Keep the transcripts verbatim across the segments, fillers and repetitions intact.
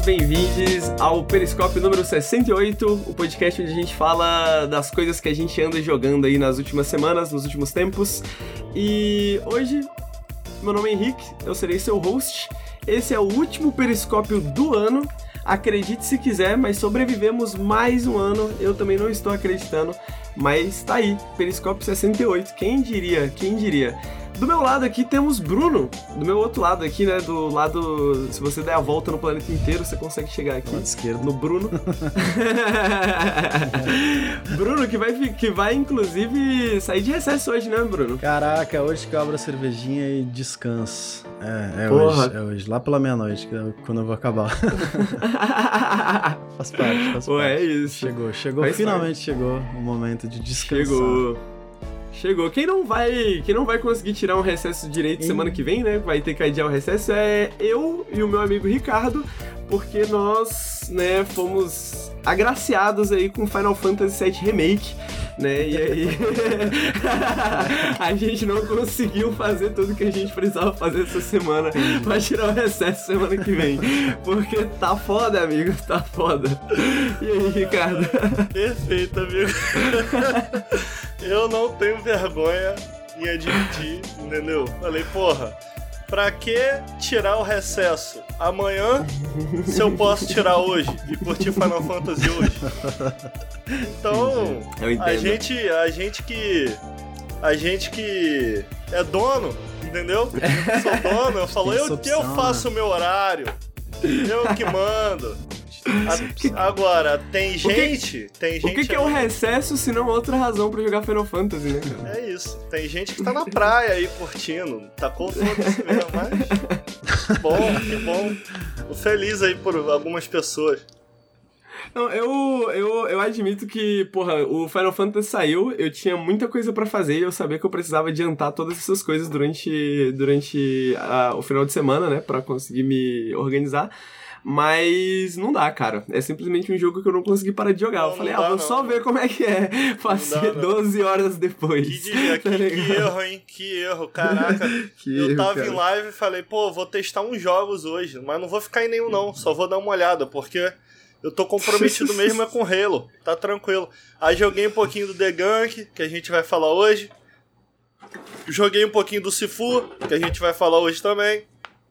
bem-vindos ao Periscópio número sessenta e oito, o podcast onde a gente fala das coisas que a gente anda jogando aí nas últimas semanas, nos últimos tempos. E hoje, meu nome é Henrique, eu serei seu host. Esse é o último Periscópio do ano. Acredite se quiser, mas sobrevivemos mais um ano. Eu também não estou acreditando, mas tá aí, Periscópio sessenta e oito. Quem diria, quem diria? Do meu lado aqui temos Bruno. Do meu outro lado aqui, né? Do lado... Se você der a volta no planeta inteiro, você consegue chegar aqui. Lado esquerdo. No Bruno. Bruno, que vai, que vai, inclusive, sair de recesso hoje, né, Bruno? Caraca, hoje que eu abro a cervejinha e descanso. É, é Porra. hoje, é hoje. Lá pela meia-noite, que é quando eu vou acabar. Faz parte, faz Pô, parte. é isso. Chegou, chegou, Faz finalmente parte. Chegou o momento de descansar. Chegou. Chegou. Quem não vai, quem não vai conseguir tirar um recesso direito Sim. semana que vem, né? Vai ter que adiar o recesso é eu e o meu amigo Ricardo, porque nós, né, fomos agraciados aí com Final Fantasy sete Remake, né? E aí a gente não conseguiu fazer tudo que a gente precisava fazer essa semana pra tirar o recesso semana que vem. Porque tá foda, amigo, tá foda. E aí, Ricardo? Perfeito, amigo. Eu não tenho vergonha em admitir, entendeu? Falei, porra, pra que tirar o recesso amanhã se eu posso tirar hoje e curtir Final Fantasy hoje? Então, a gente, a gente que a gente que é dono, entendeu? Eu sou dono, eu falo, eu, eu faço o meu horário, eu que mando. A, agora, tem gente, o que, tem gente... O que, que é o recesso se não outra razão pra jogar Final Fantasy, né, cara? É isso. Tem gente que tá na praia aí curtindo. Tacou foda-se mesmo, mas... Que bom, que bom. Tô feliz aí por algumas pessoas. Não, eu, eu, eu admito que, porra, o Final Fantasy saiu, eu tinha muita coisa pra fazer e eu sabia que eu precisava adiantar todas essas coisas durante, durante a, o final de semana, né, pra conseguir me organizar. Mas não dá, cara. É simplesmente um jogo que eu não consegui parar de jogar. Não, eu falei, não ah, dá, vou não, só não. ver como é que é fazer doze horas depois. Que, dia, tá que, ligado? que erro, hein? Que erro, caraca. Que eu erro, tava cara. em live e falei, pô, vou testar uns jogos hoje, mas não vou ficar em nenhum não, só vou dar uma olhada, porque eu tô comprometido mesmo é com Halo, tá tranquilo. Aí joguei um pouquinho do The Gunk, que a gente vai falar hoje. Joguei um pouquinho do Sifu, que a gente vai falar hoje também.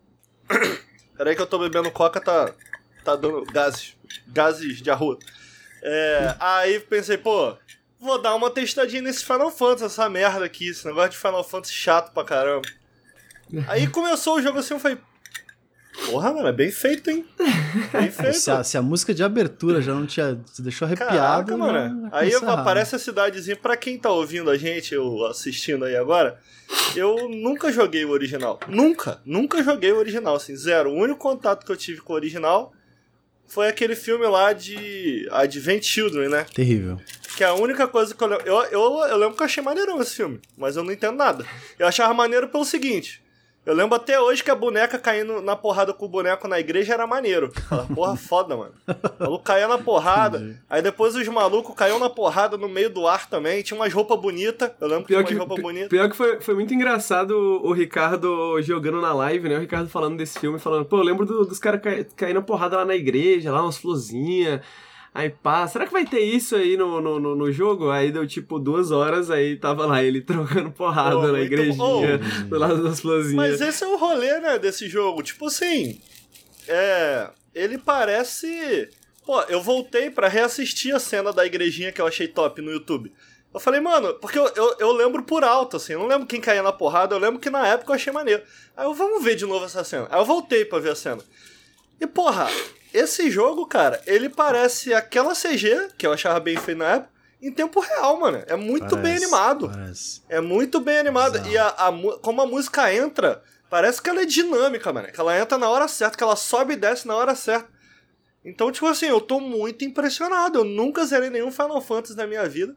Peraí que eu tô bebendo coca, tá... Tá dando gases, gases de arroz. É, aí pensei, pô, vou dar uma testadinha nesse Final Fantasy, essa merda aqui, esse negócio de Final Fantasy chato pra caramba. Aí começou o jogo assim, eu falei, porra, mano, é bem feito, hein? Bem feito. Se a, se a música de abertura já não te, te deixou arrepiado... Caraca, mano. Aí eu, aparece a cidadezinha, pra quem tá ouvindo a gente, eu assistindo aí agora, eu nunca joguei o original. Nunca, nunca joguei o original, assim, zero. O único contato que eu tive com o original foi aquele filme lá de Advent Children, né? Terrível. Que é a única coisa que eu lembro... Eu, eu, eu lembro que eu achei maneirão esse filme, mas eu não entendo nada. Eu achava maneiro pelo seguinte... Eu lembro até hoje que a boneca caindo na porrada com o boneco na igreja era maneiro. Fala, porra, foda, mano. O maluco caía na porrada. Entendi. Aí depois os malucos caíam na porrada no meio do ar também. Tinha umas roupas bonitas. Eu lembro que Pior tinha que, umas roupas bonitas. pior que foi, foi muito engraçado o Ricardo jogando na live, né? O Ricardo falando desse filme, falando, pô, eu lembro do, dos caras cai, caindo na porrada lá na igreja, lá umas florzinhas. Aí pá, será que vai ter isso aí no, no, no, no jogo? Aí deu tipo duas horas, aí tava lá ele trocando porrada Pô, na muito igrejinha, bom. do lado das florzinhas. Mas esse é o rolê, né, desse jogo. Tipo assim, é... Ele parece... Pô, eu voltei pra reassistir a cena da igrejinha que eu achei top no YouTube. Eu falei, mano, porque eu, eu, eu lembro por alto, assim, eu não lembro quem caía na porrada, eu lembro que na época eu achei maneiro. Aí eu, vamos ver de novo essa cena. Aí eu voltei pra ver a cena. E, porra, esse jogo, cara, ele parece aquela C G, que eu achava bem feio na época, em tempo real, mano. É muito Parece, bem animado. Parece. É muito bem animado. Exato. E a, a, mu- como a música entra, parece que ela é dinâmica, mano. Que ela entra na hora certa, que ela sobe e desce na hora certa. Então, tipo assim, eu tô muito impressionado. Eu nunca zerei nenhum Final Fantasy na minha vida.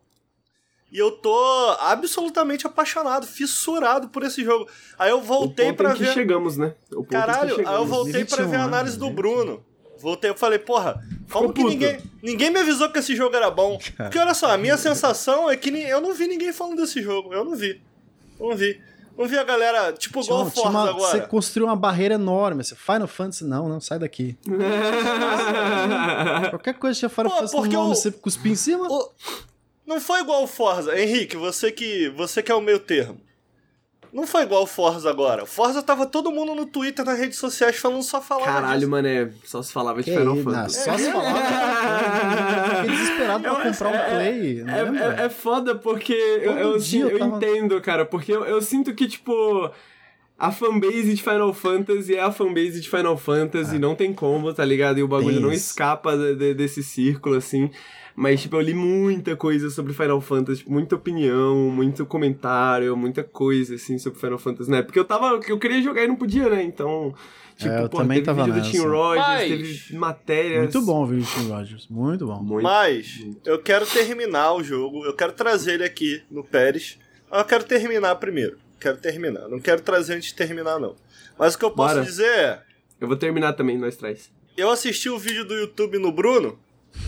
E eu tô absolutamente apaixonado, fissurado por esse jogo. Aí eu voltei o ponto pra em que ver... chegamos, né? O ponto em que Caralho, aí eu chegamos. voltei pra ver a análise do Bruno. Voltei, eu falei, porra, como Ficou que puto. ninguém... Ninguém me avisou que esse jogo era bom. Porque olha só, a minha sensação é que ni- eu não vi ninguém falando desse jogo. Eu não vi. Eu não vi. Não vi a galera, tipo, igual o Forza uma, agora. Você construiu uma barreira enorme. Você, Final Fantasy, não, não, sai daqui. Qualquer coisa que tinha Final Pô, Fantasy no porque nome, o- você cuspir em cima. O- Não foi igual o Forza. Henrique, você que, você que é o meio termo. Não foi igual o Forza agora. O Forza tava todo mundo no Twitter, nas redes sociais, falando só falava Caralho, disso. mané, só se falava de Que Final isso, não, Fantasy. só se falava. Eu fiquei desesperado pra Eu- comprar um é- Play. não É, lembra? é, é foda porque eu, Todo eu, dia eu, eu tava- entendo, cara, porque eu, eu sinto que, tipo, a fanbase de Final Fantasy é a fanbase de Final Fantasy, não tem como, tá ligado? E o bagulho Tem não isso. escapa de- de- desse círculo, assim. Mas, tipo, eu li muita coisa sobre Final Fantasy, tipo, muita opinião, muito comentário, muita coisa, assim, sobre Final Fantasy, né? Porque eu tava, eu queria jogar e não podia, né? Então, tipo, É, eu pô, também teve tava vídeo do Tim nessa. Rogers, Mas- teve matérias... Muito bom o vídeo de Tim Rogers. Muito bom. Muito. Mas, eu quero terminar o jogo, eu quero trazer ele aqui no Pérez. Mas eu quero terminar primeiro. Quero terminar. Não quero trazer antes de terminar, não. Mas o que eu posso Bora. dizer é... Eu vou terminar também, nós traz. Eu assisti o vídeo do YouTube no Bruno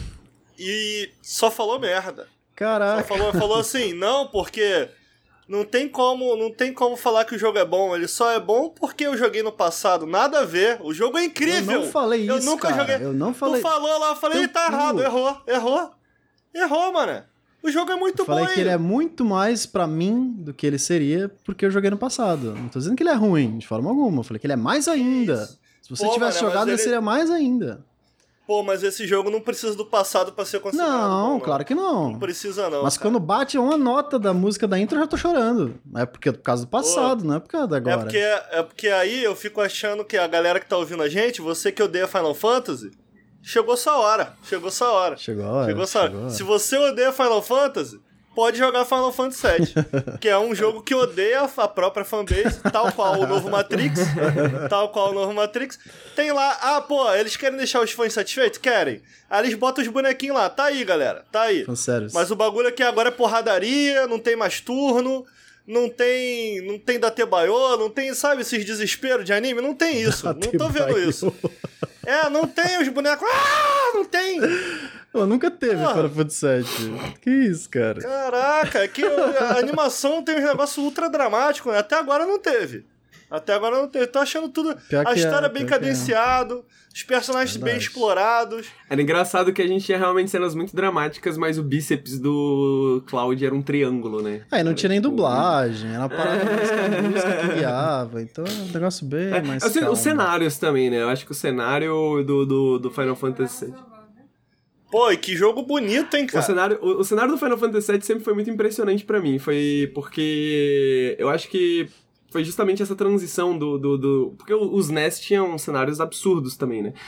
e só falou merda. Só Caraca. falou, falou assim, não, porque não tem como, não tem como falar que o jogo é bom. Ele só é bom porque eu joguei no passado. Nada a ver. O jogo é incrível. Eu não falei Eu isso, nunca cara. joguei. Eu não falei. Tu falou lá, eu falei, Teu "Ih, tá cu." errado, errou, errou. Errou, mano. O jogo é muito Eu falei bom, que hein? ele é muito mais pra mim do que ele seria porque eu joguei no passado. Não tô dizendo que ele é ruim, de forma alguma. Eu falei que ele é mais ainda. Se você Pô, tivesse mano, mas jogado, ele... ele- seria mais ainda. Pô, mas esse jogo não precisa do passado pra ser considerado Não, bom, claro que não. Não precisa não, Mas cara. quando bate uma nota da música da intro, eu já tô chorando. É porque é por causa do passado, não é por causa da É agora. porque, é porque aí eu fico achando que a galera que tá ouvindo a gente, você que odeia Final Fantasy, chegou sua hora. Chegou sua hora. Chegou a hora. Chegou sua hora. chegou a hora. Se você odeia Final Fantasy, pode jogar Final Fantasy sete. Que é um jogo que odeia a própria fanbase, tal qual o novo Matrix. Tal qual o novo Matrix. Tem lá, ah, pô, eles querem deixar os fãs satisfeitos? Querem. Aí eles botam os bonequinhos lá. Tá aí, galera. Tá aí. Falando sério. Mas o bagulho aqui agora é porradaria, não tem mais turno, não tem. Não tem Datebaiô, não tem, sabe, esses desesperos de anime? Não tem isso. Não tô vendo Datebaiô. isso. É, não tem os bonecos. Ah, não tem! Pô, nunca teve Ah. Final Fantasy sete. Que isso, cara? Caraca, é que a animação tem um negócio ultra dramático, né? Até agora não teve. Até agora não teve. Tô achando tudo. Pior a que história é, bem pior que é. cadenciado, os personagens bem Verdade. explorados. Era engraçado que a gente tinha realmente cenas muito dramáticas, mas o bíceps do Cloud era um triângulo, né? Aí não Era, tinha nem tipo, dublagem, era uma parada mais que a música que guiava, então é um negócio bem É, mais assim, calmo. os cenários também, né? Eu acho que o cenário do, do, do Final Fantasy sete. Pô, e que jogo bonito, hein, O cara? cenário, o, o cenário do Final Fantasy sete sempre foi muito impressionante pra mim. Foi porque eu acho que foi justamente essa transição do... do, do porque os N E S tinham cenários absurdos também, né?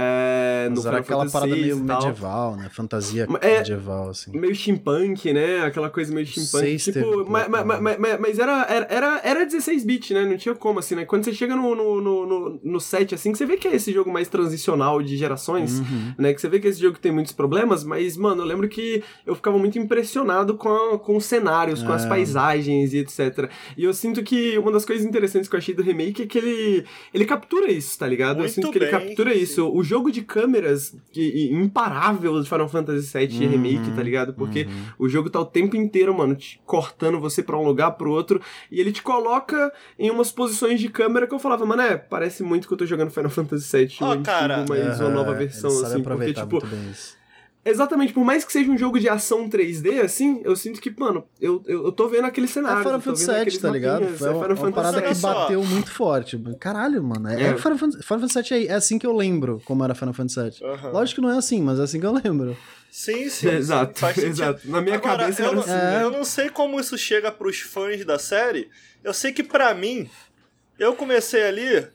É, no Mas era Final aquela Fantasy parada seis meio e tal. medieval, né? Fantasia É- medieval, assim. Meio steampunk, né? Aquela coisa meio steampunk. Seis teve um Tipo, pouco, mas, mas, né? mas, mas- mas era, era, era, era dezesseis bit, né? Não tinha como, assim, né? Quando você chega no, no, no, no, no sete, assim, que você vê que é esse jogo mais transicional de gerações, Uhum. né? Que você vê que esse jogo tem muitos problemas, mas, mano, eu lembro que eu ficava muito impressionado com, a- com os cenários, com as É. paisagens e etcétera. E eu sinto que uma das coisas interessantes que eu achei do remake é que ele, ele captura isso, tá ligado? eu Muito sinto que ele bem, captura sim. isso. O jogo de câmeras que, imparável de Final Fantasy sete Uhum, Remake, tá ligado? Porque uhum. o jogo tá o tempo inteiro, mano, te cortando você pra um lugar, pro outro, e ele te coloca em umas posições de câmera que eu falava, mano, é, parece muito que eu tô jogando Final Fantasy sete, Ó, o antigo, cara, mas uma Aham, nova versão, ele sabe assim, porque, aproveitar tipo, muito bem isso. exatamente, por mais que seja um jogo de ação três D, assim, eu sinto que, mano, eu, eu, eu tô vendo aquele cenário. É Final eu tô Fantasy vendo sete, aqueles tá ligado? mapinhas, Foi é uma, Final uma Fantasy parada que Olha só. bateu muito forte. Caralho, mano. É, É. Final Fantasy, Final Fantasy sete é, é assim que eu lembro como era Final Fantasy sete. Aham. Lógico que não é assim, mas é assim que eu lembro. Sim, sim. Exato, faz sentido. exato. Na minha Agora, cabeça eu era não, assim. É. eu não sei como isso chega pros fãs da série. Eu sei que pra mim, eu comecei ali.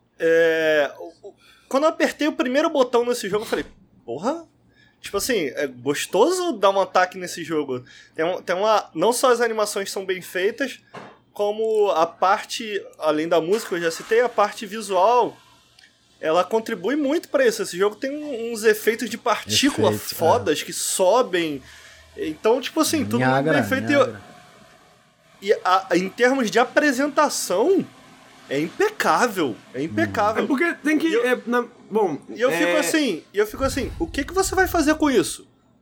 é, o- o- quando eu apertei o primeiro botão nesse jogo, eu falei, porra. Tipo assim, é gostoso dar um ataque nesse jogo. Tem, um- tem uma. Não só as animações são bem feitas, como a parte, além da música, que eu já citei, a parte visual. Ela contribui muito pra isso. Esse jogo tem um- uns efeitos de partícula Efeito, fodas que sobem. Então, tipo assim, tudo muito Niagara, bem feito. E- Niagara. E a- em termos de apresentação, é impecável. É impecável. É porque tem que. E eu- é, na- bom. E eu é, fico assim, e eu fico assim, o que, que você vai fazer com isso?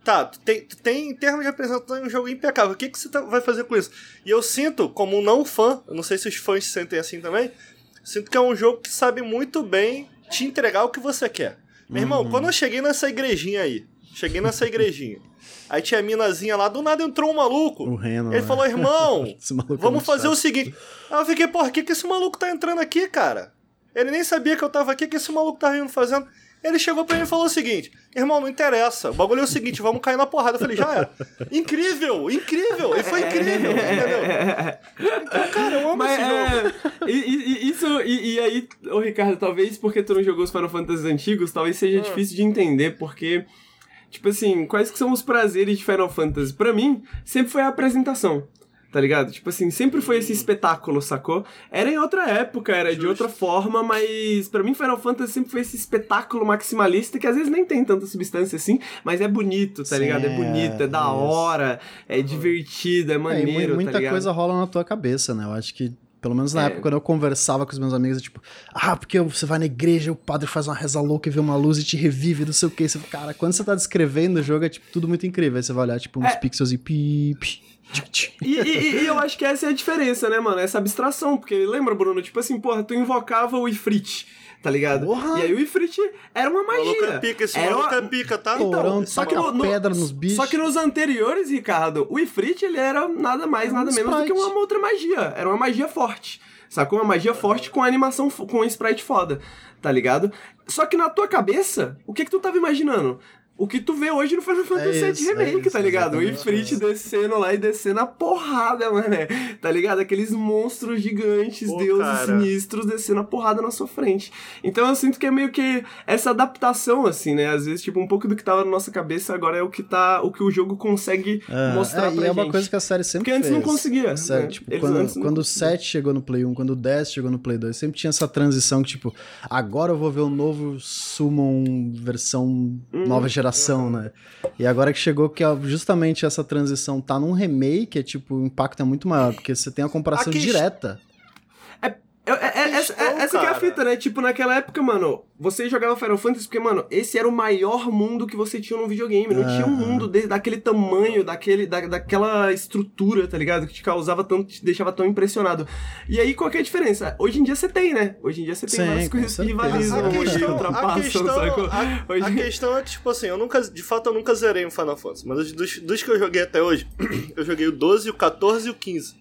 tá, tu tem, tu tem em termos de apresentação um jogo impecável, o que, que você tá, vai fazer com isso? E eu sinto, como um não fã, eu não sei se os fãs se sentem assim também, sinto que é um jogo que sabe muito bem te entregar o que você quer. Meu irmão, uhum. quando eu cheguei nessa igrejinha aí, cheguei nessa igrejinha, aí tinha a minazinha lá, do nada entrou um maluco. O Reno, ele né? falou, irmão, vamos é fazer chato. o seguinte. Aí eu fiquei, porra, o que, que esse maluco tá entrando aqui, cara? Ele nem sabia que eu tava aqui, o que esse maluco tá vindo fazendo. Ele chegou pra mim e falou o seguinte, irmão, não interessa, o bagulho é o seguinte, vamos cair na porrada. Eu falei, já era. Incrível, incrível, e foi incrível, entendeu? Então, cara, eu amo Mas, esse é, jogo. E, e, isso, e, e aí, ô Ricardo, talvez porque tu não jogou os Final Fantasy antigos, talvez seja hum. difícil de entender, porque, tipo assim, quais que são os prazeres de Final Fantasy? Pra mim, sempre foi a apresentação. Tá ligado? Tipo assim, sempre foi esse espetáculo, sacou? Era em outra época, era Justo. de outra forma, mas pra mim Final Fantasy sempre foi esse espetáculo maximalista que às vezes nem tem tanta substância assim, mas é bonito, tá Sim, ligado? É bonito, é, é da hora, é divertido, é maneiro, é, e muita tá ligado? coisa rola na tua cabeça, né? Eu acho que pelo menos na é. época, quando eu conversava com os meus amigos, tipo, ah, porque você vai na igreja, o padre faz uma reza louca e vê uma luz e te revive, não sei o que. Você, cara, quando você tá descrevendo o jogo, é tipo, tudo muito incrível. Aí você vai olhar, tipo, uns é. pixels e pi, pi. E, e, e eu acho que essa é a diferença, né, mano? Essa abstração, porque lembra, Bruno? Tipo assim, porra, tu invocava o Ifrit, tá ligado? Porra. E aí o Ifrit era uma magia. Maluco é pica, esse era maluco uma... é pica, tá? Então, só que no, pedra nos bichos. Só que nos anteriores, Ricardo, o Ifrit, ele era nada mais, é um nada sprite. menos do que uma outra magia. Era uma magia forte, sacou? Uma magia forte com animação, com um sprite foda, tá ligado? Só que na tua cabeça, o que que tu tava imaginando? O que tu vê hoje no Final Fantasy sete é Remake, é isso, tá ligado? O Ifrit descendo lá e descendo a porrada, mano. Tá ligado? Aqueles monstros gigantes, Pô, deuses cara. sinistros descendo a porrada na sua frente. Então eu sinto que é meio que essa adaptação, assim, né? Às vezes, tipo, um pouco do que tava na nossa cabeça agora é o que tá, o que o jogo consegue é, mostrar é, pra e é gente. uma coisa que a série sempre Porque fez. antes não conseguia. Sério, né? tipo, quando, quando o sete chegou no Play um, quando o dez chegou no Play dois, sempre tinha essa transição que, tipo, agora eu vou ver o novo Summon versão hum, nova geração, hum. né? E agora que chegou que justamente essa transição tá num remake, é tipo, o impacto é muito maior, porque você tem a comparação Aqui... direta. É, é, é, essa, é, essa que é a fita, né? Tipo, naquela época, mano, você jogava Final Fantasy porque, mano, esse era o maior mundo que você tinha no videogame. Não ah, tinha um mundo de, daquele tamanho, daquele, da, daquela estrutura, tá ligado? Que te causava tanto, te deixava tão impressionado. E aí, qual que é a diferença? Hoje em dia você tem, né? Hoje em dia você tem Sim, várias coisas que rivalizam e ultrapassam, a questão, a, hoje... a questão é, tipo assim, eu nunca, de fato, eu nunca zerei um Final Fantasy, mas dos, dos que eu joguei até hoje, eu joguei o doze, o catorze e o quinze.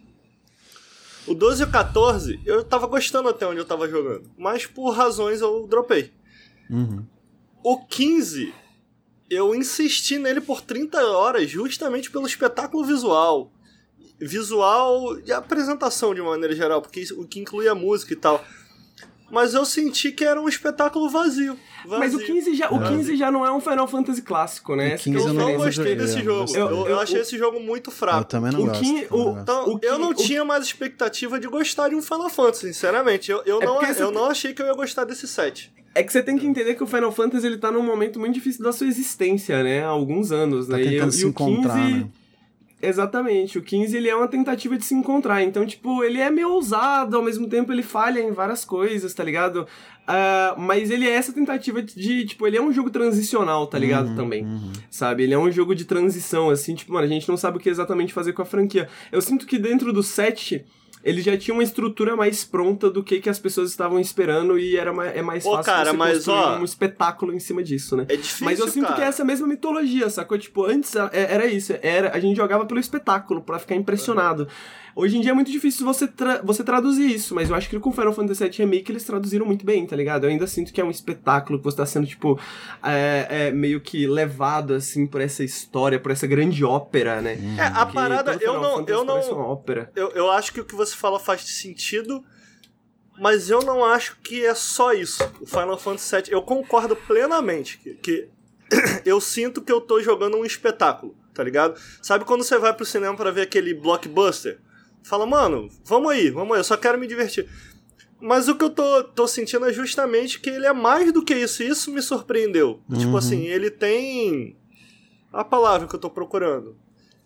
O doze e o catorze, eu tava gostando até onde eu tava jogando. Mas por razões eu dropei. Uhum. O quinze, eu insisti nele por trinta horas justamente pelo espetáculo visual. Visual e apresentação de uma maneira geral, porque isso, o que inclui a música e tal. Mas eu senti que era um espetáculo vazio. vazio. Mas o quinze, já, o quinze já não é um Final Fantasy clássico, né? quinze eu eu não não gostei joguei, desse eu jogo. Eu, eu, eu achei esse jogo muito fraco. Eu também não o gosto. quinze, não o, gosto. Então, o eu não o, tinha mais expectativa de gostar de um Final Fantasy, sinceramente. Eu, eu, é não, eu tem... não achei que eu ia gostar desse set. É que você tem que entender que o Final Fantasy ele tá num momento muito difícil da sua existência, né? Há alguns anos, tá né? tentando e, se e o encontrar, quinze... né? Exatamente, o quinze ele é uma tentativa de se encontrar, então, tipo, ele é meio ousado, ao mesmo tempo ele falha em várias coisas, tá ligado? Uh, mas ele é essa tentativa de, tipo, ele é um jogo transicional, tá ligado? Uhum, Também, uhum. sabe? Ele é um jogo de transição, assim, tipo, mano, a gente não sabe o que exatamente fazer com a franquia. Eu sinto que dentro do set... ele já tinha uma estrutura mais pronta do que, que as pessoas estavam esperando e era mais, é mais Pô, fácil cara, você mas, construir ó, um espetáculo em cima disso, né? É difícil, Mas eu sinto cara. que é essa mesma mitologia, sacou? Tipo, antes era isso, era, a gente jogava pelo espetáculo, pra ficar impressionado. Uhum. Hoje em dia é muito difícil você, tra- você traduzir isso, mas eu acho que com Final Fantasy sete Remake eles traduziram muito bem, tá ligado? Eu ainda sinto que é um espetáculo, que você tá sendo, tipo, é, é, meio que levado, assim, por essa história, por essa grande ópera, né? É, a Porque parada, eu não... Fantasy Eu, não uma ópera. eu, eu acho que o que você fala faz sentido, mas eu não acho que é só isso. O Final Fantasy sete, eu concordo plenamente que, que eu sinto que eu tô jogando um espetáculo, tá ligado? Sabe quando você vai pro cinema pra ver aquele blockbuster? Fala, mano, vamos aí, vamos aí, eu só quero me divertir. Mas o que eu tô, tô sentindo é justamente que ele é mais do que isso, e isso me surpreendeu. Uhum. Tipo assim, ele tem... a palavra que eu tô procurando.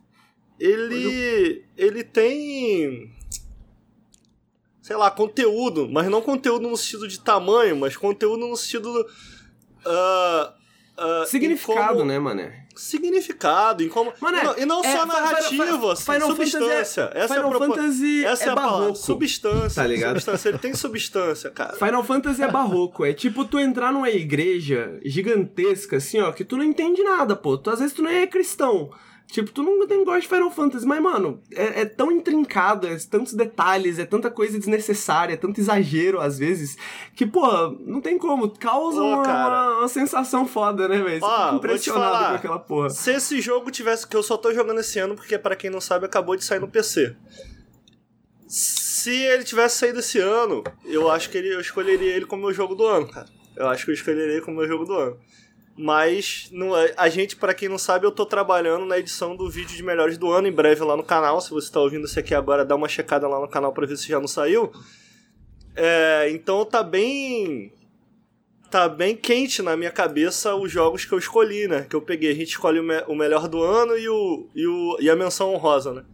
Ele... ele tem... sei lá, conteúdo, mas não conteúdo no sentido de tamanho, mas conteúdo no sentido... Uh, Uh, Significado, como... né, mané? Significado, em como... Mané, e não, e não é, só narrativa, Final, assim, Final substância. Fantasy é, essa Final é a propo... Fantasy Essa é, é a palavra, barroco. substância. Tá ligado? Substância, ele tem substância, cara. Final Fantasy é barroco, é tipo tu entrar numa igreja gigantesca, assim, ó, que tu não entende nada, pô. Tu, às vezes tu nem é cristão. Tipo, tu não tem gosto de Final Fantasy, mas, mano, é, é tão intrincado, é tantos detalhes, é tanta coisa desnecessária, é tanto exagero, às vezes, que, pô, não tem como. Causa Ô, uma, cara. uma sensação foda, né, velho? Você Ó, fica impressionado falar, com aquela porra. Se esse jogo tivesse... Que eu só tô jogando esse ano, porque, pra quem não sabe, acabou de sair no P C. Se ele tivesse saído esse ano, eu acho que ele, eu escolheria ele como meu jogo do ano, cara. Eu acho que eu escolheria ele como meu jogo do ano. Mas não, a gente, pra quem não sabe, eu tô trabalhando na edição do vídeo de melhores do ano, em breve lá no canal. Se você tá ouvindo isso aqui agora, dá uma checada lá no canal pra ver se já não saiu. É, então tá bem... Tá bem quente na minha cabeça os jogos que eu escolhi, né? Que eu peguei. A gente escolhe o, me- o melhor do ano e, o, e, o, e a menção honrosa, né?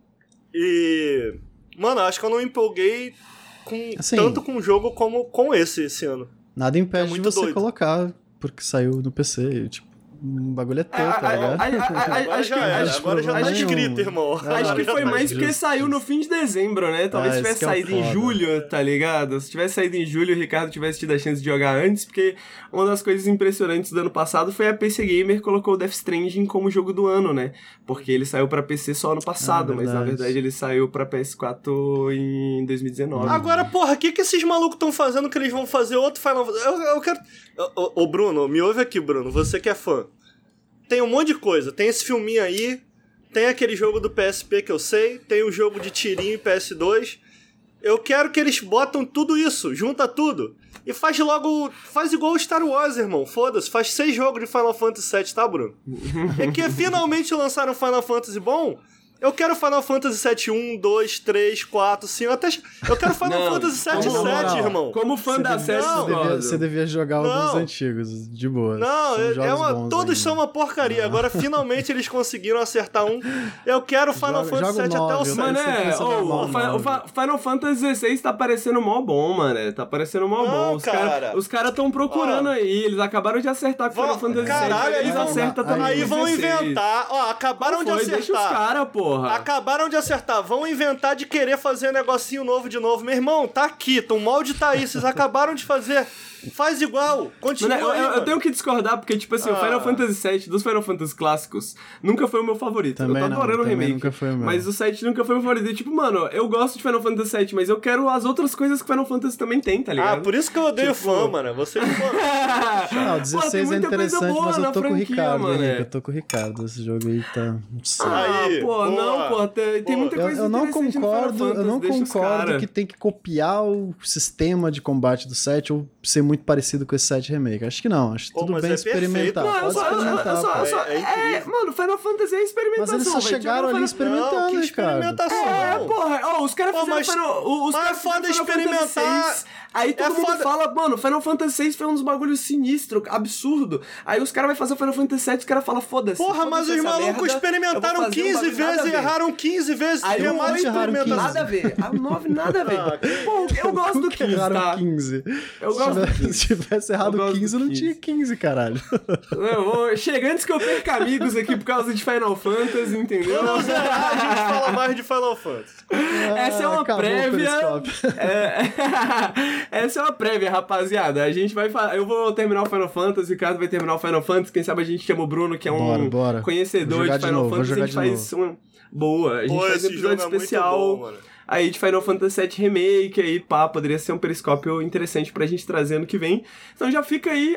E... Mano, acho que eu não me empolguei com, Assim, tanto com o jogo como com esse, esse ano. Nada impede É de muito você doido. colocar, porque saiu no P C, tipo, um bagulho é teu, Ah, tá ah, ligado? ah, ah, ah, ah, Agora acho já que- era, acho- agora já tá acho- escrito, irmão. Ah, Acho que Já foi tá mais escrito. porque saiu no fim de dezembro, né? Talvez Ah, tivesse esse que é o saído em foda. julho, tá ligado? Se tivesse saído em julho, o Ricardo tivesse tido a chance de jogar antes, porque uma das coisas impressionantes do ano passado foi a P C Gamer colocou o Death Stranding como jogo do ano, né? Porque ele saiu pra P C só ano passado, Ah, mas na verdade. verdade ele saiu pra P S quatro em dois mil e dezenove. Agora, porra, o que, que esses malucos estão fazendo que eles vão fazer outro Final Fantasy? Eu, eu quero... Ô, ô, Bruno, me ouve aqui, Bruno. Você que é fã. Tem um monte de coisa. Tem esse filminho aí, tem aquele jogo do P S P que eu sei, tem o jogo de tirinho em P S dois. Eu quero que eles botam tudo isso, junta tudo. E faz logo... Faz igual o Star Wars, irmão. Foda-se, faz seis jogos de Final Fantasy sete, tá, Bruno? É que finalmente lançaram Final Fantasy bom... Eu quero Final Fantasy sete um, dois, três, quatro, cinco, até... Eu quero Final Não, Fantasy sete como- sete, não, irmão. Como fã Você da devia- série, não, Você devia, Eduardo. você devia jogar Não. alguns antigos, de boa. Não, São é, jogos é uma, bons todos ainda. são uma porcaria. Agora, finalmente, eles conseguiram acertar um. Eu quero Final Joga- Fantasy joga o sete até o nove, eu seis. Mano, Você é, pensa ô, normal, o, Fi- não. o Fa- Final Fantasy dezesseis tá parecendo mó bom, mano. Tá parecendo mó Não, bom. Os cara. caras os cara tão procurando Ó. aí. Eles acabaram de acertar com o Final Vão, Fantasy caralho, sete. aí Eles vão, acertam também aí com vão dezesseis. inventar. Ó, acabaram Não de foi, acertar. deixa os caras, porra. Acabaram de acertar. Vão inventar de querer fazer um negocinho novo de novo. Meu irmão, tá aqui. O molde tá aí. Vocês acabaram de fazer. Faz igual. Continua Mano, eu, aí, eu- eu mano. tenho que discordar, porque, tipo assim, o Ah. Final Fantasy sete, dos Final Fantasy clássicos, nunca foi o meu favorito. Também eu tô não, adorando o também remake. nunca foi o meu. Mas o sete nunca foi o meu favorito. E, tipo, mano, eu gosto de Final Fantasy sete, mas eu quero as outras coisas que Final Fantasy também tem, tá Ah, ligado? por isso que eu odeio Tipo- fã, mano. Vocês, mano. Não, o Pô, dezesseis tem é muita coisa interessante, boa mas eu na tô com o franquia, Ricardo, mano. Henrique. Eu tô com o Ricardo. Esse jogo aí tá... Não sei. Ah, Aí, pô, boa. não, pô, tem, tem Boa. muita Eu, coisa eu não interessante no Final concordo, eu Fantasy, não deixa os concordo cara. que tem que copiar o sistema de combate do sete ou ser muito parecido com esse sete Remake. Acho que não, acho Pô, tudo mas bem é perfeito. experimentar. Não, eu Pode só, eu, experimentar, eu só, pô. eu só, É- é é, incrível. mano, Final Fantasy é experimentação, Mas eles só velho. chegaram Jogar ali Final- experimentando, Não, que Ricardo. experimentação. É, porra, ó, os caras Pô, fizeram mas- Final, o- os mas caras é foda fizeram Final Fantasy experimentar. seis, aí todo É mundo foda- fala, mano, Final Fantasy seis foi um dos bagulhos sinistros, absurdo. Aí os caras vão fazer o Final Fantasy sete, os caras falam, foda-se. Porra, mas foda-se os essa malucos merda, eu vou experimentaram fazer um quinze bagulho nada vezes a e ver. erraram quinze vezes. Aí Tem o mais oito erraram experimentação. nada a ver. A nove nada a ver. Ah, que- Pô, eu gosto do Como que quinze, erraram tá? quinze? Eu Se gosto do tivesse, quinze. se tivesse errado Eu gosto do quinze, não quinze. tinha quinze, caralho. Eu vou- Chega antes que eu perca amigos aqui por causa de Final Fantasy, entendeu? Vamos zerar, a gente fala mais de Final Fantasy. Essa é uma Acabou o prévia. Periscope. É... Essa é uma prévia, rapaziada. A gente vai fa... Eu vou terminar o Final Fantasy, o Ricardo vai terminar o Final Fantasy. Quem sabe a gente chama o Bruno, que é um Bora, bora. conhecedor Vou jogar de de Final novo, vou Fantasy. A jogar gente de faz uma boa. A gente Pô, faz um esse episódio jogo é muito especial bom, mano. aí de Final Fantasy sete Remake. Aí, pá, poderia ser um periscópio interessante pra gente trazer ano que vem. Então já fica aí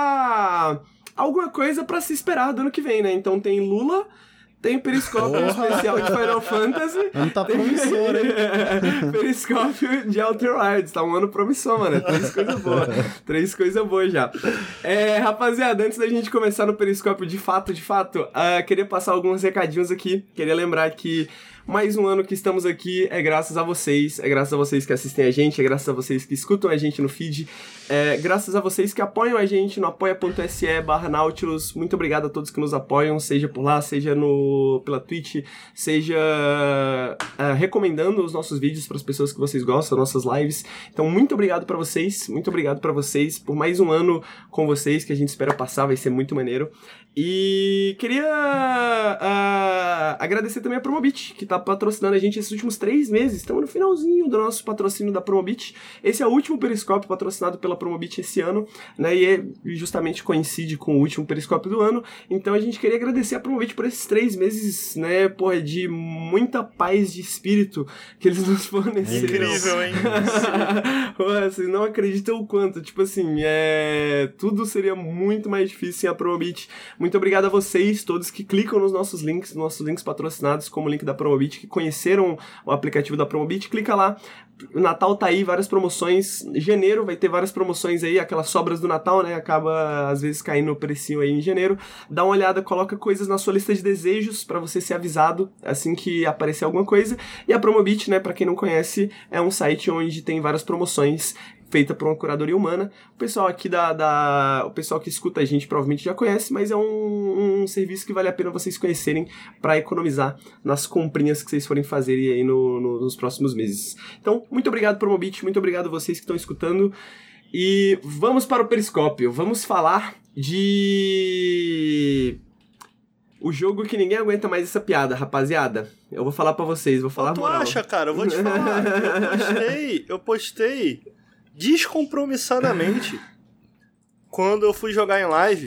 a... alguma coisa pra se esperar do ano que vem, né? Então tem Lula. Tem periscópio Porra. especial de Final Fantasy. Ano tá Tem- promissor, hein? Periscópio de Outer Wilds. Tá um ano promissor, mano. Três coisas boas. Três coisas boas já. É, rapaziada, antes da gente começar no periscópio de fato, de fato, uh, queria passar alguns recadinhos aqui. Queria lembrar que mais um ano que estamos aqui é graças a vocês, é graças a vocês que assistem a gente, é graças a vocês que escutam a gente no feed, é graças a vocês que apoiam a gente no apoia.se barra Nautilus. Muito obrigado a todos que nos apoiam, seja por lá, seja no, pela Twitch, seja uh, recomendando os nossos vídeos para as pessoas que vocês gostam, nossas lives. Então, muito obrigado para vocês, muito obrigado para vocês por mais um ano com vocês, que a gente espera passar, vai ser muito maneiro. E queria uh, agradecer também a Promobit, que está patrocinando a gente esses últimos três meses. Estamos no finalzinho do nosso patrocínio da Promobit. Esse é o último Periscópio patrocinado pela Promobit esse ano, né? E é, justamente coincide com o último Periscópio do ano. Então a gente queria agradecer a Promobit por esses três meses, né, porra, de muita paz de espírito que eles nos forneceram. Incrível, hein? Porra, vocês não acreditam o quanto. Tipo assim, é... tudo seria muito mais difícil sem a Promobit. Muito obrigado a vocês, todos que clicam nos nossos links, nossos links patrocinados, como o link da Promobit, que conheceram o aplicativo da Promobit. Clica lá. O Natal tá aí, várias promoções. Janeiro vai ter várias promoções aí, aquelas sobras do Natal, né? Acaba, às vezes, caindo o precinho aí em janeiro. Dá uma olhada, coloca coisas na sua lista de desejos pra você ser avisado assim que aparecer alguma coisa. E a Promobit, né, pra quem não conhece, é um site onde tem várias promoções feita por uma curadoria humana. O pessoal aqui da, da... O pessoal que escuta a gente provavelmente já conhece, mas é um, um serviço que vale a pena vocês conhecerem para economizar nas comprinhas que vocês forem fazer aí no, no, nos próximos meses. Então, muito obrigado, Promobit, muito obrigado a vocês que estão escutando. E vamos para o Periscópio. Vamos falar de... o jogo que ninguém aguenta mais essa piada, rapaziada. Eu vou falar pra vocês, vou falar tu moral. acha, cara? Eu vou te falar. Eu postei... Eu postei... descompromissadamente, quando eu fui jogar em live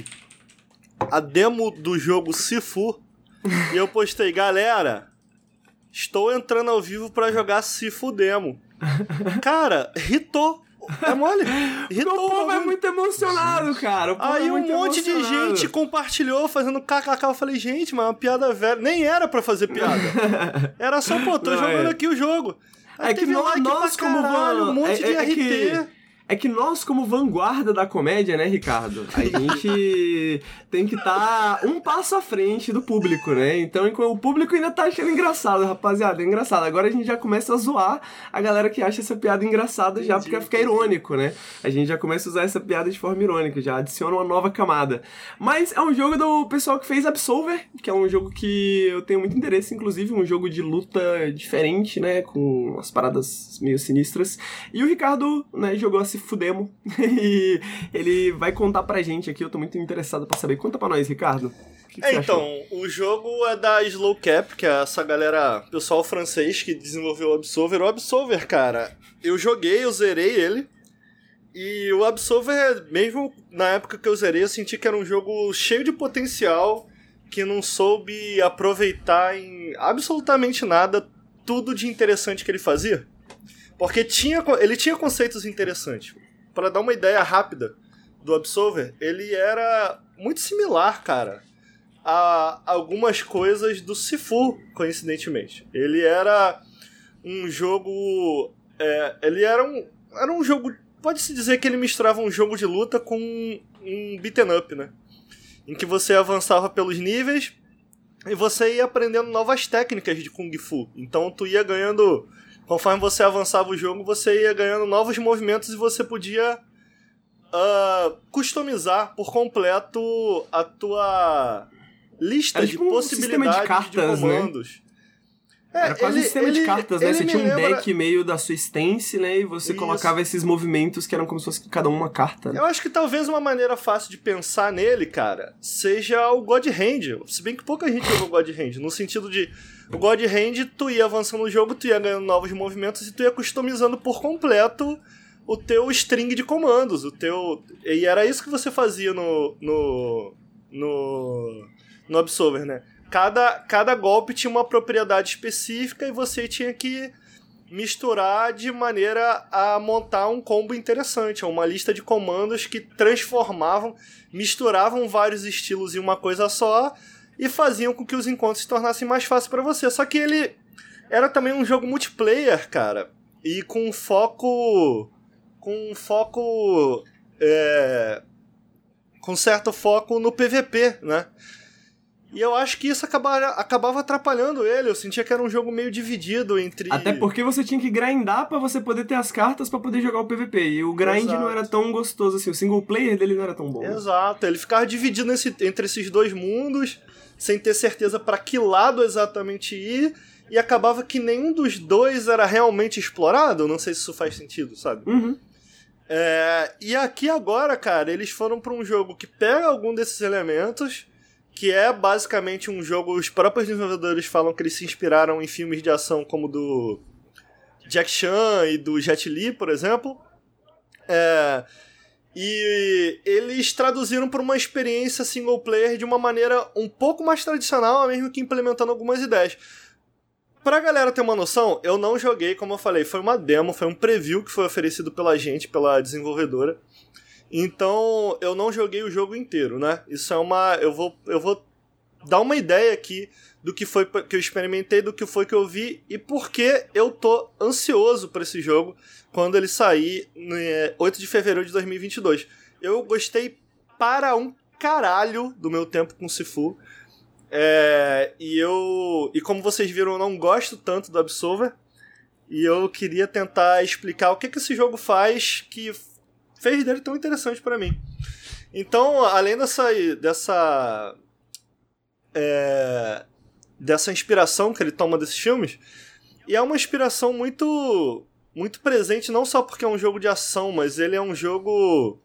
a demo do jogo Sifu, e eu postei, galera, estou entrando ao vivo pra jogar Sifu demo. Cara, hitou. É mole. Hitou. O povo é muito emocionado, cara. O povo Aí é um muito monte de emocionado. gente compartilhou fazendo kkk. Eu falei, gente, mas é uma piada velha. Nem era pra fazer piada. Era só, pô, tô Não, jogando é. aqui o jogo. Aí É que teve nós, like nós pra como caralho, van... um monte é, de é, R T. Que... É que nós, como vanguarda da comédia, né, Ricardo? A gente tem que estar tá um passo à frente do público, né? Então, o público ainda tá achando engraçado, rapaziada, é engraçado. Agora a gente já começa a zoar a galera que acha essa piada engraçada já, porque fica irônico, né? A gente já começa a usar essa piada de forma irônica, já adiciona uma nova camada. Mas é um jogo do pessoal que fez Absolver, que é um jogo que eu tenho muito interesse, inclusive um jogo de luta diferente, né? Com umas paradas meio sinistras. E o Ricardo, né, jogou assim Fudemo, e ele vai contar pra gente aqui, eu tô muito interessado pra saber. Conta pra nós, Ricardo. Que que É, você então, achou? o jogo é da Slow Cap, que é essa galera, pessoal francês que desenvolveu o Absolver. O Absolver, cara, eu joguei, eu zerei ele, e o Absolver, mesmo na época que eu zerei, eu senti que era um jogo cheio de potencial, que não soube aproveitar em absolutamente nada tudo de interessante que ele fazia. Porque tinha, ele tinha conceitos interessantes. Para dar uma ideia rápida do Absolver, ele era muito similar, cara, a algumas coisas do Sifu, coincidentemente. Ele era um jogo... É, ele era um, era um jogo... Pode-se dizer que ele misturava um jogo de luta com um beat'em up, né? Em que você avançava pelos níveis e você ia aprendendo novas técnicas de Kung Fu. Então tu ia ganhando... Conforme você avançava o jogo, você ia ganhando novos movimentos e você podia uh, customizar por completo a tua lista Era de tipo um possibilidades sistema de cartas, de comandos. Né? Era quase ele, um sistema ele, de cartas, né? ele Você me tinha um lembra... deck meio da sua stance, né? E você Isso. colocava esses movimentos que eram como se fosse cada uma carta. Né? Eu acho que talvez uma maneira fácil de pensar nele, cara, seja o God Hand. Se bem que pouca gente jogou God Hand, no sentido de... O God Hand, tu ia avançando no jogo, tu ia ganhando novos movimentos e tu ia customizando por completo o teu string de comandos, o teu... E era isso que você fazia no... no... no, no Absolver, né? Cada, cada golpe tinha uma propriedade específica e você tinha que misturar de maneira a montar um combo interessante, uma lista de comandos que transformavam, misturavam vários estilos em uma coisa só e faziam com que os encontros se tornassem mais fáceis para você. Só que ele era também um jogo multiplayer, cara, e com foco... com foco... É, com certo foco no P V P, né? E eu acho que isso acabava, acabava atrapalhando ele. Eu sentia que era um jogo meio dividido entre... Até porque você tinha que grindar pra você poder ter as cartas pra poder jogar o P V P. E o grind Exato. Não era tão gostoso assim. O single player dele não era tão bom. Exato. Ele ficava dividido nesse, entre esses dois mundos, sem ter certeza pra que lado exatamente ir. E acabava que nenhum dos dois era realmente explorado. Não sei se isso faz sentido, sabe? Uhum. É, e aqui agora, cara, eles foram pra um jogo que pega algum desses elementos... que é basicamente um jogo... Os próprios desenvolvedores falam que eles se inspiraram em filmes de ação como do Jack Chan e do Jet Li, por exemplo. É, e eles traduziram para uma experiência single player de uma maneira um pouco mais tradicional, mesmo que implementando algumas ideias. Pra galera ter uma noção, eu não joguei, como eu falei, foi uma demo, foi um preview que foi oferecido pela gente, pela desenvolvedora. Então, eu não joguei o jogo inteiro, né? Isso é uma... Eu vou, eu vou dar uma ideia aqui do que foi que eu experimentei, do que foi que eu vi e por que eu tô ansioso por esse jogo quando ele sair no oito de fevereiro de dois mil e vinte e dois. Eu gostei para um caralho do meu tempo com Sifu. É, e eu... E como vocês viram, eu não gosto tanto do Absolver. E eu queria tentar explicar o que, que esse jogo faz que... fez dele tão interessante pra mim. Então, além dessa dessa é, dessa inspiração que ele toma desses filmes, e é uma inspiração muito muito presente, não só porque é um jogo de ação, mas ele é um jogo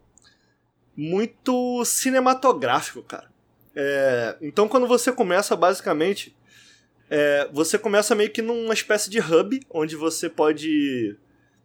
muito cinematográfico, cara. É, então, quando você começa, basicamente, é, você começa meio que numa espécie de hub, onde você pode...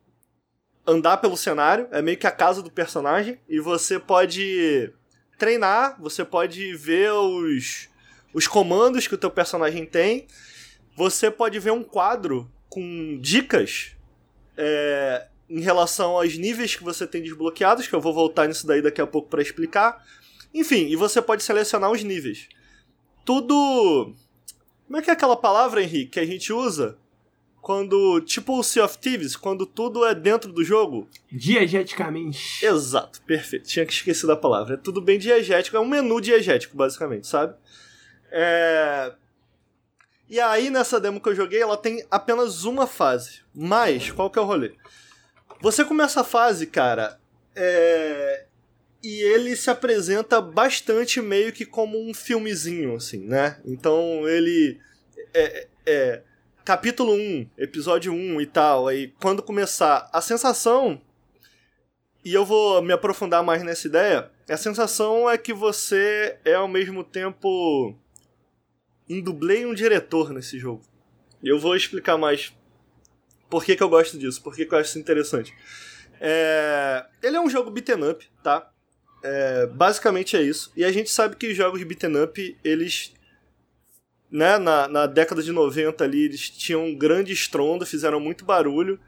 andar pelo cenário, é meio que a casa do personagem, e você pode treinar, você pode ver os, os comandos que o teu personagem tem, você pode ver um quadro com dicas é, em relação aos níveis que você tem desbloqueados, que eu vou voltar nisso daí daqui a pouco para explicar. Enfim, e você pode selecionar os níveis. Tudo... Como é que é aquela palavra, Henrique, que a gente usa... Quando, tipo o Sea of Thieves, quando tudo é dentro do jogo. Diegeticamente. Exato, perfeito. Tinha que esquecer da palavra. É tudo bem diegético, é um menu diegético, basicamente, sabe? É... E aí, nessa demo que eu joguei, ela tem apenas uma fase. Mas, qual que é o rolê? Você começa a fase, cara, é... e ele se apresenta bastante meio que como um filmezinho, assim, né? Então, ele... é... é... capítulo um, episódio um e tal, aí quando começar, a sensação, e eu vou me aprofundar mais nessa ideia, a sensação é que você é ao mesmo tempo um dublê e um diretor nesse jogo. E eu vou explicar mais por que, que eu gosto disso, por que, que eu acho isso interessante. É... Ele é um jogo beat'em up, tá? É... Basicamente é isso. E a gente sabe que os jogos de beat'em up, eles... Né, na, na década de noventa ali, eles tinham um grande estrondo, fizeram muito barulho,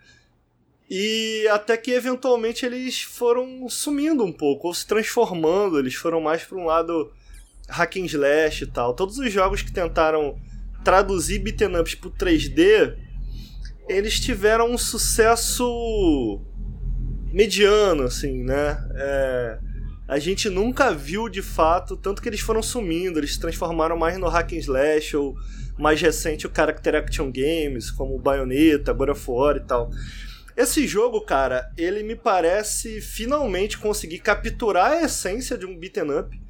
e até que eventualmente eles foram sumindo um pouco, ou se transformando, eles foram mais para um lado hack and slash e tal. Todos os jogos que tentaram traduzir beat'em ups pro três D, eles tiveram um sucesso mediano, assim, né? É... A gente nunca viu de fato, tanto que eles foram sumindo, eles se transformaram mais no hack and slash, ou mais recente o Character Action Games, como o Bayonetta, God of War e tal. Esse jogo, cara, ele me parece finalmente conseguir capturar a essência de um beat'em up,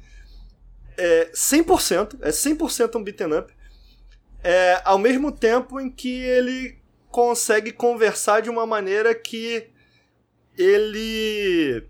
é cem por cento, é cem por cento um beat'em up, é, ao mesmo tempo em que ele consegue conversar de uma maneira que ele...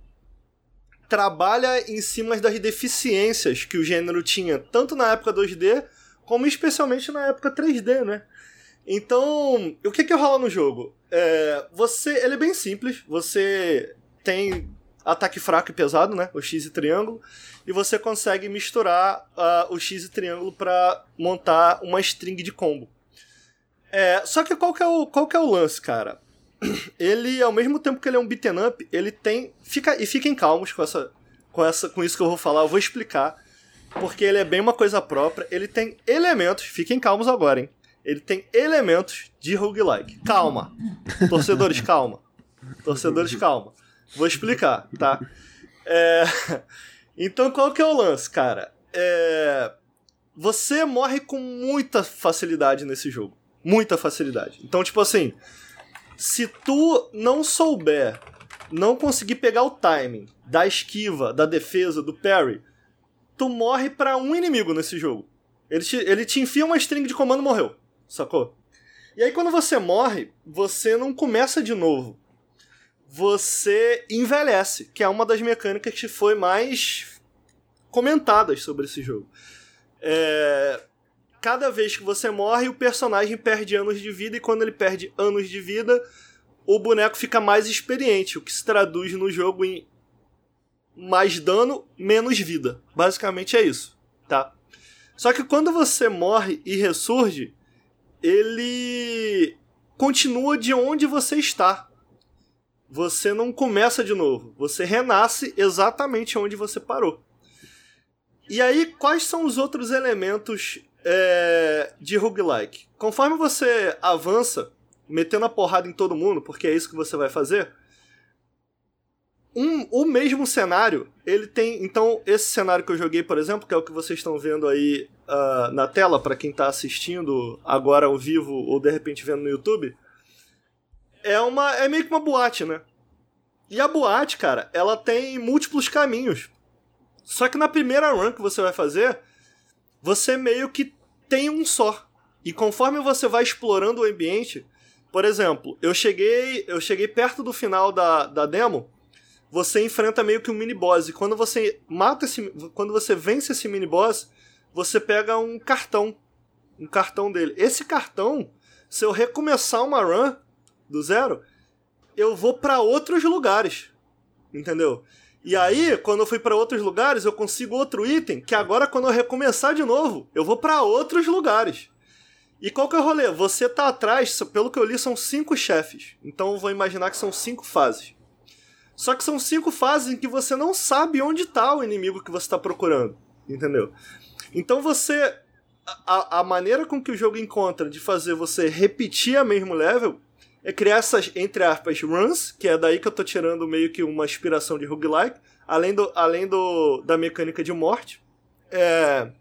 trabalha em cima das deficiências que o gênero tinha, tanto na época dois D, como especialmente na época três D, né? Então, o que que rola no jogo? É, você, ele é bem simples, você tem ataque fraco e pesado, né? O X e triângulo, e você consegue misturar uh, o X e triângulo para montar uma string de combo. É, só que qual que é o, qual que é o lance, cara? Ele, ao mesmo tempo que ele é um beat'em up, ele tem... Fica, e fiquem calmos com, essa, com, essa, com isso que eu vou falar, eu vou explicar, porque ele é bem uma coisa própria, ele tem elementos, fiquem calmos agora, hein? Ele tem elementos de roguelike. Calma. Torcedores, calma. Torcedores, calma. Vou explicar, tá? É... Então, qual que é o lance, cara? É... você morre com muita facilidade nesse jogo. Muita facilidade. Então, tipo assim, se tu não souber, não conseguir pegar o timing da esquiva, da defesa, do parry, tu morre pra um inimigo nesse jogo. Ele te, ele te enfia uma string de comando e morreu. Sacou? E aí quando você morre, você não começa de novo. Você envelhece, que é uma das mecânicas que foi mais comentadas sobre esse jogo. É... Cada vez que você morre, o personagem perde anos de vida, e quando ele perde anos de vida, o boneco fica mais experiente, o que se traduz no jogo em mais dano, menos vida. Basicamente é isso, tá? Só que quando você morre e ressurge, ele continua de onde você está. Você não começa de novo, você renasce exatamente onde você parou. E aí, quais são os outros elementos é, de roguelike? Conforme você avança, metendo a porrada em todo mundo, porque é isso que você vai fazer, um, o mesmo cenário, ele tem... Então, esse cenário que eu joguei, por exemplo, que é o que vocês estão vendo aí uh, na tela, para quem está assistindo agora ao vivo ou de repente vendo no YouTube, é, uma, é meio que uma boate, né? E a boate, cara, ela tem múltiplos caminhos. Só que na primeira run que você vai fazer, você meio que tem um só. E conforme você vai explorando o ambiente, por exemplo, eu cheguei, eu cheguei perto do final da, da demo, você enfrenta meio que um mini-boss. E quando você mata esse, quando você vence esse mini-boss, você pega um cartão. Um cartão dele. Esse cartão, se eu recomeçar uma run do zero, eu vou pra outros lugares. Entendeu? E aí, quando eu fui pra outros lugares, eu consigo outro item, que agora, quando eu recomeçar de novo, eu vou pra outros lugares. E qual que é o rolê? Você tá atrás, pelo que eu li, são cinco chefes. Então eu vou imaginar que são cinco fases. Só que são cinco fases em que você não sabe onde tá o inimigo que você tá procurando. Entendeu? Então você... A, a maneira com que o jogo encontra de fazer você repetir a mesmo level é criar essas, entre aspas, runs, que é daí que eu tô tirando meio que uma inspiração de roguelike, além, do, além do, da mecânica de morte. É...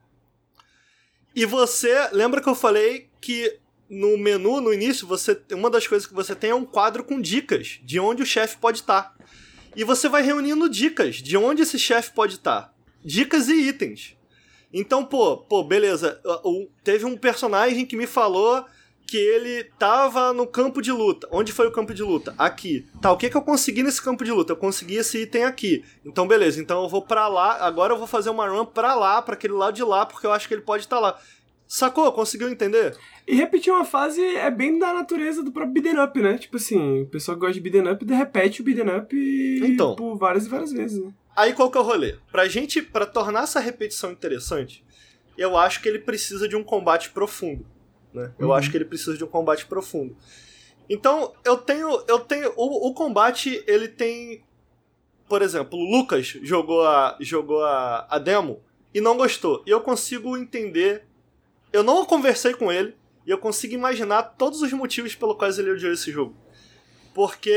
E você... Lembra que eu falei que no menu, no início, você, uma das coisas que você tem é um quadro com dicas de onde o chefe pode estar. E você vai reunindo dicas de onde esse chefe pode estar. Dicas e itens. Então, pô, pô, beleza. Teve um personagem que me falou que ele tava no campo de luta. Onde foi o campo de luta? Aqui. Tá, o que que eu consegui nesse campo de luta? Eu consegui esse item aqui. Então, beleza. Então eu vou pra lá. Agora eu vou fazer uma run pra lá, pra aquele lado de lá, porque eu acho que ele pode estar lá. Sacou? Conseguiu entender? E repetir uma fase é bem da natureza do próprio beat'em up, né? Tipo assim, o pessoal que gosta de beat'em up repete o beat'em up então, por várias e várias vezes, né? Aí qual que é o rolê? Pra gente, pra tornar essa repetição interessante, eu acho que ele precisa de um combate profundo, né? Eu uhum. acho que ele precisa de um combate profundo. Então, eu tenho... eu tenho o, o combate, ele tem... Por exemplo, o Lucas jogou a, jogou a, a demo e não gostou. E eu consigo entender... Eu não conversei com ele e eu consigo imaginar todos os motivos pelos quais ele odiou esse jogo. Porque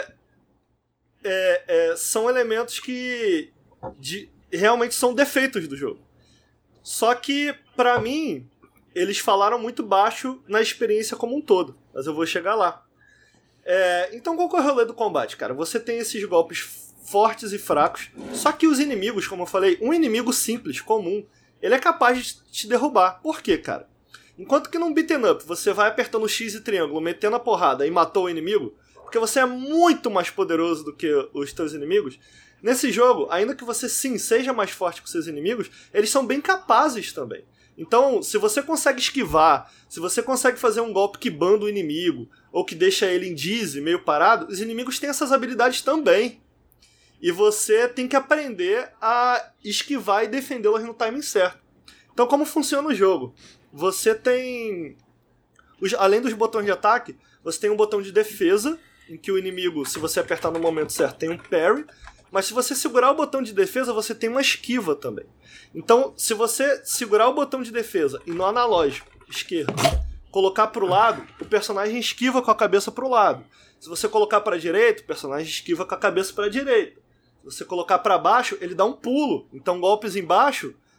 é, é, são elementos que de, realmente são defeitos do jogo. Só que, pra mim, eles falaram muito baixo na experiência como um todo. Mas eu vou chegar lá. É, então, qual que é o rolê do combate, cara? Você tem esses golpes fortes e fracos. Só que os inimigos, como eu falei, um inimigo simples, comum, ele é capaz de te derrubar. Por quê, cara? Enquanto que num beat'em up você vai apertando X e triângulo, metendo a porrada e matou o inimigo, porque você é muito mais poderoso do que os teus inimigos, nesse jogo, ainda que você sim seja mais forte que os seus inimigos, eles são bem capazes também. Então, se você consegue esquivar, se você consegue fazer um golpe que banda o inimigo, ou que deixa ele em dizzy, meio parado, os inimigos têm essas habilidades também. E você tem que aprender a esquivar e defendê-las no timing certo. Então, como funciona o jogo? Você tem... Os, além dos botões de ataque, você tem um botão de defesa, em que o inimigo, se você apertar no momento certo, tem um parry. Mas se você segurar o botão de defesa, você tem uma esquiva também. Então, se você segurar o botão de defesa e no analógico esquerdo colocar pro lado, o personagem esquiva com a cabeça pro lado. Se você colocar pra direita, o personagem esquiva com a cabeça pra direita. Se você colocar pra baixo, ele dá um pulo. Então golpes embaixo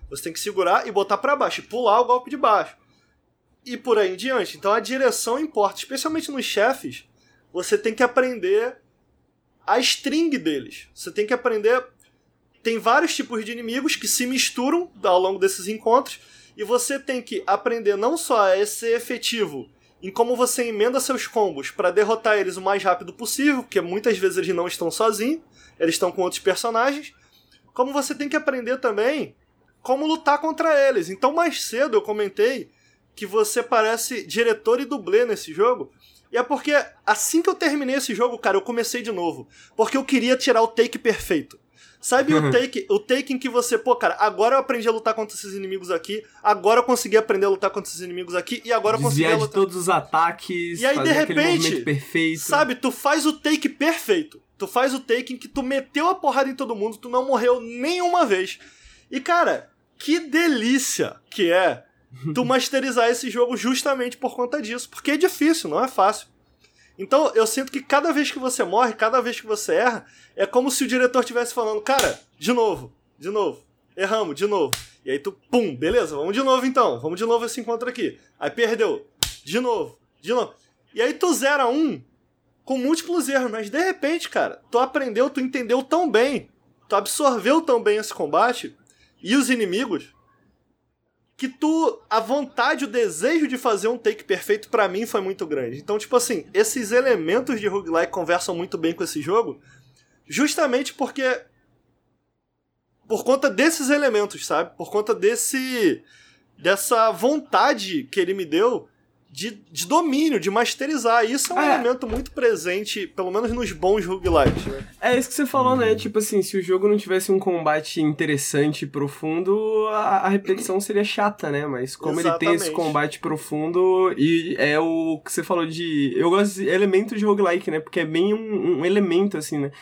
Você tem que segurar e botar pra baixo, e pular o golpe de baixo. E por aí em diante. Então a direção importa, especialmente nos chefes, você tem que aprender a string deles. Você tem que aprender... Tem vários tipos de inimigos que se misturam ao longo desses encontros, e você tem que aprender não só a ser efetivo em como você emenda seus combos para derrotar eles o mais rápido possível, porque muitas vezes eles não estão sozinhos, eles estão com outros personagens, como você tem que aprender também como lutar contra eles. Então mais cedo eu comentei que você parece diretor e dublê nesse jogo, e é porque assim que eu terminei esse jogo, cara, eu comecei de novo, porque eu queria tirar o take perfeito. Sabe uhum. o take o take em que você, pô, cara, agora eu aprendi a lutar contra esses inimigos aqui, agora eu consegui aprender a lutar contra esses inimigos aqui, e agora eu consegui Desviar lutar... de todos os ataques, e aí, fazer de repente, aquele movimento perfeito. Sabe, tu faz o take perfeito. Tu faz o take em que tu meteu a porrada em todo mundo, tu não morreu nenhuma vez. E, cara, que delícia que é tu masterizar esse jogo justamente por conta disso. Porque é difícil, não é fácil. Então, eu sinto que cada vez que você morre, cada vez que você erra, é como se o diretor estivesse falando, cara, de novo, de novo, erramos, de novo. E aí tu, pum, beleza, vamos de novo então, vamos de novo esse encontro aqui. Aí perdeu, de novo, de novo. E aí tu zera um com múltiplos erros, mas de repente, cara, tu aprendeu, tu entendeu tão bem, tu absorveu tão bem esse combate e os inimigos, que tu, a vontade, o desejo de fazer um take perfeito pra mim foi muito grande. Então, tipo assim, esses elementos de roguelike conversam muito bem com esse jogo, justamente porque por conta desses elementos, sabe? Por conta desse dessa vontade que ele me deu de, de domínio, de masterizar. Isso é um é. elemento muito presente, pelo menos nos bons roguelikes, né? É isso que você falou, né? Tipo assim, se o jogo não tivesse um combate interessante e profundo, a, a repetição seria chata, né? Mas como Exatamente. Ele tem esse combate profundo, e é o que você falou de... Eu gosto de elementos de roguelike, né? Porque é bem um, um elemento, assim, né?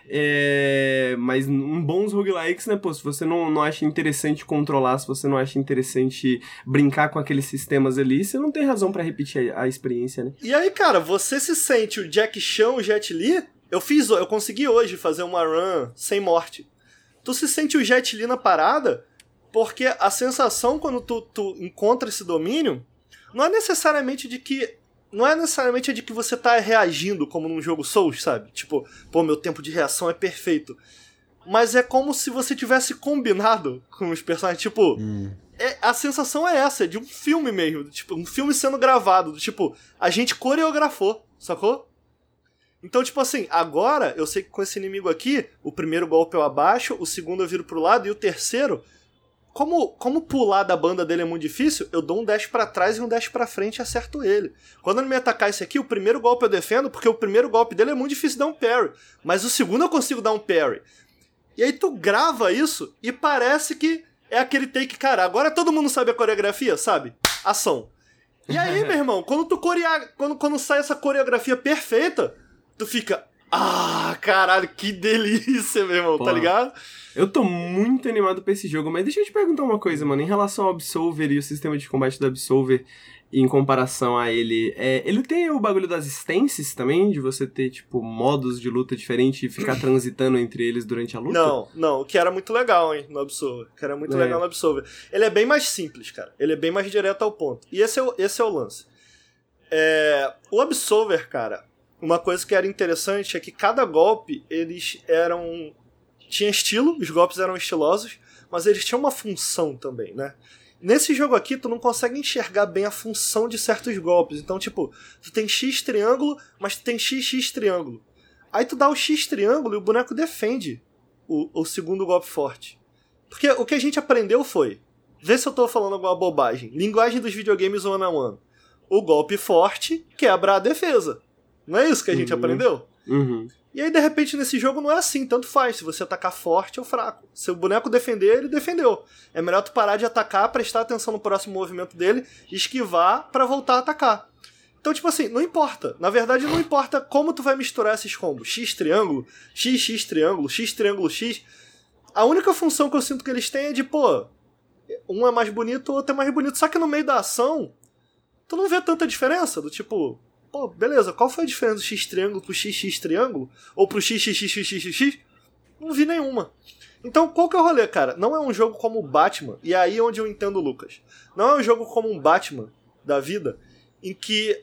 É, mas em bons roguelikes, né, pô, se você não, não acha interessante controlar, se você não acha interessante brincar com aqueles sistemas ali, você não tem razão pra repetir a, a experiência, né? E aí, cara, você se sente o Jack Chan, o Jet Li? Eu fiz, eu consegui hoje fazer uma run sem morte. Tu se sente o Jet Li na parada, porque a sensação quando tu, tu encontra esse domínio não é necessariamente de que Não é necessariamente de que você tá reagindo como num jogo Souls, sabe? Tipo, pô, meu tempo de reação é perfeito. Mas é como se você tivesse combinado com os personagens. Tipo, hum. é, a sensação é essa, é de um filme mesmo. Tipo, um filme sendo gravado. Tipo, a gente coreografou, sacou? Então, tipo assim, agora eu sei que com esse inimigo aqui, o primeiro golpe eu abaixo, o segundo eu viro pro lado e o terceiro... Como, como pular da banda dele é muito difícil, eu dou um dash pra trás e um dash pra frente e acerto ele. Quando ele me atacar esse aqui, o primeiro golpe eu defendo, porque o primeiro golpe dele é muito difícil dar um parry. Mas o segundo eu consigo dar um parry. E aí tu grava isso e parece que é aquele take, cara, agora todo mundo sabe a coreografia, sabe? Ação. E aí, meu irmão, quando tu corea... quando, quando sai essa coreografia perfeita, tu fica... Ah, caralho, que delícia, meu irmão, Pô. Tá ligado? Eu tô muito animado pra esse jogo, mas deixa eu te perguntar uma coisa, mano. Em relação ao Absolver e o sistema de combate do Absolver, em comparação a ele, é, ele tem o bagulho das stances também? De você ter, tipo, modos de luta diferentes e ficar transitando entre eles durante a luta? Não, não. O que era muito legal, hein, no Absolver. O que era muito é. legal no Absolver. Ele é bem mais simples, cara. Ele é bem mais direto ao ponto. E esse é o, esse é o lance. É, o Absolver, cara... Uma coisa que era interessante é que cada golpe, eles eram... Tinha estilo, os golpes eram estilosos, mas eles tinham uma função também, né? Nesse jogo aqui, tu não consegue enxergar bem a função de certos golpes. Então, tipo, tu tem X triângulo, mas tu tem X X triângulo. Aí tu dá o X triângulo e o boneco defende o, o segundo golpe forte. Porque o que a gente aprendeu foi... Vê se eu tô falando alguma bobagem. Linguagem dos videogames one on one. O golpe forte quebra a defesa. Não é isso que a gente uhum. aprendeu? Uhum. E aí, de repente, nesse jogo não é assim, tanto faz. Se você atacar forte ou fraco. Se o boneco defender, ele defendeu. É melhor tu parar de atacar, prestar atenção no próximo movimento dele, esquivar pra voltar a atacar. Então, tipo assim, não importa. Na verdade, não importa como tu vai misturar esses combos. X triângulo, X, X triângulo, X triângulo, X. A única função que eu sinto que eles têm é de, pô, um é mais bonito, o outro é mais bonito. Só que no meio da ação, tu não vê tanta diferença. Do tipo... Pô, beleza, qual foi a diferença do X triângulo pro X X triângulo? Ou pro X X X X X X? Não vi nenhuma. Então, qual que é o rolê, cara? Não é um jogo como o Batman, e é aí onde eu entendo o Lucas. Não é um jogo como um Batman da vida, em que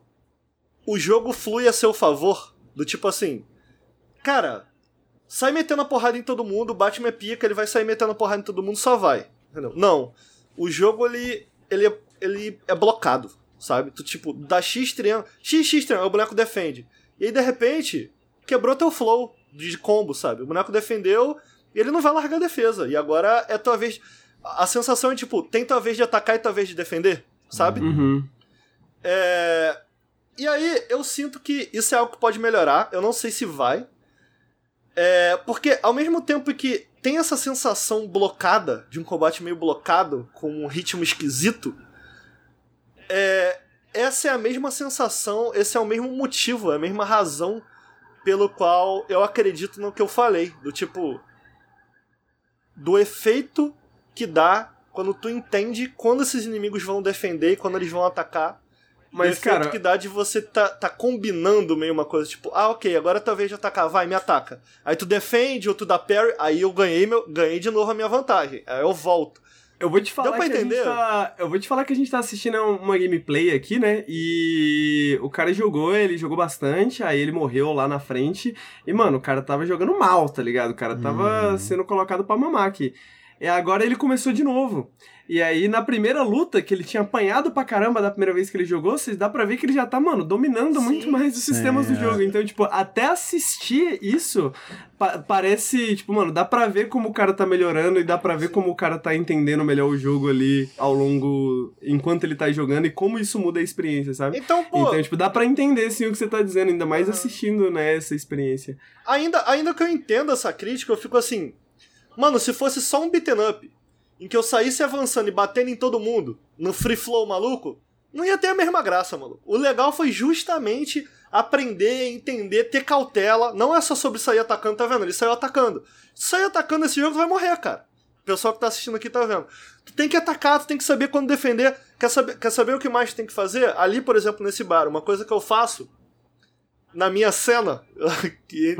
o jogo flui a seu favor, do tipo assim, cara, sai metendo a porrada em todo mundo, o Batman é pica, ele vai sair metendo a porrada em todo mundo, só vai. Entendeu? Não. O jogo, ele, ele, é, ele é blocado, sabe? Tu, tipo, dá X triângulo, X, X triângulo, o boneco defende. E aí, de repente, quebrou teu flow de combo, sabe? O boneco defendeu e ele não vai largar a defesa. E agora é tua vez... A sensação é, tipo, tem tua vez de atacar e tua vez de defender, sabe? Uhum. É... E aí, eu sinto que isso é algo que pode melhorar. Eu não sei se vai. É... Porque, ao mesmo tempo que tem essa sensação blocada, de um combate meio blocado, com um ritmo esquisito, é... essa é a mesma sensação, esse é o mesmo motivo, a mesma razão pelo qual eu acredito no que eu falei. Do tipo... Do efeito que dá quando tu entende quando esses inimigos vão defender e quando eles vão atacar. Mas, o efeito cara... que dá de você tá, tá combinando meio uma coisa, tipo, ah, ok, agora é tua vez de atacar, vai, me ataca. Aí tu defende ou tu dá parry, aí eu ganhei, meu, ganhei de novo a minha vantagem. Aí eu volto. Eu vou te falar Deu pra que entender? a gente tá... Eu vou te falar que a gente tá assistindo uma gameplay aqui, né? E o cara jogou, ele jogou bastante, aí ele morreu lá na frente. E, mano, o cara tava jogando mal, tá ligado? O cara tava hum. sendo colocado pra mamar aqui. E agora ele começou de novo. E aí, na primeira luta, que ele tinha apanhado pra caramba da primeira vez que ele jogou, vocês dá pra ver que ele já tá, mano, dominando Sim. muito mais os sistemas é. do jogo. Então, tipo, até assistir isso, pa- parece, tipo, mano, dá pra ver como o cara tá melhorando e dá pra ver Sim. como o cara tá entendendo melhor o jogo ali ao longo, enquanto ele tá jogando e como isso muda a experiência, sabe? Então, pô... Então, tipo, dá pra entender, sim, o que você tá dizendo, ainda mais uhum. assistindo, né, essa experiência. Ainda, ainda que eu entenda essa crítica, eu fico assim... Mano, se fosse só um beat'em up, em que eu saísse avançando e batendo em todo mundo, no free flow maluco, não ia ter a mesma graça, mano. O legal foi justamente aprender, entender, ter cautela. Não é só sobre sair atacando, tá vendo? Ele saiu atacando. Se sair atacando nesse jogo, tu vai morrer, cara. O pessoal que tá assistindo aqui tá vendo. Tu tem que atacar, tu tem que saber quando defender. Quer saber, quer saber o que mais tu tem que fazer? Ali, por exemplo, nesse bar, uma coisa que eu faço na minha cena, que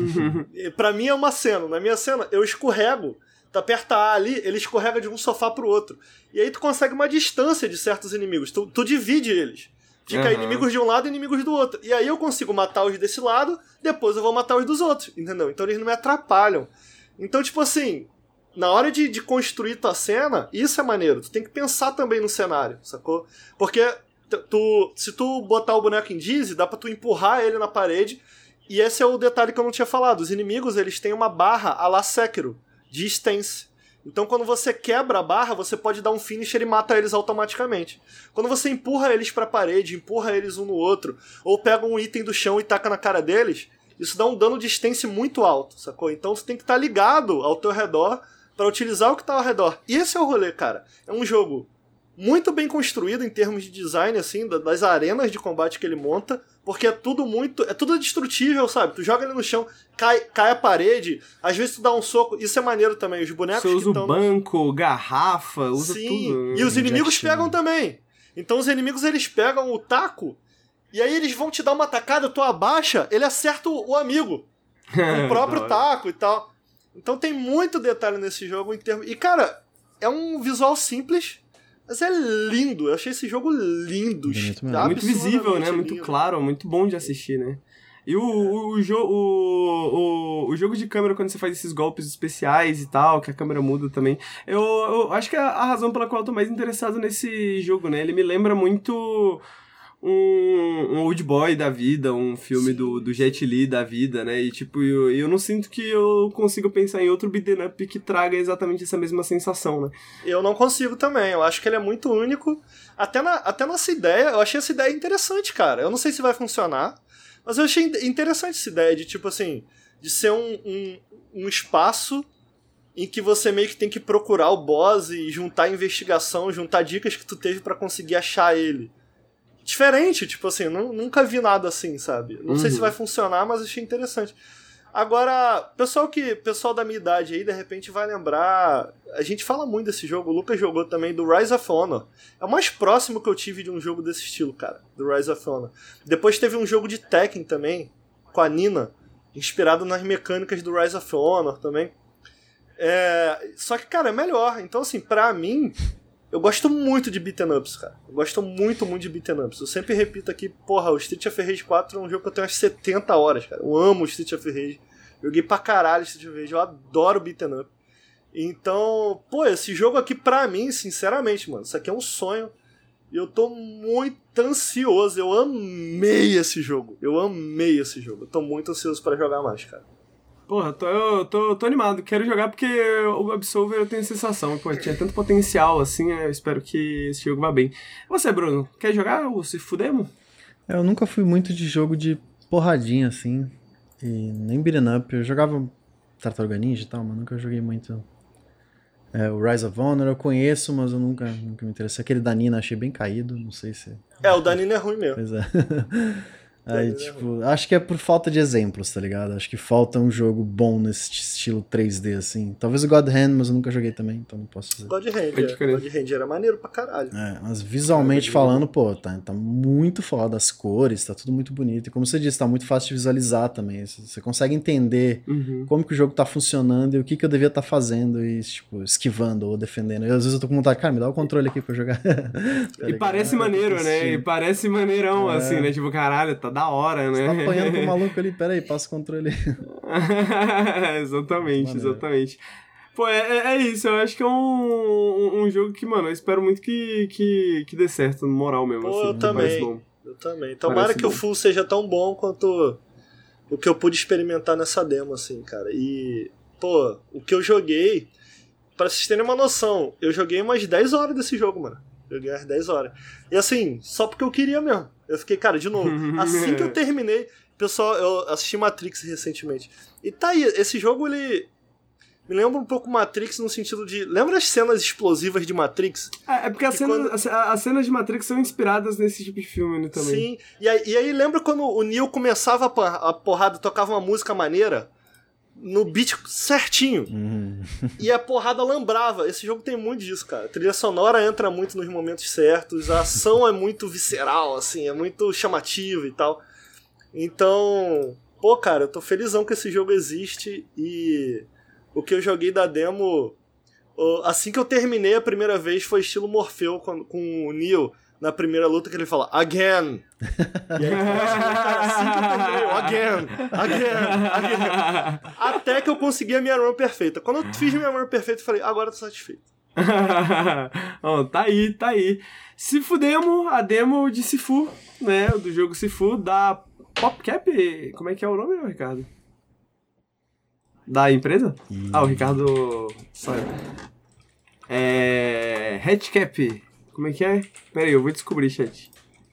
pra mim é uma cena, na minha cena eu escorrego, tu aperta A ali, ele escorrega de um sofá pro outro, e aí tu consegue uma distância de certos inimigos, tu, tu divide eles, fica uhum. inimigos de um lado e inimigos do outro, e aí eu consigo matar os desse lado, depois eu vou matar os dos outros, entendeu? Então eles não me atrapalham. Então, tipo assim, na hora de, de construir tua cena, isso é maneiro, tu tem que pensar também no cenário, sacou? Porque Tu, se tu botar o boneco em Dizzy, dá pra tu empurrar ele na parede. E esse é o detalhe que eu não tinha falado. Os inimigos, eles têm uma barra a la Sekiro, de stance. Então quando você quebra a barra, você pode dar um finisher e mata eles automaticamente. Quando você empurra eles pra parede, empurra eles um no outro, ou pega um item do chão e taca na cara deles, isso dá um dano de stance muito alto, sacou? Então você tem que estar ligado ao teu redor pra utilizar o que tá ao redor. E esse é o rolê, cara. É um jogo muito bem construído em termos de design, assim, das arenas de combate que ele monta, porque é tudo muito... É tudo destrutível, sabe? Tu joga ele no chão, cai, cai a parede, às vezes tu dá um soco, isso é maneiro também, os bonecos Você usa que estão... banco, garrafa, usa Sim, tudo. E os inimigos pegam também. Então os inimigos, eles pegam o taco, e aí eles vão te dar uma atacada, tu abaixa, ele acerta o, o amigo, com o próprio taco e tal. Então tem muito detalhe nesse jogo em termos... E, cara, é um visual simples... Mas é lindo, eu achei esse jogo lindo. É muito visível, né? Muito claro, muito bom de assistir, né? E o, o, o, jo- o, o, o jogo de câmera, quando você faz esses golpes especiais e tal, que a câmera muda também, eu, eu acho que é a razão pela qual eu tô mais interessado nesse jogo, né? Ele me lembra muito um, um Old Boy da vida, um filme do, do Jet Li da vida, né? E tipo, eu, eu não sinto que eu consigo pensar em outro beat'em up que traga exatamente essa mesma sensação, né? Eu não consigo também, eu acho que ele é muito único. Até, na, até nessa ideia, eu achei essa ideia interessante, cara. Eu não sei se vai funcionar, mas eu achei interessante essa ideia de, tipo assim, de ser um, um, um espaço em que você meio que tem que procurar o boss e juntar investigação, juntar dicas que tu teve pra conseguir achar ele. Diferente, tipo assim, eu nunca vi nada assim, sabe? Não uhum. sei se vai funcionar, mas achei interessante. Agora, pessoal que pessoal da minha idade aí, de repente vai lembrar... A gente fala muito desse jogo, o Lucas jogou também do Rise of Honor. É o mais próximo que eu tive de um jogo desse estilo, cara, do Rise of Honor. Depois teve um jogo de Tekken também, com a Nina, inspirado nas mecânicas do Rise of Honor também. É, só que, cara, é melhor. Então, assim, pra mim, eu gosto muito de beat'em ups, cara. Eu gosto muito, muito de beat'em ups. Eu sempre repito aqui, porra, o Street of Rage quatro é um jogo que eu tenho umas setenta horas, cara. Eu amo o Street of Rage. Joguei pra caralho Street of Rage. Eu adoro beat'em up. Então, pô, esse jogo aqui pra mim, sinceramente, mano, isso aqui é um sonho. E eu tô muito ansioso. Eu amei esse jogo. Eu amei esse jogo. Eu tô muito ansioso pra jogar mais, cara. Porra, tô, eu tô, tô animado. Quero jogar porque o Absolver eu tenho a sensação. Pô, tinha tanto potencial assim. Eu espero que esse jogo vá bem. E você, Bruno, quer jogar o Sifu Demo? Eu nunca fui muito de jogo de porradinha assim. E nem beat'em up. Eu jogava Tartaruga Ninja e tal, mas nunca joguei muito. É, o Rise of Honor eu conheço, mas eu nunca, nunca me interessei. Aquele da Nina achei bem caído, não sei se... É, o da Nina é ruim mesmo. Pois é. Aí, tipo, acho que é por falta de exemplos, tá ligado? Acho que falta um jogo bom nesse estilo três D, assim. Talvez o God Hand, mas eu nunca joguei também, então não posso dizer. God Hand, é. God Hand era maneiro pra caralho. É, mas visualmente é, falando, pô, tá, tá muito foda, as cores, tá tudo muito bonito. E como você disse, tá muito fácil de visualizar também. Você consegue entender uhum. como que o jogo tá funcionando e o que que eu devia estar tá fazendo e, tipo, esquivando ou defendendo. E às vezes eu tô com vontade, cara, me dá o controle aqui pra eu jogar. E parece maneiro, né? E parece maneirão, é. assim, né? Tipo, caralho, tá da hora, né? Você tá apanhando pro maluco ali, peraí, passa o controle. Exatamente, maneiro. Exatamente. Pô, é, é isso, eu acho que é um, um, um jogo que, mano, eu espero muito que, que, que dê certo, no moral mesmo. Pô, assim, eu também, bom. eu também. Tomara parece que bom. o full seja tão bom quanto o que eu pude experimentar nessa demo, assim, cara. E, pô, o que eu joguei, pra vocês terem uma noção, eu joguei umas dez horas desse jogo, mano. Joguei umas dez horas. E assim, só porque eu queria mesmo. Eu fiquei, cara, de novo, assim que eu terminei... Pessoal, eu assisti Matrix recentemente. E tá aí, esse jogo, ele... me lembra um pouco Matrix no sentido de... Lembra as cenas explosivas de Matrix? É, é porque as cenas, quando... as, as cenas de Matrix são inspiradas nesse tipo de filme, né, também. Sim, e aí, e aí lembra quando o Neo começava a porrada, tocava uma música maneira? No beat certinho. Uhum. E a porrada lambrava. Esse jogo tem muito disso, cara. A trilha sonora entra muito nos momentos certos, a ação é muito visceral, assim, é muito chamativa e tal. Então, pô, cara, eu tô felizão que esse jogo existe e o que eu joguei da demo, assim que eu terminei a primeira vez, foi estilo Morpheu com, com o Neo na primeira luta, que ele fala, again! E aí, cara, assim que eu terminei, again, again, again. Até que eu consegui a minha run perfeita. Quando eu fiz minha run perfeita, eu falei, agora eu tô satisfeito. Oh, tá aí, tá aí. Sifu Demo, a demo de Sifu, né, do jogo Sifu, da PopCap, como é que é o nome, Ricardo? Da empresa? Ih. Ah, o Ricardo... Sorry. É... Hatchcap. Como é que é? Pera aí, eu vou descobrir, chat.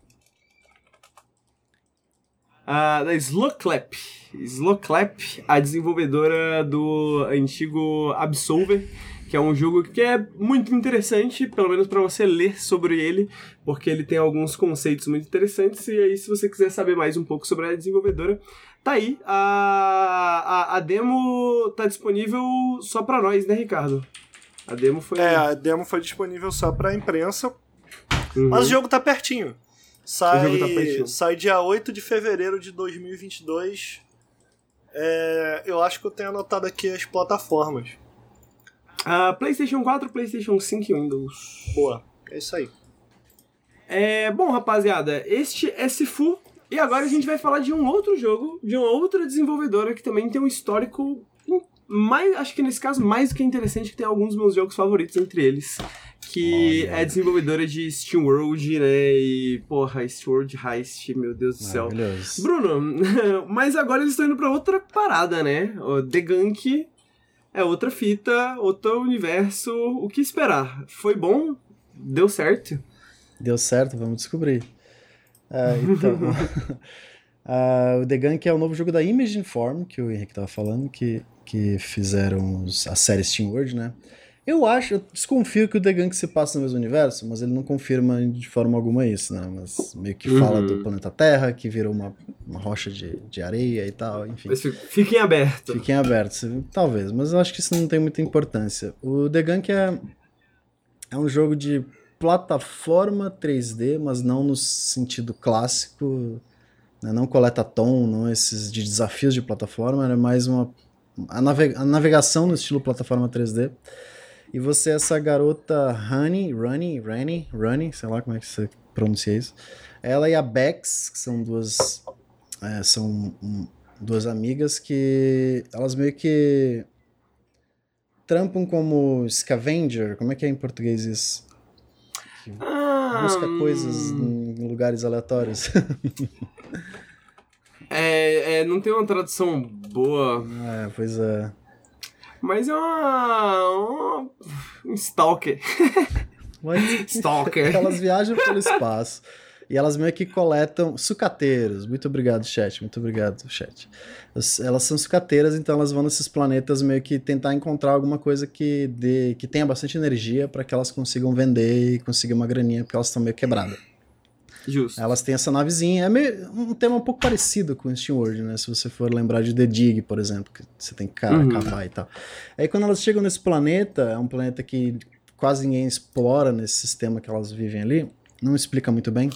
Ah, da Slowclap. Slowclap, a desenvolvedora do antigo Absolver, que é um jogo que é muito interessante, pelo menos para você ler sobre ele, porque ele tem alguns conceitos muito interessantes, e aí se você quiser saber mais um pouco sobre a desenvolvedora, tá aí, a, a, a demo tá disponível só para nós, né, Ricardo? A demo foi... É, a demo foi disponível só pra imprensa, uhum. Mas o jogo tá pertinho. Sai, o jogo tá pertinho. Sai dia oito de fevereiro de dois mil e vinte e dois. É, eu acho que eu tenho anotado aqui as plataformas. Uh, PlayStation quatro, PlayStation cinco e Windows. Boa, é isso aí. É, bom, rapaziada, este é Sifu. E agora a gente vai falar de um outro jogo, de uma outra desenvolvedora que também tem um histórico, mais, acho que nesse caso mais do que interessante, que tem alguns dos meus jogos favoritos entre eles. Que oh, é desenvolvedora de SteamWorld, né? E, porra, SteamWorld Heist, meu Deus do céu. Bruno, mas agora eles estão indo pra outra parada, né? O The Gunk... É outra fita, outro universo. O que esperar? Foi bom? Deu certo? Deu certo, vamos descobrir. Uh, então, uh, o The Gunk é o novo jogo da Image Form, que o Henrique estava falando, que, que fizeram os, a série SteamWorld, né? Eu acho, eu desconfio que o The Gunk se passa no mesmo universo, mas ele não confirma de forma alguma isso, né? Mas meio que fala uhum. do planeta Terra, que virou uma, uma rocha de, de areia e tal, enfim. Mas fiquem abertos. Fiquem abertos, talvez, mas eu acho que isso não tem muita importância. O The Gunk é, é um jogo de plataforma três D, mas não no sentido clássico, né? Não coleta tom, não esses de desafios de plataforma, é mais uma a, navega- a navegação no estilo plataforma três D. E você é essa garota Honey, Runny, Runny, Runny, sei lá como é que você pronuncia isso. Ela e a Bex, que são duas, é, são um, duas amigas que elas meio que trampam como scavenger, como é que é em português isso? Que Ah, busca hum... coisas em lugares aleatórios. é, é, não tem uma tradução boa. É, pois é. Mas é uma... uma um stalker. Stalker. Elas viajam pelo espaço e elas meio que coletam sucateiros. Muito obrigado, chat. Muito obrigado, chat. Elas são sucateiras, então elas vão nesses planetas meio que tentar encontrar alguma coisa que, dê, que tenha bastante energia para que elas consigam vender e conseguir uma graninha, porque elas estão meio quebradas. Justo. Elas têm essa navezinha. É meio, um tema um pouco parecido com o SteamWorld, né? Se você for lembrar de The Dig, por exemplo, que você tem que ca- Uhum. cavar e tal. Aí quando elas chegam nesse planeta, é um planeta que quase ninguém explora nesse sistema que elas vivem ali, não explica muito bem.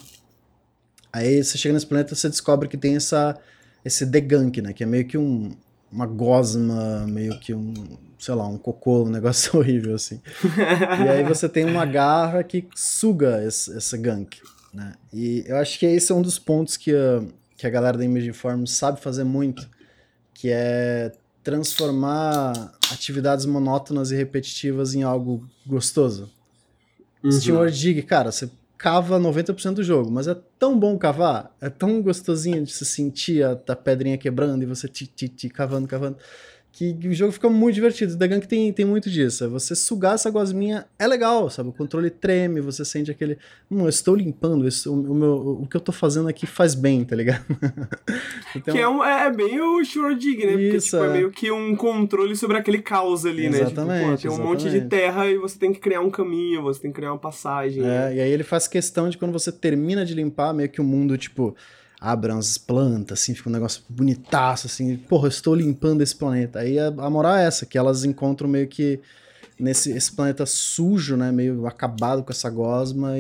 Aí você chega nesse planeta, você descobre que tem essa, esse Degunk, né? Que é meio que um, uma gosma, meio que um, sei lá, um cocô, um negócio horrível, assim. E aí você tem uma garra que suga esse, esse gunk, né? E eu acho que esse é um dos pontos que a, que a galera da Imagine Forms sabe fazer muito, que é transformar atividades monótonas e repetitivas em algo gostoso. Uhum. SteamWorld Dig, cara, você cava noventa por cento do jogo, mas é tão bom cavar, é tão gostosinho de se sentir a, a pedrinha quebrando e você ti, ti, ti, cavando, cavando, que o jogo fica muito divertido. O The Gunk tem, tem muito disso. É você sugar essa gosminha é legal, sabe? O controle treme, você sente aquele... Hum, eu estou limpando, isso, o, o, meu, o que eu tô fazendo aqui faz bem, tá ligado? Então, que é, um, é bem o SteamWorld Dig, né? Porque isso, tipo, é. é meio que um controle sobre aquele caos ali, exatamente, né? Tipo, pô, tem um exatamente. monte de terra e você tem que criar um caminho, você tem que criar uma passagem. É, né? E aí ele faz questão de quando você termina de limpar, meio que o mundo, tipo... abre umas plantas, assim, fica um negócio bonitaço, assim, porra, eu estou limpando esse planeta. Aí a, a moral é essa, que elas encontram meio que nesse esse planeta sujo, né, meio acabado com essa gosma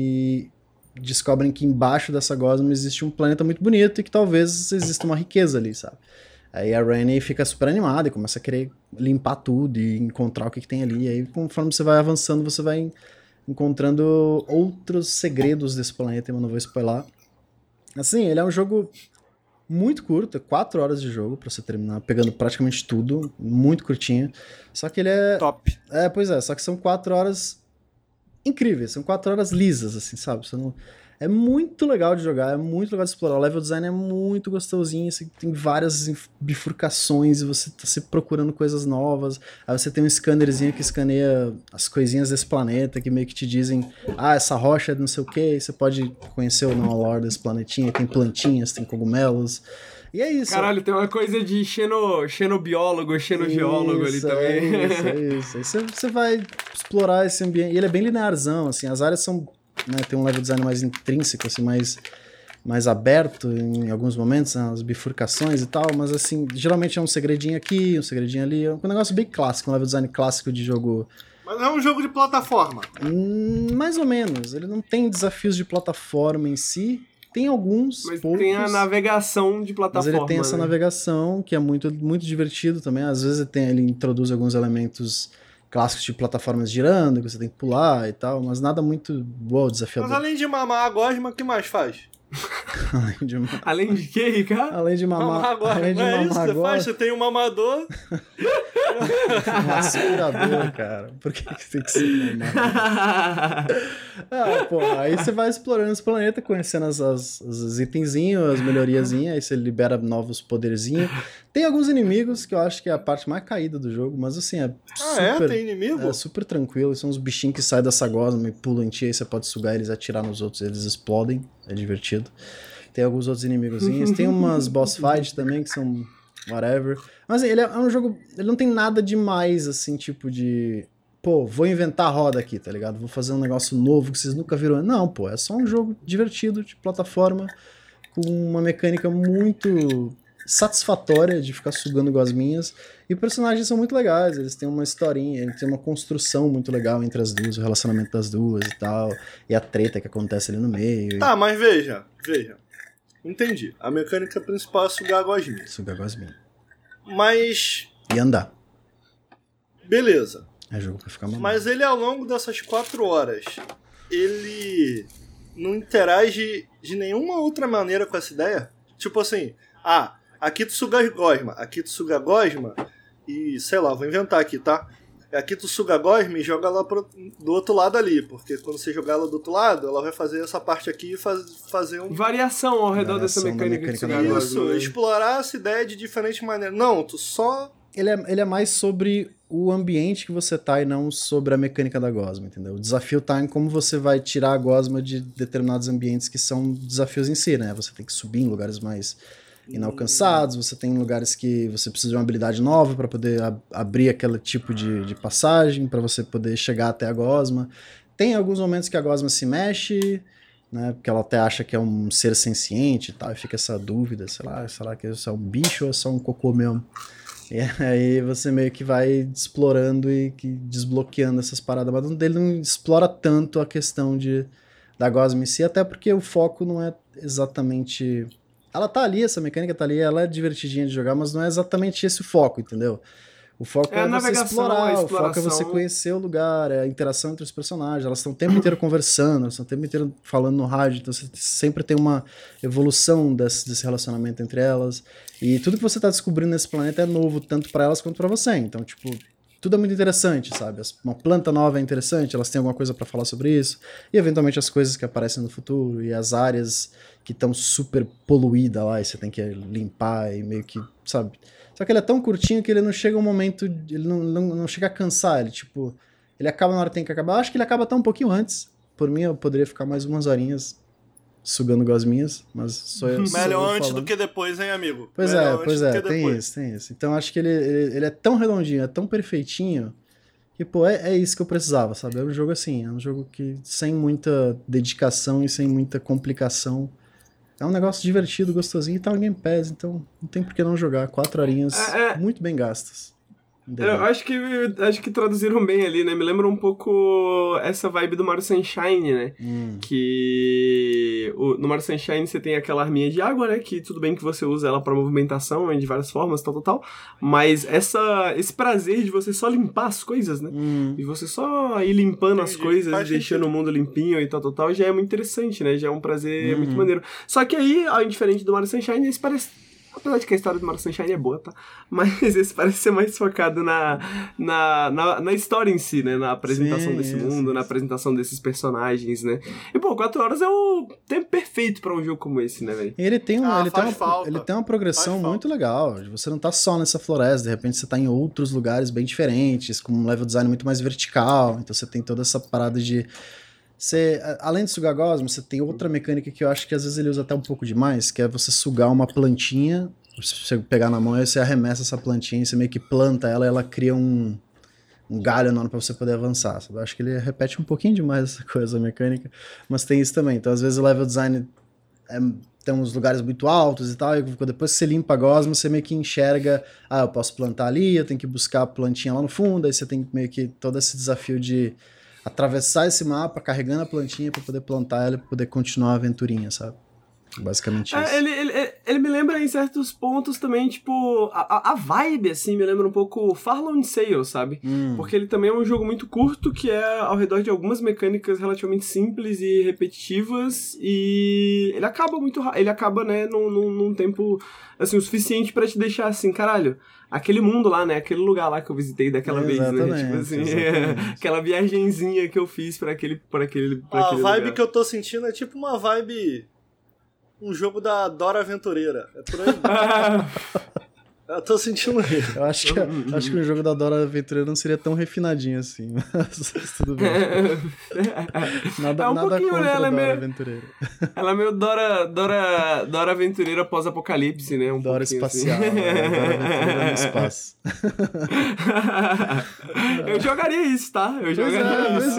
e descobrem que embaixo dessa gosma existe um planeta muito bonito e que talvez exista uma riqueza ali, sabe? Aí a Rennie fica super animada e começa a querer limpar tudo e encontrar o que, que tem ali. E aí, conforme você vai avançando, você vai encontrando outros segredos desse planeta, eu não vou spoiler. Assim, ele é um jogo muito curto, é quatro horas de jogo pra você terminar, pegando praticamente tudo, muito curtinho. Só que ele é... Top. É, pois é, só que são quatro horas incríveis, são quatro horas lisas, assim, sabe? Você não... É muito legal de jogar, é muito legal de explorar. O level design é muito gostosinho, você tem várias bifurcações e você tá se procurando coisas novas. Aí você tem um scannerzinho que escaneia as coisinhas desse planeta, que meio que te dizem, ah, essa rocha é não sei o que, você pode conhecer ou não a lore desse planetinha, tem plantinhas, tem cogumelos. E é isso. Caralho, tem uma coisa de xeno, xenobiólogo, xenogeólogo ali Isso, também. É isso, é isso. Aí você, você vai explorar esse ambiente. E ele é bem linearzão, assim, as áreas são... Né, tem um level design mais intrínseco, assim, mais, mais aberto em alguns momentos, né, as bifurcações e tal, mas assim, geralmente é um segredinho aqui, um segredinho ali, é um negócio bem clássico, um level design clássico de jogo. Mas é um jogo de plataforma. Hum, mais ou menos, ele não tem desafios de plataforma em si, tem alguns, mas poucos, tem a navegação de plataforma. mas ele tem essa né? navegação, que é muito, muito divertido também, às vezes ele, tem, ele introduz alguns elementos clássicos de plataformas girando, que você tem que pular e tal, mas nada muito uou, desafiador. Mas além de mamar a gosma, o que mais faz? além, de, além de quê, Ricardo? além de mamar, mamar a gosma. além de Não é mamar isso que você agora, faz? Você tem um mamador. um aspirador, cara. Por que, que tem que ser mamar? Ah, pô, aí você vai explorando esse planeta, conhecendo as, as, os itenzinhos, as melhoriazinhas, aí você libera novos poderzinhos. Tem alguns inimigos que eu acho que é a parte mais caída do jogo, mas assim, é super... Ah, é? Tem inimigo? É super tranquilo, são uns bichinhos que saem dessa gosma e pulam em ti, aí você pode sugar eles e atirar nos outros, eles explodem, é divertido. Tem alguns outros inimigozinhos, tem umas boss fights também que são whatever. Mas assim, ele é um jogo, ele não tem nada demais, assim, tipo de... Pô, vou inventar a roda aqui, tá ligado? Vou fazer um negócio novo que vocês nunca viram. Não, pô, é só um jogo divertido de plataforma com uma mecânica muito satisfatória de ficar sugando gosminhas. E os personagens são muito legais, eles têm uma historinha, eles têm uma construção muito legal entre as duas, o relacionamento das duas e tal, e a treta que acontece ali no meio. Tá, mas veja, veja. Entendi. A mecânica principal é sugar a gosminha. Sugar gosminha. Mas E andar. Beleza. É jogo pra ficar maluco. Mas ele, ao longo dessas quatro horas, ele não interage de nenhuma outra maneira com essa ideia? Tipo assim, ah, a Kitsuga Gosma, a Kitsuga Gosma, e sei lá, vou inventar aqui, tá? A Kitsuga Gosma e joga ela pro, do outro lado ali, porque quando você jogar ela do outro lado, ela vai fazer essa parte aqui e faz, fazer um... Variação ao redor Variação dessa mecânica, mecânica de da Kitsuga Isso, Gosma. explorar essa ideia de diferente maneira. Não, tu só... Ele é, ele é mais sobre o ambiente que você tá e não sobre a mecânica da gosma, entendeu? O desafio tá em como você vai tirar a gosma de determinados ambientes que são desafios em si, né? Você tem que subir em lugares mais inalcançados, você tem lugares que você precisa de uma habilidade nova para poder ab- abrir aquele tipo de, de passagem, para você poder chegar até a gosma. Tem alguns momentos que a gosma se mexe, né? Porque ela até acha que é um ser senciente e tal, e fica essa dúvida, sei lá, sei lá, que é só um bicho ou é só um cocô mesmo. E aí você meio que vai explorando e que desbloqueando essas paradas, mas ele não explora tanto a questão de, da gosma em si, até porque o foco não é exatamente... Ela tá ali, essa mecânica tá ali, ela é divertidinha de jogar, mas não é exatamente esse o foco, entendeu? O foco É é, a você navegação, explorar, a o foco é você exploração. conhecer o lugar, é a interação entre os personagens, elas estão o tempo inteiro conversando, elas estão o tempo inteiro falando no rádio, então você sempre tem uma evolução desse, desse relacionamento entre elas, e tudo que você tá descobrindo nesse planeta é novo, tanto pra elas quanto pra você, então, tipo, tudo é muito interessante, sabe? Uma planta nova é interessante, elas têm alguma coisa pra falar sobre isso, e eventualmente as coisas que aparecem no futuro, e as áreas que estão super poluídas lá, e você tem que limpar, e meio que, sabe... Só que ele é tão curtinho que ele não chega um momento, ele não, não, não chega a cansar, ele tipo, ele acaba na hora que tem que acabar. Eu acho que ele acaba até um pouquinho antes. Por mim, eu poderia ficar mais umas horinhas sugando gosminhas, mas sou eu. sou eu Melhor antes falando. do que depois, hein, amigo? Pois Melhor é, antes pois do é, que tem depois. isso, tem isso. Então eu acho que ele, ele, ele é tão redondinho, é tão perfeitinho, que, pô, é, é isso que eu precisava, sabe? É um jogo assim, é um jogo que sem muita dedicação e sem muita complicação. É um negócio divertido, gostosinho e tá no Game Pass, então não tem por que não jogar. Quatro horinhas É, é. muito bem gastas. Eu acho que, acho que traduziram bem ali, né? Me lembra um pouco essa vibe do Mario Sunshine, né? Hum. Que o, no Mario Sunshine você tem aquela arminha de água, né? Que tudo bem que você usa ela pra movimentação, né? De várias formas, tal, tal, tal. Mas essa, esse prazer de você só limpar as coisas, né? Hum. E você só ir limpando as Entendi. coisas Faz e deixando sentido. o mundo limpinho e tal, tal, tal, já é muito interessante, né? Já é um prazer Uhum. muito maneiro. Só que aí, ao diferente do Mario Sunshine, esse parece... Apesar de que a história do Mario Sunshine é boa, tá? Mas esse parece ser mais focado na, na, na, na história em si, né? Na apresentação Sim, desse isso, mundo, isso. na apresentação desses personagens, né? E, pô, quatro horas é o tempo perfeito pra um jogo como esse, né, velho? E ele tem, um, Ah, ele, tem faz uma, falta. ele tem uma progressão Faz falta. muito legal. Você não tá só nessa floresta, de repente você tá em outros lugares bem diferentes, com um level design muito mais vertical. Então você tem toda essa parada de... Você, a- além de sugar gosma, você tem outra mecânica que eu acho que às vezes ele usa até um pouco demais, que é você sugar uma plantinha, você pegar na mão e você arremessa essa plantinha e você meio que planta ela e ela cria um, um galho enorme pra você poder avançar. Sabe? Eu acho que ele repete um pouquinho demais essa coisa, a mecânica, mas tem isso também. Então às vezes o level design é, tem uns lugares muito altos e tal, e depois que você limpa a gosma, você meio que enxerga, ah, eu posso plantar ali, eu tenho que buscar a plantinha lá no fundo, aí você tem meio que todo esse desafio de atravessar esse mapa carregando a plantinha pra poder plantar ela e poder continuar a aventurinha, sabe? Basicamente isso. É, ele, ele, ele me lembra em certos pontos também, tipo, a, a vibe, assim, me lembra um pouco Farland Sail, sabe? Hum. Porque ele também é um jogo muito curto, que é ao redor de algumas mecânicas relativamente simples e repetitivas, e ele acaba muito, ra- ele acaba, né, num, num, num tempo, assim, o suficiente pra te deixar assim, caralho, aquele mundo lá, né, aquele lugar lá que eu visitei daquela vez, né, Exatamente, tipo assim, exatamente. aquela viagenzinha que eu fiz pra aquele, pra aquele, pra A aquele vibe lugar. que eu tô sentindo é tipo uma vibe... Um jogo da Dora Aventureira. É por aí. Eu tô sentindo isso. Eu acho que, acho que o jogo da Dora Aventureira não seria tão refinadinho assim, mas tudo bem. Nada, É um nada pouquinho, contra né, a ela é Dora meio- Aventureira. Ela é meio Dora, Dora, Dora Aventureira pós-apocalipse, né? Um Dora pouquinho espacial, assim. né? Dora Aventureira no espaço. Eu jogaria isso, tá? Eu Pois é, jogaria pois isso.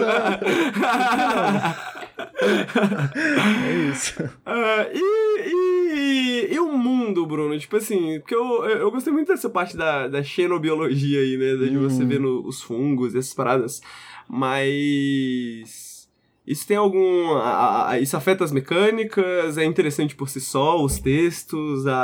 É isso. Ah, e, e, e o mundo, Bruno? Tipo assim, porque eu, eu eu gostei muito dessa parte da, da xenobiologia aí, né? De você Hum. vendo os fungos, essas paradas. Mas... Isso tem algum... A, a, isso afeta as mecânicas? É interessante por si só? Os textos? A,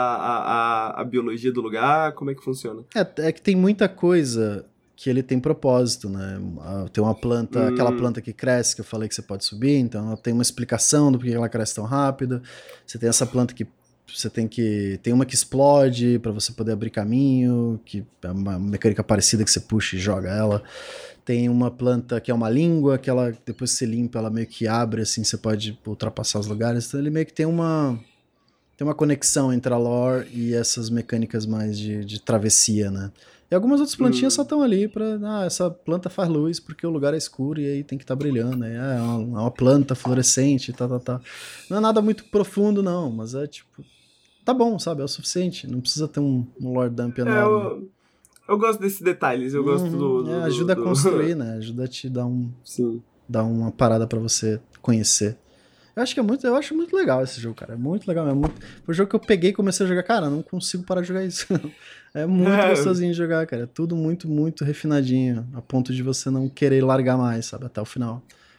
a, a biologia do lugar? Como é que funciona? É, é que tem muita coisa que ele tem propósito, né? Tem uma planta, hum. aquela planta que cresce, que eu falei que você pode subir, então ela tem uma explicação do porquê ela cresce tão rápido. Você tem essa planta que você tem que... Tem uma que explode para você poder abrir caminho, que é uma mecânica parecida que você puxa e joga ela. Tem uma planta que é uma língua, que ela, depois que você limpa, ela meio que abre, assim, você pode ultrapassar os lugares. Então ele meio que tem uma, tem uma conexão entre a lore e essas mecânicas mais de, de travessia, né? E algumas outras plantinhas hum. só estão ali pra... Ah, essa planta faz luz porque o lugar é escuro e aí tem que estar tá brilhando. Aí, ah, é, uma, é uma planta fluorescente e tal, tal, tal. Não é nada muito profundo, não, mas é tipo... Tá bom, sabe? É o suficiente. Não precisa ter um, um lore dump enorme. É, eu... Eu gosto desses detalhes, eu uhum, gosto do... do, é, ajuda do, a construir, né? Ajuda a te dar um... Sim. Dar uma parada pra você conhecer. Eu acho que é muito... Eu acho muito legal esse jogo, cara. É muito legal mesmo. Muito... Foi um jogo que eu peguei e comecei a jogar. Cara, não consigo parar de jogar isso. É muito é. gostosinho de jogar, cara. É tudo muito, muito refinadinho. A ponto de você não querer largar mais, sabe? Até o final.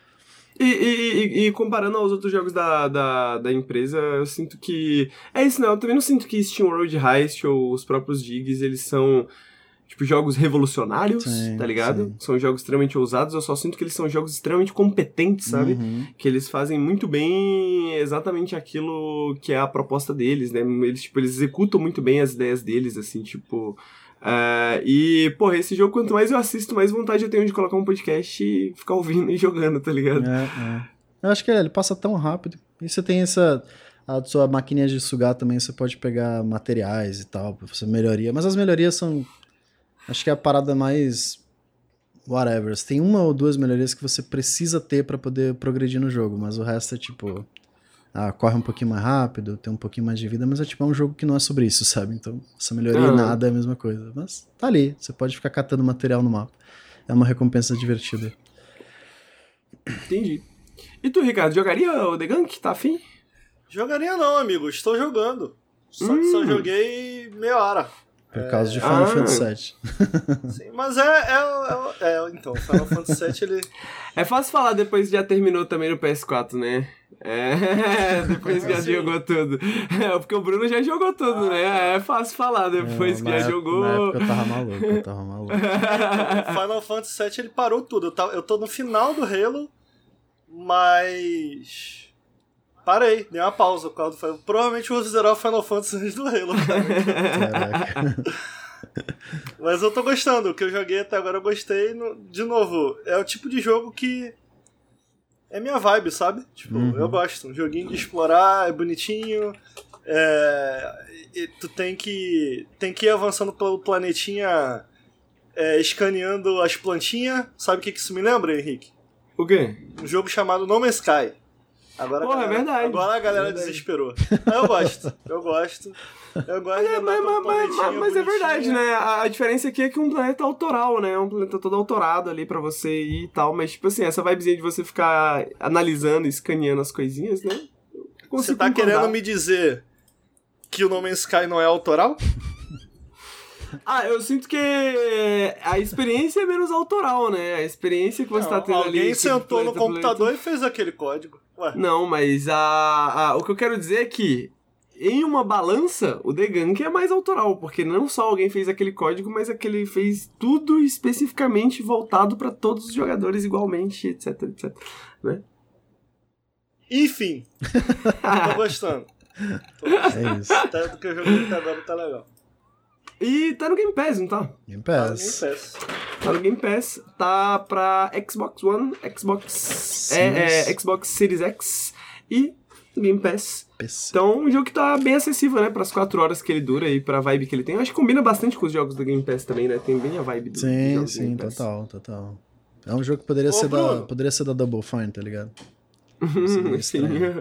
E, e, e comparando aos outros jogos da, da, da empresa, eu sinto que... É isso, né? Eu também não sinto que Steam World Heist ou os próprios Digs, eles são... Tipo, jogos revolucionários, sim, tá ligado? Sim. São jogos extremamente ousados, eu só sinto que eles são jogos extremamente competentes, sabe? Uhum. Que eles fazem muito bem exatamente aquilo que é a proposta deles, né? Eles, tipo, eles executam muito bem as ideias deles, assim, tipo... Uh, e, porra, esse jogo, quanto mais eu assisto, mais vontade eu tenho de colocar um podcast e ficar ouvindo e jogando, tá ligado? É, é. Eu acho que é, ele passa tão rápido. E você tem essa... A sua maquininha de sugar também, você pode pegar materiais e tal, pra fazer melhoria. Mas as melhorias são... Acho que é a parada mais... Whatever. Tem uma ou duas melhorias que você precisa ter pra poder progredir no jogo, mas o resto é tipo... Ah, corre um pouquinho mais rápido, tem um pouquinho mais de vida, mas é tipo é um jogo que não é sobre isso, sabe? Então, essa melhoria uhum. nada é a mesma coisa. Mas tá ali, você pode ficar catando material no mapa. É uma recompensa divertida. Entendi. E tu, Ricardo, jogaria o The Gunk? Tá afim? Jogaria não, amigo. Estou jogando. Só que hum. só joguei meia hora. Por causa é... de Final ah. Fantasy sete. Sim, mas é, é, é, é... Então, Final Fantasy sete, ele... É fácil falar depois que já terminou também no P S quatro, né? É, depois que já jogou tudo. É, porque o Bruno já jogou tudo, ah, né? É fácil falar depois é, que já época, jogou. Na época eu tava maluco, eu tava maluco. É, o Final Fantasy sete, ele parou tudo. Eu, tava, eu tô no final do Halo, mas... Parei, dei uma pausa. Por causa do... Provavelmente eu vou zerar o Final Fantasy antes do Halo. Caraca. Mas eu tô gostando. O que eu joguei até agora eu gostei. De novo, é o tipo de jogo que é minha vibe, sabe? Tipo, uhum. eu gosto. Um joguinho de explorar, é bonitinho. É... E tu tem que, tem que ir avançando pelo planetinha, é, escaneando as plantinhas. Sabe o que isso me lembra, Henrique? O quê? Um jogo chamado No Man's Sky. Agora Porra, a galera, é verdade. Agora a galera é verdade. desesperou. Eu gosto, eu gosto. Eu gosto mas, de andar mas, mas, mas, mas é verdade, né? A, a diferença aqui é que um planeta autoral, né? Um planeta todo autorado ali pra você ir e tal. Mas, tipo assim, essa vibezinha de você ficar analisando, escaneando as coisinhas, né? Você tá concordar. Querendo me dizer que o No Man's Sky não é autoral? Ah, eu sinto que a experiência é menos autoral, né? A experiência que você não, tá tendo alguém ali... Alguém sentou no computador planeta. E fez aquele código. Ué. Não, mas a, a, o que eu quero dizer é que em uma balança, o The Gunk é mais autoral, porque não só alguém fez aquele código, mas aquele fez tudo especificamente voltado pra todos os jogadores igualmente, etc, etc, né? Enfim, tô gostando. Tô gostando. É isso. Até do que eu joguei até agora tá legal. E tá no Game Pass, não tá? Game Pass. Tá no Game Pass. Tá no Game Pass. Tá pra Xbox One, Xbox, é, é, Xbox Series X e Game Pass. P C. Então, um jogo que tá bem acessível, né? Pras quatro horas que ele dura e pra vibe que ele tem. Eu acho que combina bastante com os jogos do Game Pass também, né? Tem bem a vibe do Sim, do sim, total, total. É um jogo que poderia, ser da, poderia ser da Double Fine, tá ligado? Sim.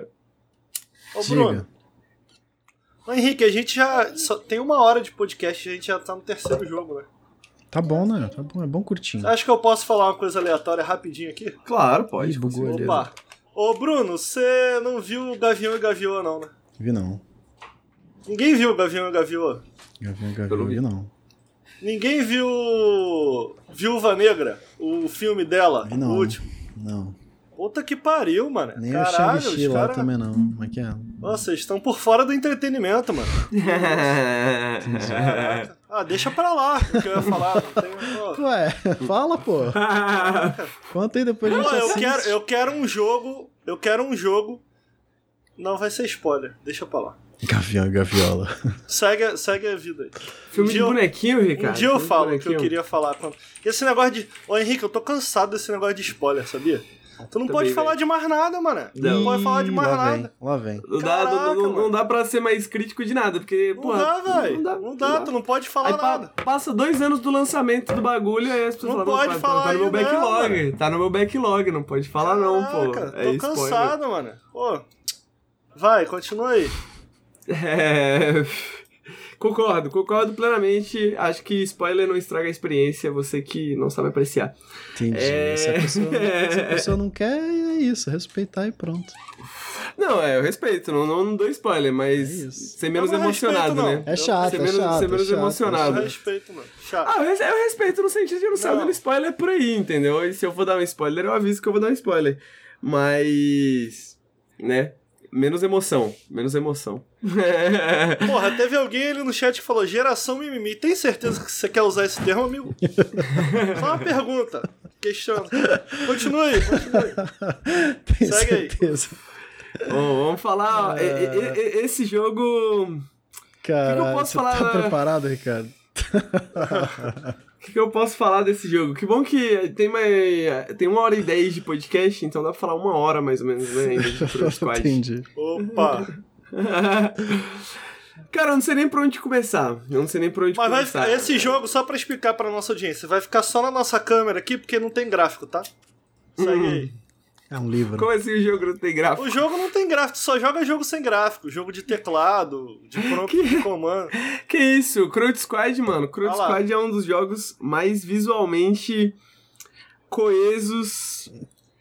Ô, Bruno. Ô, Henrique, a gente já só tem uma hora de podcast, a gente já tá no terceiro jogo, né? Tá bom, né? Tá bom, é bom curtinho. Você acha que eu posso falar uma coisa aleatória rapidinho aqui? Claro, pode. Ih, bugou ali. Opa. Ô, Bruno, você não viu o Gavião e Gavioa, não, né? Vi não. Ninguém viu o Gavião e Gavioa? Gavião e Gavioa, vi não. Ninguém viu Viúva Negra, o filme dela, vi não. o último? Não. Puta que pariu, mano. Nem Caralho, o Shang-Chi os lá cara... também não. Como é que é? Nossa, vocês estão por fora do entretenimento, mano. Caraca. Ah, deixa pra lá o que eu ia falar. Não tem... Pô. Ué, fala, pô. Conta aí depois a gente Pô, eu assiste. quero, eu quero um jogo... Eu quero um jogo... Não, vai ser spoiler. Deixa pra lá. Gavião e Gaviola. Segue, segue a vida aí. Filme Um de dia eu- bonequinho, Ricardo? Um dia eu Filme de falo o que bonequinho. eu queria falar. Quando... Esse negócio de... Ô, Henrique, eu tô cansado desse negócio de spoiler, sabia? Tu não Também, pode falar velho. de mais nada, mano. Não. Não pode falar de mais lá nada. vem, lá vem. Não dá, não- Caraca, não, não, mano. dá pra ser mais crítico de nada, porque, Não porra... dá, velho. Não dá, tu não pode falar Aí pa- nada. passa dois anos do lançamento do bagulho, aí as pessoas Não falam, pode tá- falar tá no meu ainda, backlog, mano. tá no meu backlog, não pode falar não, pô. Caraca, É tô spoiler. cansado, mano. Pô, vai, continua aí. É... Concordo, concordo plenamente. Acho que spoiler não estraga a experiência, você que não sabe apreciar. Entendi. É. Se, a pessoa, se a pessoa não quer, é isso. Respeitar e pronto. Não, é, eu respeito, não, não, não dou spoiler, mas É isso. ser menos Eu não respeito, emocionado, não. né? É chato, ser é menos, chato. ser menos é chato, emocionado. Eu respeito, mano. Chato. Ah, eu res- eu respeito no sentido de não saber Não. dando spoiler por aí, entendeu? E se eu for dar um spoiler, eu aviso que eu vou dar um spoiler. Mas, né? Menos emoção, menos emoção. Porra, teve alguém ali no chat que falou geração mimimi. Tem certeza que você quer usar esse termo, amigo? Só uma pergunta. Questão. Continue aí, continue. Tem Segue aí. certeza. Bom, vamos falar. e- e- e- Esse jogo. Caralho, posso você falar, tá né? preparado, Ricardo? O que, que eu posso falar desse jogo? Que bom que tem, uma, tem uma hora e dez de podcast, então dá pra falar uma hora mais ou menos, né? Ainda de Pro Squad. Entendi. Opa. Cara, eu não sei nem por onde começar. Eu não sei nem por onde Mas vai começar. ficar, esse jogo, só pra explicar pra nossa audiência, vai ficar só na nossa câmera aqui, porque não tem gráfico, tá? Segue Hum. aí. É um livro. Como assim o jogo não tem gráfico? O jogo não tem gráfico, só joga jogo sem gráfico. Jogo de teclado, de prompt de comando. Que isso? Crowd Squad, mano. Crowd Ah lá. Squad é um dos jogos mais visualmente coesos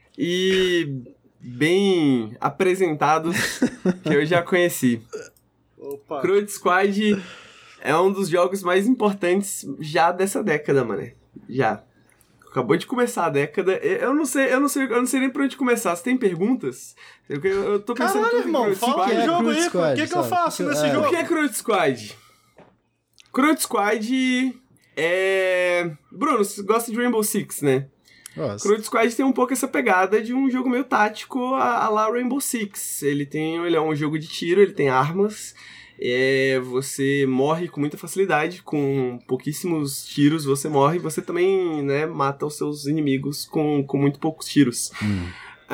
e bem apresentados que eu já conheci. Opa. Crowd Squad é um dos jogos mais importantes já dessa década, mano. Já. Acabou de começar a década. Eu não sei, eu não sei, eu não sei nem por onde começar. Você tem perguntas? Eu, eu tô pensando Caralho, tudo em irmão, Crowd fala Squad. do é jogo Crowd aí, Squad, o que, que eu sabe? faço Que- nesse é. O jogo? que é Crowd Squad? Crowd Squad é... Bruno, você gosta de Rainbow Six, né? Nossa. Crowd Squad tem um pouco essa pegada de um jogo meio tático a, a lá Rainbow Six. Ele tem, ele é um jogo de tiro, ele tem armas, é, você morre com muita facilidade, com pouquíssimos tiros você morre, você também, né, mata os seus inimigos com, com muito poucos tiros. Hum.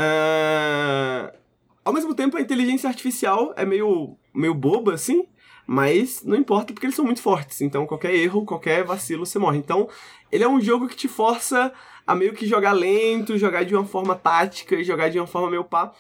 Ah, ao mesmo tempo, a inteligência artificial é meio, meio boba, assim, mas não importa porque eles são muito fortes, então qualquer erro, qualquer vacilo, você morre. Então, ele é um jogo que te força a meio que jogar lento, jogar de uma forma tática e jogar de uma forma meio pá.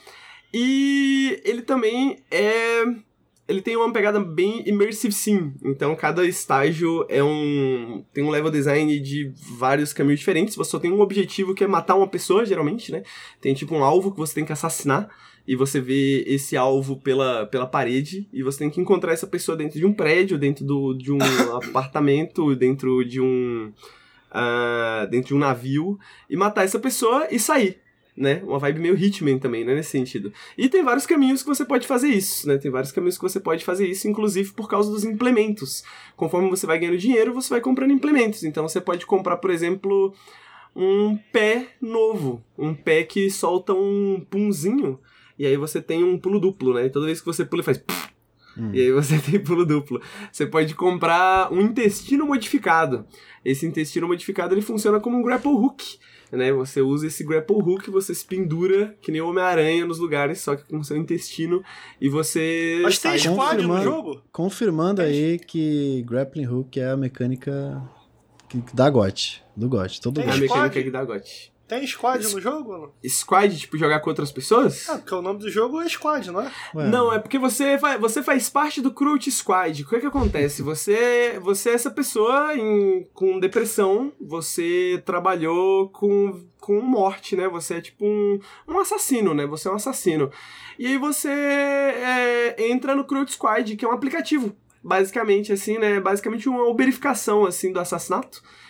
E ele também é... Ele tem uma pegada bem immersive sim, então cada estágio é um... tem um level design de vários caminhos diferentes, você só tem um objetivo que é matar uma pessoa, geralmente, né? Tem tipo um alvo que você tem que assassinar, e você vê esse alvo pela, pela parede, e você tem que encontrar essa pessoa dentro de um prédio, dentro do, de um apartamento, dentro de um... Uh, dentro de um navio, e matar essa pessoa e sair. Né? Uma vibe meio Hitman também, né? Nesse sentido. E tem vários caminhos que você pode fazer isso, né? Tem vários caminhos que você pode fazer isso, inclusive por causa dos implementos. Conforme você vai ganhando dinheiro, você vai comprando implementos. Então você pode comprar, por exemplo, um pé novo. Um pé que solta um punzinho. E aí você tem um pulo duplo, né? E toda vez que você pula, ele faz... Hum. E aí você tem pulo duplo. Você pode comprar um intestino modificado. Esse intestino modificado, ele funciona como um grapple hook. Né? Você usa esse grapple hook, você se pendura que nem o Homem-Aranha nos lugares, só que com seu intestino, e você... Mas tem sai- squad no Confirmando. jogo? Confirmando aí que grappling hook é a mecânica que que dá gote, do gote, todo Tem É a gote. squad? mecânica que dá gote. Tem squad no jogo? Ou não? Squad, tipo, jogar com outras pessoas? Ah, porque o nome do jogo é squad, não é? Ué, Não, é porque você, vai, você faz parte do Crowd Squad. O que é que acontece? Você, você é essa pessoa em, com depressão, você trabalhou com, com morte, né? Você é tipo um, um assassino, né? Você é um assassino. E aí você é, entra no Crowd Squad, que é um aplicativo. Basicamente, assim, né? Basicamente uma uberificação, assim, do assassinato.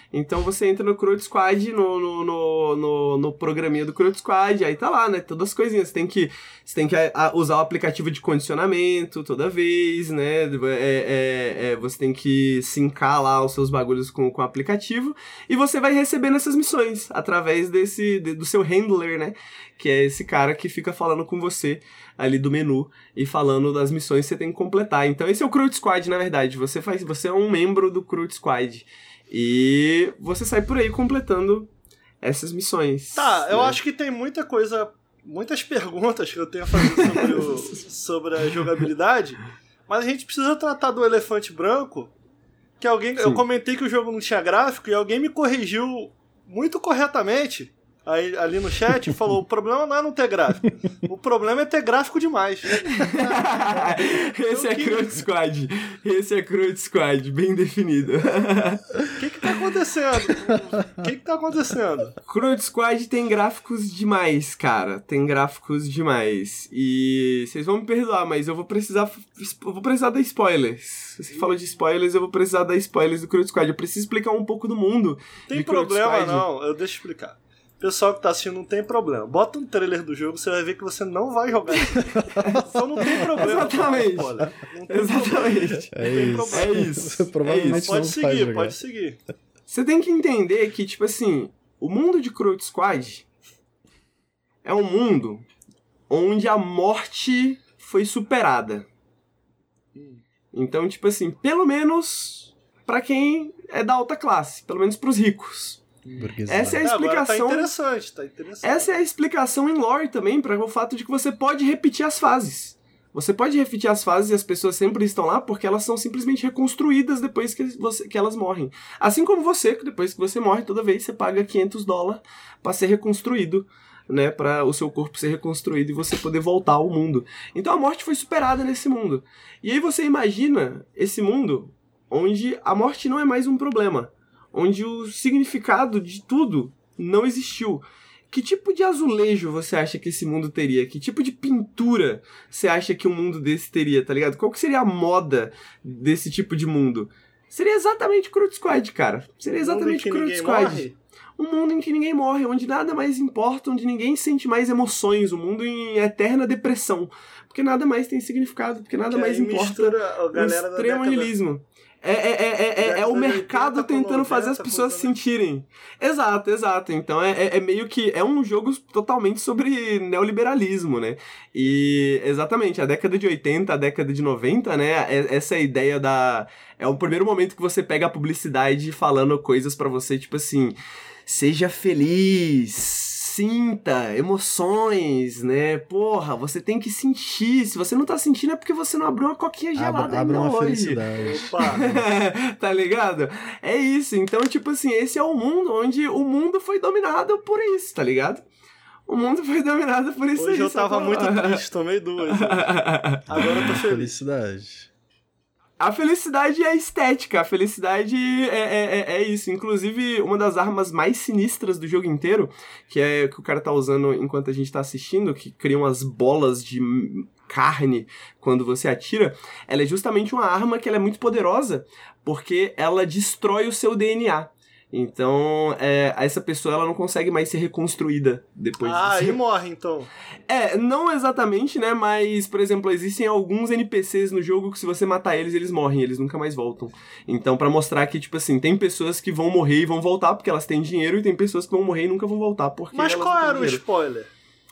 Então você entra no Crowd Squad, no, no, no, no, no programinha do Crowd Squad, aí tá lá, né? Todas as coisinhas. Você tem que, você tem que a, usar o aplicativo de condicionamento toda vez, né? É, é, é, você tem que sincar lá os seus bagulhos com, com o aplicativo e você vai recebendo essas missões através desse, de, do seu handler, né? Que é esse cara que fica falando com você ali do menu e falando das missões que você tem que completar. Então esse é o Crowd Squad, na verdade. Você, faz, você é um membro do Crowd Squad. E você sai por aí completando essas missões. Tá, né? Eu acho que tem muita coisa, muitas perguntas que eu tenho a fazer sobre, o, sobre a jogabilidade, mas a gente precisa tratar do elefante branco, que alguém, Sim. eu comentei que o jogo não tinha gráfico e alguém me corrigiu muito corretamente aí, ali no chat e falou, o problema não é não ter gráfico, o problema é ter gráfico demais. Esse é Crowd Squad, esse é Crowd Squad, bem definido. O que que tá acontecendo? O que que tá acontecendo? Crowd Squad tem gráficos demais, cara, tem gráficos demais, e vocês vão me perdoar, mas eu vou precisar, eu vou precisar dar spoilers. Você falou de spoilers, eu vou precisar dar spoilers do Crowd Squad, eu preciso explicar um pouco do mundo. Tem problema não, eu deixo eu explicar. Pessoal que tá assistindo, não tem problema. Bota um trailer do jogo, você vai ver que você não vai jogar. Então não tem problema. Exatamente. Olha, não tem Exatamente. Problema. É, não isso. Tem é isso. Você provavelmente é isso. Pode não seguir, vai jogar. pode seguir. Você tem que entender que, tipo assim, o mundo de Crowd Squad é um mundo onde a morte foi superada. Então, tipo assim, pelo menos pra quem é da alta classe, pelo menos pros ricos. Essa é a explicação. Agora tá interessante, tá interessante. Essa é a explicação em lore também para o fato de que você pode repetir as fases. Você pode repetir as fases e as pessoas sempre estão lá porque elas são simplesmente reconstruídas depois que, você, que elas morrem. Assim como você, que depois que você morre, toda vez você paga quinhentos dólares para ser reconstruído, né, para o seu corpo ser reconstruído e você poder voltar ao mundo. Então a morte foi superada nesse mundo. E aí você imagina esse mundo onde a morte não é mais um problema. Onde o significado de tudo não existiu. Que tipo de azulejo você acha que esse mundo teria? Que tipo de pintura você acha que um mundo desse teria, tá ligado? Qual que seria a moda desse tipo de mundo? Seria exatamente Crowd Squad, cara. Seria exatamente Crowd Squad. Morre. Um mundo em que ninguém morre, onde nada mais importa, onde ninguém sente mais emoções, um mundo em eterna depressão. Porque nada mais tem significado, porque nada que mais importa. O extremo niilismo. É, é, é, é, é o mercado tentando fazer as pessoas se sentirem. Exato, exato. Então é, é, é meio que... É um jogo totalmente sobre neoliberalismo, né? E exatamente, a década de oitenta, a década de noventa, né? Essa é a ideia da... É o primeiro momento que você pega a publicidade falando coisas pra você, tipo assim... Seja feliz, sinta emoções, né? Porra, você tem que sentir. Se você não tá sentindo é porque você não abriu uma coquinha gelada Abra, abra uma hoje. felicidade. Opa. Tá ligado? É isso. Então, tipo assim, esse é o mundo onde o mundo foi dominado por isso, tá ligado? O mundo foi dominado por isso. Hoje aí, eu tava sacou? muito triste, tomei duas. Agora eu tô feliz. Felicidade. A felicidade é estética, a felicidade é, é, é isso. Inclusive, uma das armas mais sinistras do jogo inteiro, que é que o cara tá usando enquanto a gente tá assistindo, que cria umas bolas de carne quando você atira, ela é justamente uma arma que ela é muito poderosa, porque ela destrói o seu D N A. Então, é, essa pessoa ela não consegue mais ser reconstruída depois Ah, disso. aí morre, então. É, não exatamente, né? Mas, por exemplo, existem alguns N P Cs no jogo que se você matar eles, eles morrem, eles nunca mais voltam. Então, pra mostrar que, tipo assim, tem pessoas que vão morrer e vão voltar porque elas têm dinheiro, e tem pessoas que vão morrer e nunca vão voltar porque Mas elas qual não têm era o dinheiro. spoiler?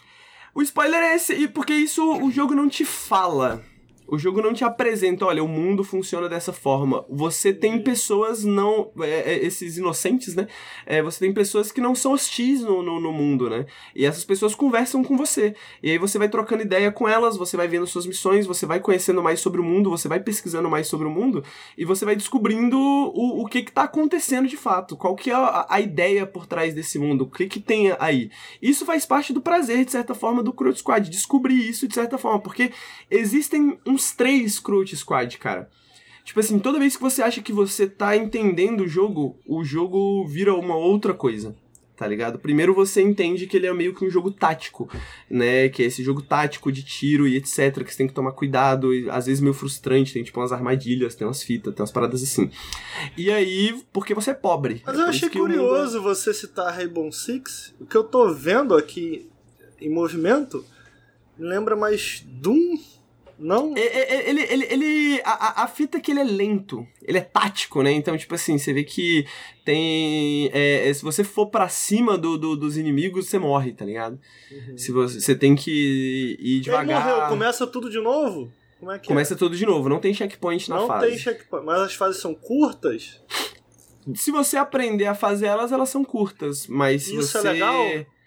O spoiler é esse, e porque isso o jogo não te fala. O jogo não te apresenta, olha, o mundo funciona dessa forma. Você tem pessoas não... É, é, esses inocentes, né? É, você tem pessoas que não são hostis no, no, no mundo, né? E essas pessoas conversam com você. E aí você vai trocando ideia com elas, você vai vendo suas missões, você vai conhecendo mais sobre o mundo, você vai pesquisando mais sobre o mundo, e você vai descobrindo o, o que que tá acontecendo de fato. Qual que é a, a ideia por trás desse mundo, o que que tem aí. Isso faz parte do prazer, de certa forma, do Crowd Squad. Descobrir isso, de certa forma, porque existem um uns três Crowd Squad, cara. Tipo assim, toda vez que você acha que você tá entendendo o jogo, o jogo vira uma outra coisa. tá ligado? Primeiro você entende que ele é meio que um jogo tático, né? Que é esse jogo tático de tiro e etcétera, que você tem que tomar cuidado, e às vezes meio frustrante, tem tipo umas armadilhas, tem umas fitas, tem umas paradas assim. E aí, porque você é pobre. Mas é eu achei curioso mundo... você citar Rainbow Six. O que eu tô vendo aqui em movimento lembra mais Doom... Não? Ele, ele, ele, a, a fita é que ele é lento, ele é tático, né? Então, tipo assim, você vê que tem... É, se você for pra cima do, do, dos inimigos, você morre, tá ligado? Uhum. Se você, você tem que ir devagar... Ele morreu, começa tudo de novo? Como é que Começa é? tudo de novo, não tem checkpoint na não fase. Não tem checkpoint, mas as fases são curtas? Se você aprender a fazer elas, elas são curtas, mas se Isso você... é legal?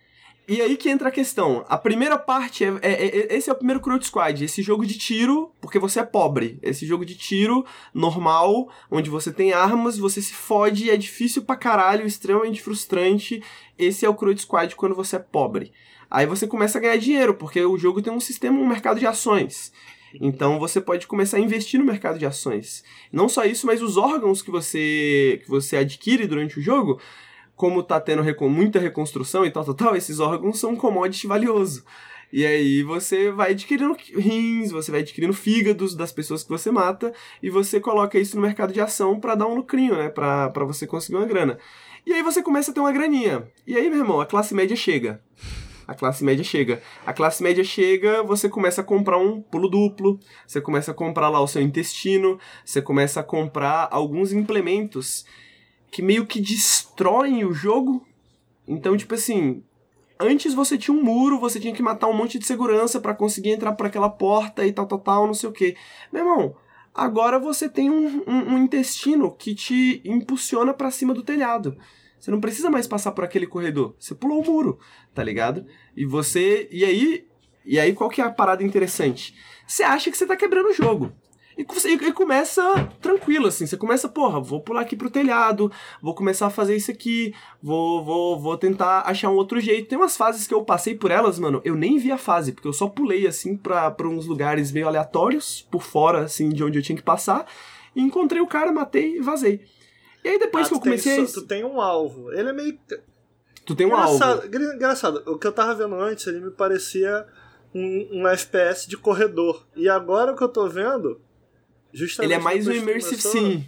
E aí que entra a questão. A primeira parte, é, é, é, esse é o primeiro Crowd Squad, esse jogo de tiro, porque você é pobre. Esse jogo de tiro normal, onde você tem armas, você se fode, é difícil pra caralho, extremamente frustrante. Esse é o Crowd Squad quando você é pobre. Aí você começa a ganhar dinheiro, porque o jogo tem um sistema, um mercado de ações. Então você pode começar a investir no mercado de ações. Não só isso, mas os órgãos que você, que você adquire durante o jogo... Como tá tendo recon- muita reconstrução e tal, tal, tal, esses órgãos são um commodity valioso. E aí você vai adquirindo rins, você vai adquirindo fígados das pessoas que você mata, e você coloca isso no mercado de ação pra dar um lucrinho, né? Pra, pra você conseguir uma grana. E aí você começa a ter uma graninha. E aí, meu irmão, a classe média chega. A classe média chega. A classe média chega, você começa a comprar um pulo duplo, você começa a comprar lá o seu intestino, você começa a comprar alguns implementos que meio que destroem o jogo. Então, tipo assim, antes você tinha um muro, você tinha que matar um monte de segurança pra conseguir entrar por aquela porta e tal, tal, tal, não sei o quê. Meu irmão, agora você tem um, um, um intestino que te impulsiona pra cima do telhado. Você não precisa mais passar por aquele corredor. Você pulou o muro, tá ligado? E você... E aí, e aí qual que é a parada interessante? Você acha que você tá quebrando o jogo. E, e começa tranquilo, assim, você começa, porra, vou pular aqui pro telhado, vou começar a fazer isso aqui, vou, vou, vou tentar achar um outro jeito. Tem umas fases que eu passei por elas, mano, eu nem vi a fase, porque eu só pulei, assim, pra, pra uns lugares meio aleatórios, por fora, assim, de onde eu tinha que passar, e encontrei o cara, matei e vazei. E aí depois ah, que eu comecei... Tem, a... Tu tem um alvo, ele é meio... Tu tem um engraçado, alvo. Engraçado, o que eu tava vendo antes, ele me parecia um, um F P S de corredor, e agora o que eu tô vendo... Justamente ele é mais um Immersive começou... Sim.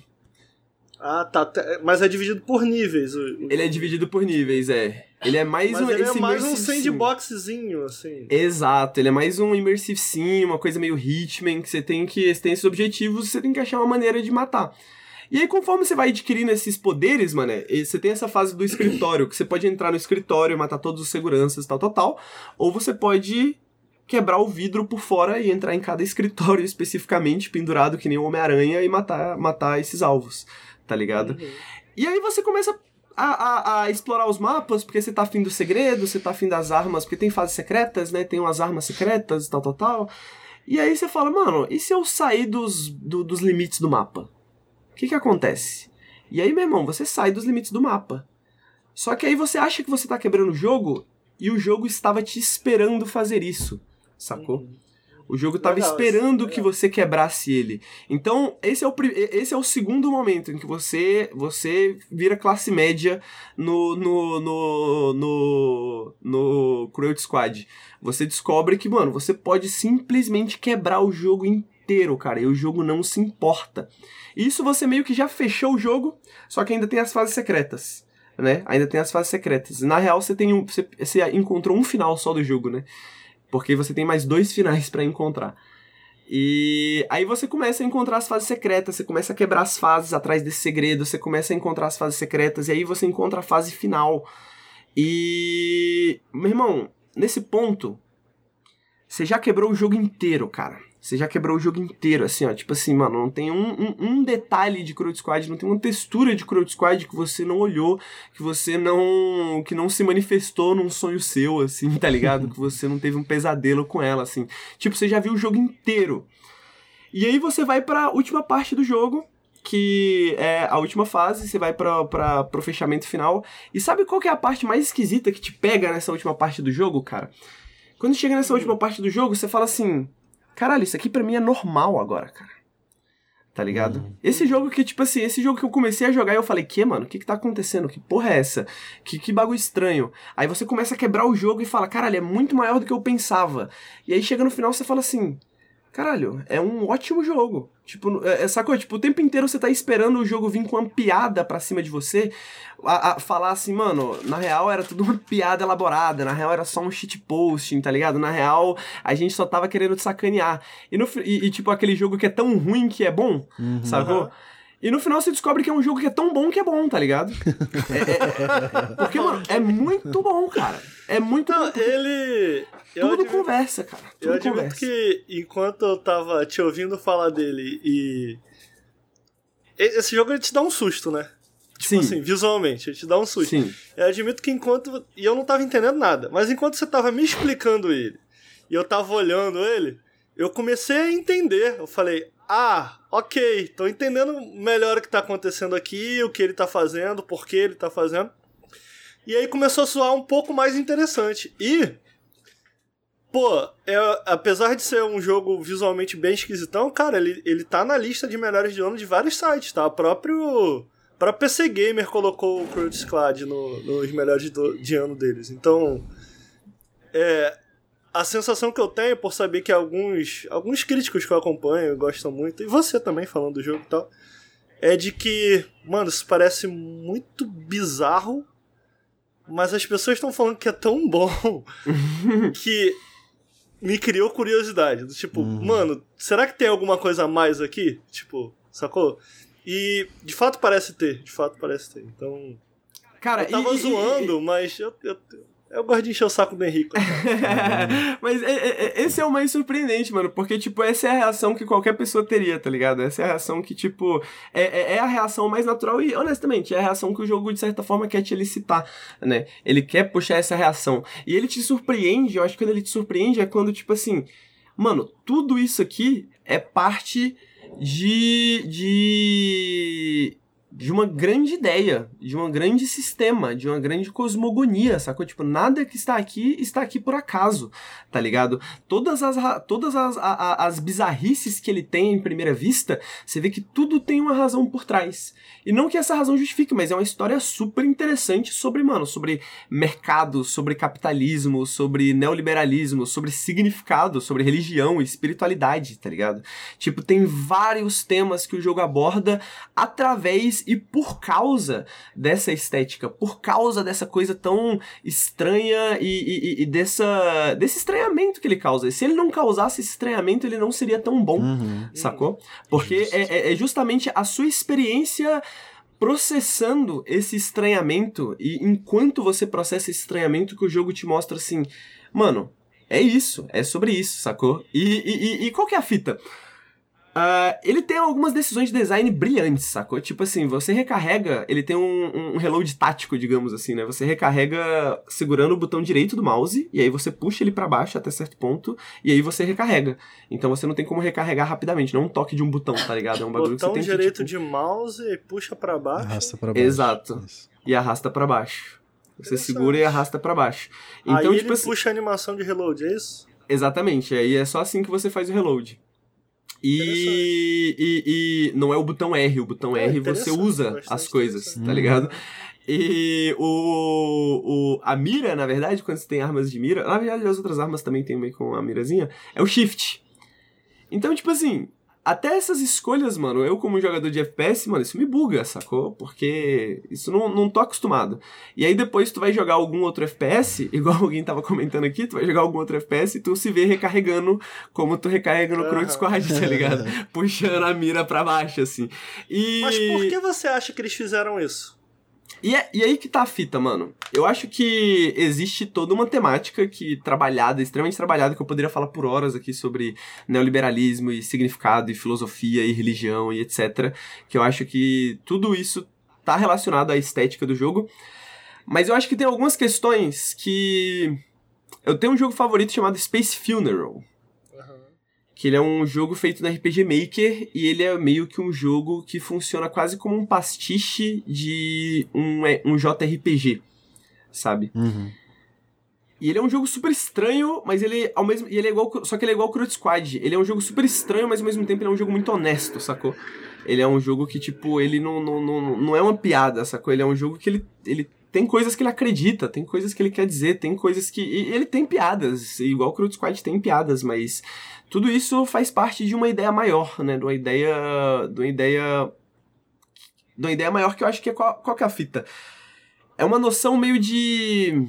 Ah, tá. Mas é dividido por níveis. Ele é dividido por níveis, é. Ele é mais mas um... ele esse é mais um Immersive sandboxzinho, assim. Exato, ele é mais um Immersive Sim, uma coisa meio Hitman, que você tem que... Você tem esses objetivos, você tem que achar uma maneira de matar. E aí, conforme você vai adquirindo esses poderes, mano, você tem essa fase do escritório, que você pode entrar no escritório, matar todos os seguranças, tal, tal, tal. Ou você pode... quebrar o vidro por fora e entrar em cada escritório especificamente, pendurado que nem o Homem-Aranha, e matar, matar esses alvos, tá ligado? Uhum. E aí você começa a, a, a explorar os mapas, porque você tá afim do segredo, você tá afim das armas, porque tem fases secretas, né? Tem umas armas secretas, tal, tal, tal. E aí você fala, mano, e se eu sair dos, do, dos limites do mapa? O que que acontece? E aí, meu irmão, você sai dos limites do mapa. Só que aí você acha que você tá quebrando o jogo, e o jogo estava te esperando fazer isso. Sacou? Uhum. O jogo tava legal, esperando que você quebrasse ele. Então, esse é, o, esse é o segundo momento em que você, você vira classe média no, no, no, no, no Crowd Squad. Você descobre que, mano, você pode simplesmente quebrar o jogo inteiro, cara, e o jogo não se importa. Isso você meio que já fechou o jogo, só que ainda tem as fases secretas, né? Ainda tem as fases secretas. Na real, você, tem um, você, você encontrou um final só do jogo, né? Porque você tem mais dois finais pra encontrar. E aí você começa a encontrar as fases secretas, você começa a quebrar as fases atrás desse segredo, você começa a encontrar as fases secretas, e aí você encontra a fase final. E... meu irmão, nesse ponto, você já quebrou o jogo inteiro, cara. Você já quebrou o jogo inteiro, assim, ó. Tipo assim, mano, não tem um, um, um detalhe de Crowd Squad, não tem uma textura de Crowd Squad que você não olhou, que você não... que não se manifestou num sonho seu, assim, tá ligado? Que você não teve um pesadelo com ela, assim. Tipo, você já viu o jogo inteiro. E aí você vai pra última parte do jogo, que é a última fase, você vai pra, pra, pro fechamento final. E sabe qual que é a parte mais esquisita que te pega nessa última parte do jogo, cara? Quando chega nessa última parte do jogo, você fala assim... caralho, isso aqui pra mim é normal agora, cara. tá ligado? Uhum. Esse jogo que, tipo assim, esse jogo que eu comecei a jogar e eu falei, que, mano, o que que tá acontecendo? Que porra é essa? Que, que bagulho estranho. Aí você começa a quebrar o jogo e fala, caralho, é muito maior do que eu pensava. E aí chega no final você fala assim, caralho, é um ótimo jogo. Tipo, é, sacou? Tipo, o tempo inteiro você tá esperando o jogo vir com uma piada pra cima de você, a, a falar assim, mano, na real era tudo uma piada elaborada, na real era só um shitposting, tá ligado? Na real, a gente só tava querendo te sacanear. E, no, e, e tipo, aquele jogo que é tão ruim que é bom, uhum. Sacou? Uhum. E no final você descobre que é um jogo que é tão bom que é bom, tá ligado? É, é, porque, mano, é muito bom, cara. É muito Não, bom. Ele... Tudo admito, conversa, cara. Tudo eu admito conversa. que enquanto eu tava te ouvindo falar dele e... Esse jogo ele te dá um susto, né? Tipo Sim. assim, visualmente, ele te dá um susto. Sim. Eu admito que enquanto... E eu não tava entendendo nada, mas enquanto você tava me explicando ele e eu tava olhando ele, eu comecei a entender. Eu falei, ah, ok, tô entendendo melhor o que tá acontecendo aqui, o que ele tá fazendo, por que ele tá fazendo. E aí começou a soar um pouco mais interessante. E, pô, é, apesar de ser um jogo visualmente bem esquisitão, cara, ele, ele tá na lista de melhores de ano de vários sites, tá? O próprio, próprio P C Gamer colocou o Cruelty Squad no, nos melhores do, de ano deles. Então, é, a sensação que eu tenho, por saber que alguns, alguns críticos que eu acompanho gostam muito, e você também falando do jogo e tal, é de que, mano, isso parece muito bizarro, mas as pessoas estão falando que é tão bom que me criou curiosidade. Tipo, uhum. mano, será que tem alguma coisa a mais aqui? Tipo, sacou? E de fato parece ter, de fato parece ter. Então, cara, eu tava e, zoando, e, mas eu, eu, eu gosto de encher o saco do Henrique. Mas é, é, esse é o mais surpreendente, mano, porque, tipo, essa é a reação que qualquer pessoa teria, tá ligado? Essa é a reação que, tipo, é, é a reação mais natural e, honestamente, é a reação que o jogo, de certa forma, quer te elicitar, né? Ele quer puxar essa reação. E ele te surpreende, eu acho que quando ele te surpreende é quando, tipo assim, mano, tudo isso aqui é parte de... de... de uma grande ideia, de um grande sistema, de uma grande cosmogonia, sacou? Tipo, nada que está aqui, está aqui por acaso, tá ligado? Todas as, todas as, a, as bizarrices que ele tem em primeira vista, você vê que tudo tem uma razão por trás. E não que essa razão justifique, mas é uma história super interessante sobre, mano, sobre mercado, sobre capitalismo, sobre neoliberalismo, sobre significado, sobre religião e espiritualidade, tá ligado? Tipo, tem vários temas que o jogo aborda através e por causa dessa estética, por causa dessa coisa tão estranha e, e, e dessa, desse estranhamento que ele causa. Se ele não causasse esse estranhamento, ele não seria tão bom, uhum. sacou? Porque é, é justamente a sua experiência processando esse estranhamento, e enquanto você processa esse estranhamento que o jogo te mostra assim, mano, é isso, é sobre isso, sacou? E, e, e qual que é a fita? Uh, ele tem algumas decisões de design brilhantes, sacou? Tipo assim, você recarrega, ele tem um, um reload tático, digamos assim, né? Você recarrega segurando o botão direito do mouse, e aí você puxa ele pra baixo até certo ponto, e aí você recarrega. Então você não tem como recarregar rapidamente, não é um toque de um botão, tá ligado? É um bagulho botão que você tem direito que, tipo... de mouse e puxa pra baixo. Arrasta pra baixo. Exato. Isso. E arrasta pra baixo. Você segura e arrasta pra baixo. Então, aí tipo ele assim... puxa a animação de reload, é isso? Exatamente, aí é só assim que você faz o reload. E, e, e não é o botão R, o botão é, R você usa as coisas, tá ligado? E o, o, a mira, na verdade, quando você tem armas de mira, na verdade as outras armas também tem meio com a mirazinha, é o shift. Então, tipo assim, até essas escolhas, mano, eu como jogador de F P S, mano, isso me buga, sacou? Porque isso não, não tô acostumado. E aí depois tu vai jogar algum outro F P S, igual alguém tava comentando aqui, tu vai jogar algum outro F P S e tu se vê recarregando como tu recarrega no Cruelty Squad, tá ligado? Puxando a mira pra baixo, assim. E... Mas por que você acha que eles fizeram isso? E, é, e aí que tá a fita, mano. Eu acho que existe toda uma temática que trabalhada, extremamente trabalhada, que eu poderia falar por horas aqui sobre neoliberalismo e significado e filosofia e religião e etcétera. Que eu acho que tudo isso tá relacionado à estética do jogo. Mas eu acho que tem algumas questões que... Eu tenho um jogo favorito chamado Space Funeral. Que ele é um jogo feito no R P G Maker e ele é meio que um jogo que funciona quase como um pastiche de um, um J R P G, sabe? Uhum. E ele é um jogo super estranho, mas ele ao mesmo e ele é igual, só que ele é igual ao Crowd Squad. Ele é um jogo super estranho, mas ao mesmo tempo ele é um jogo muito honesto, sacou? Ele é um jogo que, tipo, ele não, não, não, não é uma piada, sacou? Ele é um jogo que ele, ele tem coisas que ele acredita, tem coisas que ele quer dizer, tem coisas que... E ele tem piadas, igual o Crowd Squad tem piadas, mas tudo isso faz parte de uma ideia maior, né? De uma ideia... De uma ideia... De uma ideia maior que eu acho que é... Qual, qual que é a fita? É uma noção meio de...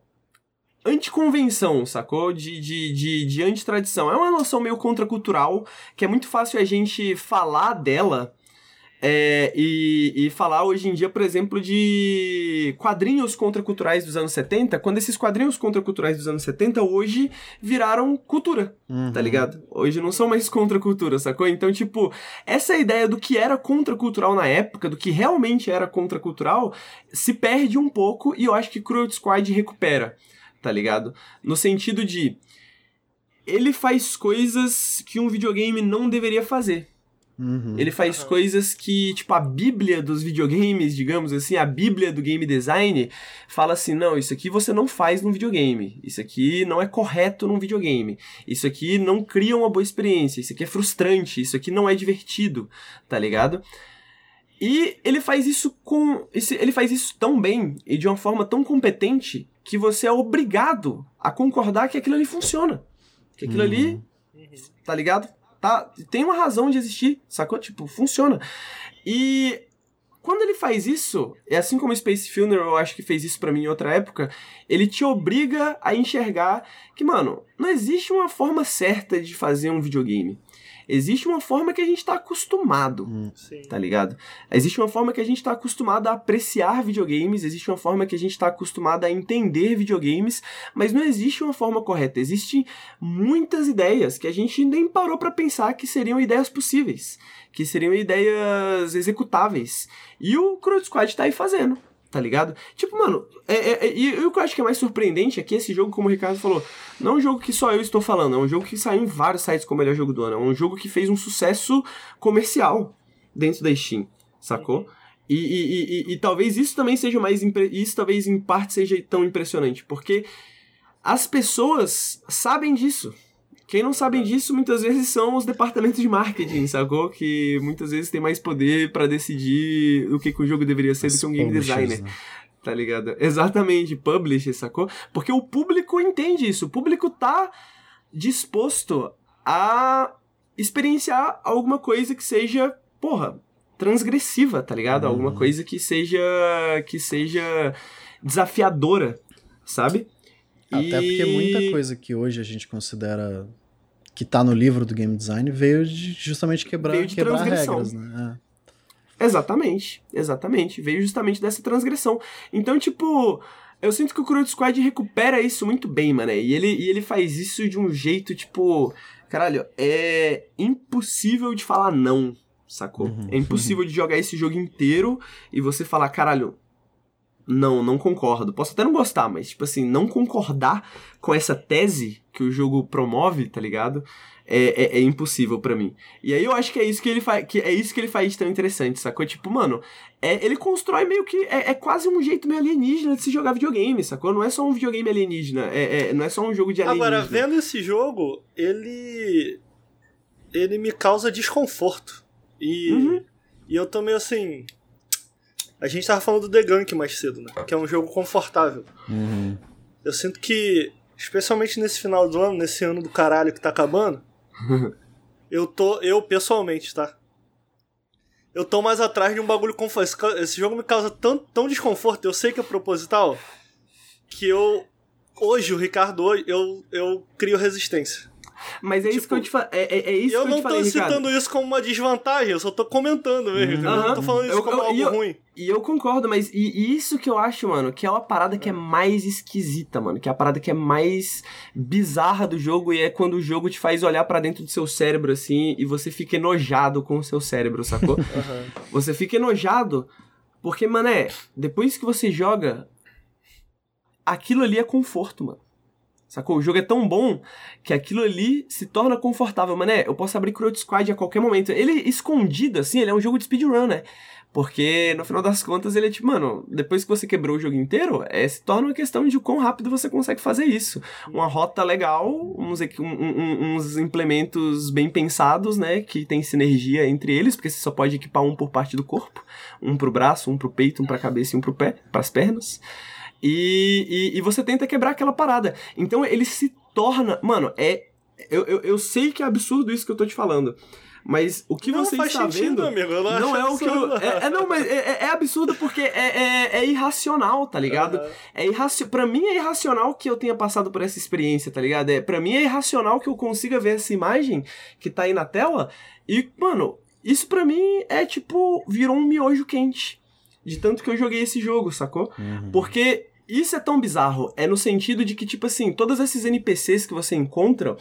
anticonvenção, sacou? De, de, de, de antitradição. É uma noção meio contracultural, que é muito fácil a gente falar dela é, e, e falar hoje em dia, por exemplo, de quadrinhos contraculturais dos anos setenta, quando esses quadrinhos contraculturais dos anos setenta hoje viraram cultura, uhum. tá ligado? Hoje não são mais contracultura, sacou? Então, tipo, essa ideia do que era contracultural na época, do que realmente era contracultural, se perde um pouco e eu acho que Crowd Squad recupera. Tá ligado? No sentido de... ele faz coisas que um videogame não deveria fazer. Uhum. Ele faz uhum. coisas que, tipo, a bíblia dos videogames, digamos assim, a bíblia do game design, fala assim, não, isso aqui você não faz num videogame. Isso aqui não é correto num videogame. Isso aqui não cria uma boa experiência. Isso aqui é frustrante. Isso aqui não é divertido. Tá ligado? E ele faz isso com... ele faz isso tão bem e de uma forma tão competente que você é obrigado a concordar que aquilo ali funciona. Que aquilo uhum. ali, tá ligado? Tá, tem uma razão de existir, sacou? Tipo, funciona. E quando ele faz isso, é assim como o Space Funeral, eu acho que fez isso pra mim em outra época, ele te obriga a enxergar que, mano, não existe uma forma certa de fazer um videogame. Existe uma forma que a gente tá acostumado, hum. tá ligado? Existe uma forma que a gente tá acostumado a apreciar videogames, existe uma forma que a gente tá acostumado a entender videogames, mas não existe uma forma correta. Existem muitas ideias que a gente nem parou pra pensar que seriam ideias possíveis, que seriam ideias executáveis. E o Crowd Squad tá aí fazendo. Tá ligado? Tipo, mano, é, é, é, e o que eu acho que é mais surpreendente é que esse jogo, como o Ricardo falou, não é um jogo que só eu estou falando, é um jogo que saiu em vários sites como o melhor jogo do ano, é um jogo que fez um sucesso comercial dentro da Steam, sacou? E, e, e, e, e talvez isso também seja mais, impre... isso talvez em parte seja tão impressionante, porque as pessoas sabem disso. Quem não sabe disso, muitas vezes, são os departamentos de marketing, sacou? Que muitas vezes tem mais poder pra decidir o que, que o jogo deveria ser do que um game designer. Né? Tá ligado? Exatamente, publisher, sacou? Porque o público entende isso. O público tá disposto a experienciar alguma coisa que seja, porra, transgressiva, tá ligado? Uhum. Alguma coisa que seja, que seja desafiadora, sabe? Até e... porque muita coisa que hoje a gente considera que tá no livro do game design veio de justamente quebrar, veio de quebrar regras, né? É. Exatamente, exatamente. Veio justamente dessa transgressão. Então, tipo, eu sinto que o Crowd Squad recupera isso muito bem, mano. E ele, e ele faz isso de um jeito, tipo... Caralho, é impossível de falar não, sacou? Uhum, é impossível uhum. de jogar esse jogo inteiro e você falar, caralho... Não, não concordo. Posso até não gostar, mas, tipo assim, não concordar com essa tese que o jogo promove, tá ligado? É, é, é impossível pra mim. E aí eu acho que é isso que ele faz, que é isso que ele faz tão interessante, sacou? Tipo, mano, é, ele constrói meio que... É, é quase um jeito meio alienígena de se jogar videogame, sacou? Não é só um videogame alienígena, é, é, não é só um jogo de alienígena. Agora, vendo esse jogo, ele... Ele me causa desconforto. E, uhum. e eu tô meio assim... A gente tava falando do The Gunk mais cedo, né? Que é um jogo confortável. Uhum. Eu sinto que, especialmente nesse final do ano, nesse ano do caralho que tá acabando, eu tô, eu pessoalmente, tá? Eu tô mais atrás de um bagulho confortável. Esse jogo me causa tão, tão desconforto, eu sei que é proposital, que eu, hoje, o Ricardo, hoje, eu, eu crio resistência. Mas é tipo, isso que eu te falei. É, é, é isso eu que eu te falei, não tô Ricardo. citando isso como uma desvantagem, eu só tô comentando mesmo. Uhum. Eu não tô falando isso eu, como eu, algo eu, ruim. E eu concordo, mas e, e isso que eu acho, mano, que é uma parada que é mais esquisita, mano. Que é a parada que é mais bizarra do jogo e é quando o jogo te faz olhar pra dentro do seu cérebro, assim, e você fica enojado com o seu cérebro, sacou? Uhum. Você fica enojado porque, mané, depois que você joga, aquilo ali é conforto, mano. Sacou? O jogo é tão bom que aquilo ali se torna confortável. Mané, eu posso abrir Crowd Squad a qualquer momento. Ele, escondido, assim, ele é um jogo de speedrun, né? Porque, no final das contas, ele é tipo, mano, depois que você quebrou o jogo inteiro, é, se torna uma questão de quão rápido você consegue fazer isso. Uma rota legal, uns, um, um, uns implementos bem pensados, né, que tem sinergia entre eles, porque você só pode equipar um por parte do corpo, um pro braço, um pro peito, um pra cabeça e um pro pé, pras pernas. E, e, e você tenta quebrar aquela parada. Então ele se torna... Mano, é... Eu, eu, eu sei que é absurdo isso que eu tô te falando. Mas o que não, você faz está sentido, vendo amigo, eu não, não é o que eu... absurdo. É, é, não, mas é, é absurdo porque é, é, é irracional, tá ligado? Uhum. É irraci... Pra mim é irracional que eu tenha passado por essa experiência, tá ligado? É, pra mim é irracional que eu consiga ver essa imagem que tá aí na tela e, mano, isso pra mim é tipo... Virou um miojo quente. De tanto que eu joguei esse jogo, sacou? Uhum. Porque... Isso é tão bizarro, é no sentido de que, tipo assim, todos esses N P Cs que você encontra,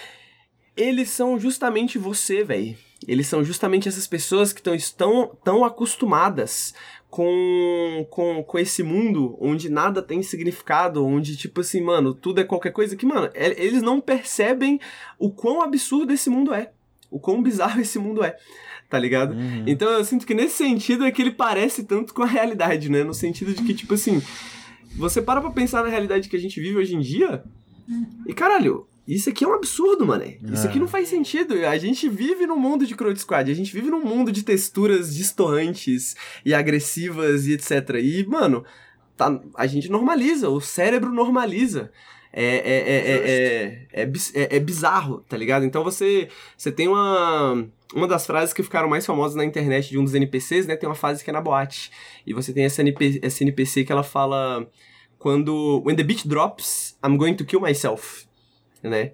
eles são justamente você, velho. Eles são justamente essas pessoas que tão, estão tão acostumadas com, com, com esse mundo onde nada tem significado, onde, tipo assim, mano, tudo é qualquer coisa que, mano, é, eles não percebem o quão absurdo esse mundo é, o quão bizarro esse mundo é. Tá ligado? Uhum. Então eu sinto que nesse sentido é que ele parece tanto com a realidade, né? No sentido de que, tipo assim... Você para pra pensar na realidade que a gente vive hoje em dia e, caralho, isso aqui é um absurdo, mané. Isso aqui não faz sentido. A gente vive num mundo de Crowd Squad, a gente vive num mundo de texturas distorrantes e agressivas e etcétera. E, mano, tá, a gente normaliza, o cérebro normaliza. É, é, é, é, é, é, é bizarro, tá ligado? Então você, você tem uma... Uma das frases que ficaram mais famosas na internet de um dos N P Cs, né? Tem uma frase que é na boate. E você tem essa, N P, essa N P C que ela fala... Quando... When the beat drops, I'm going to kill myself. Né?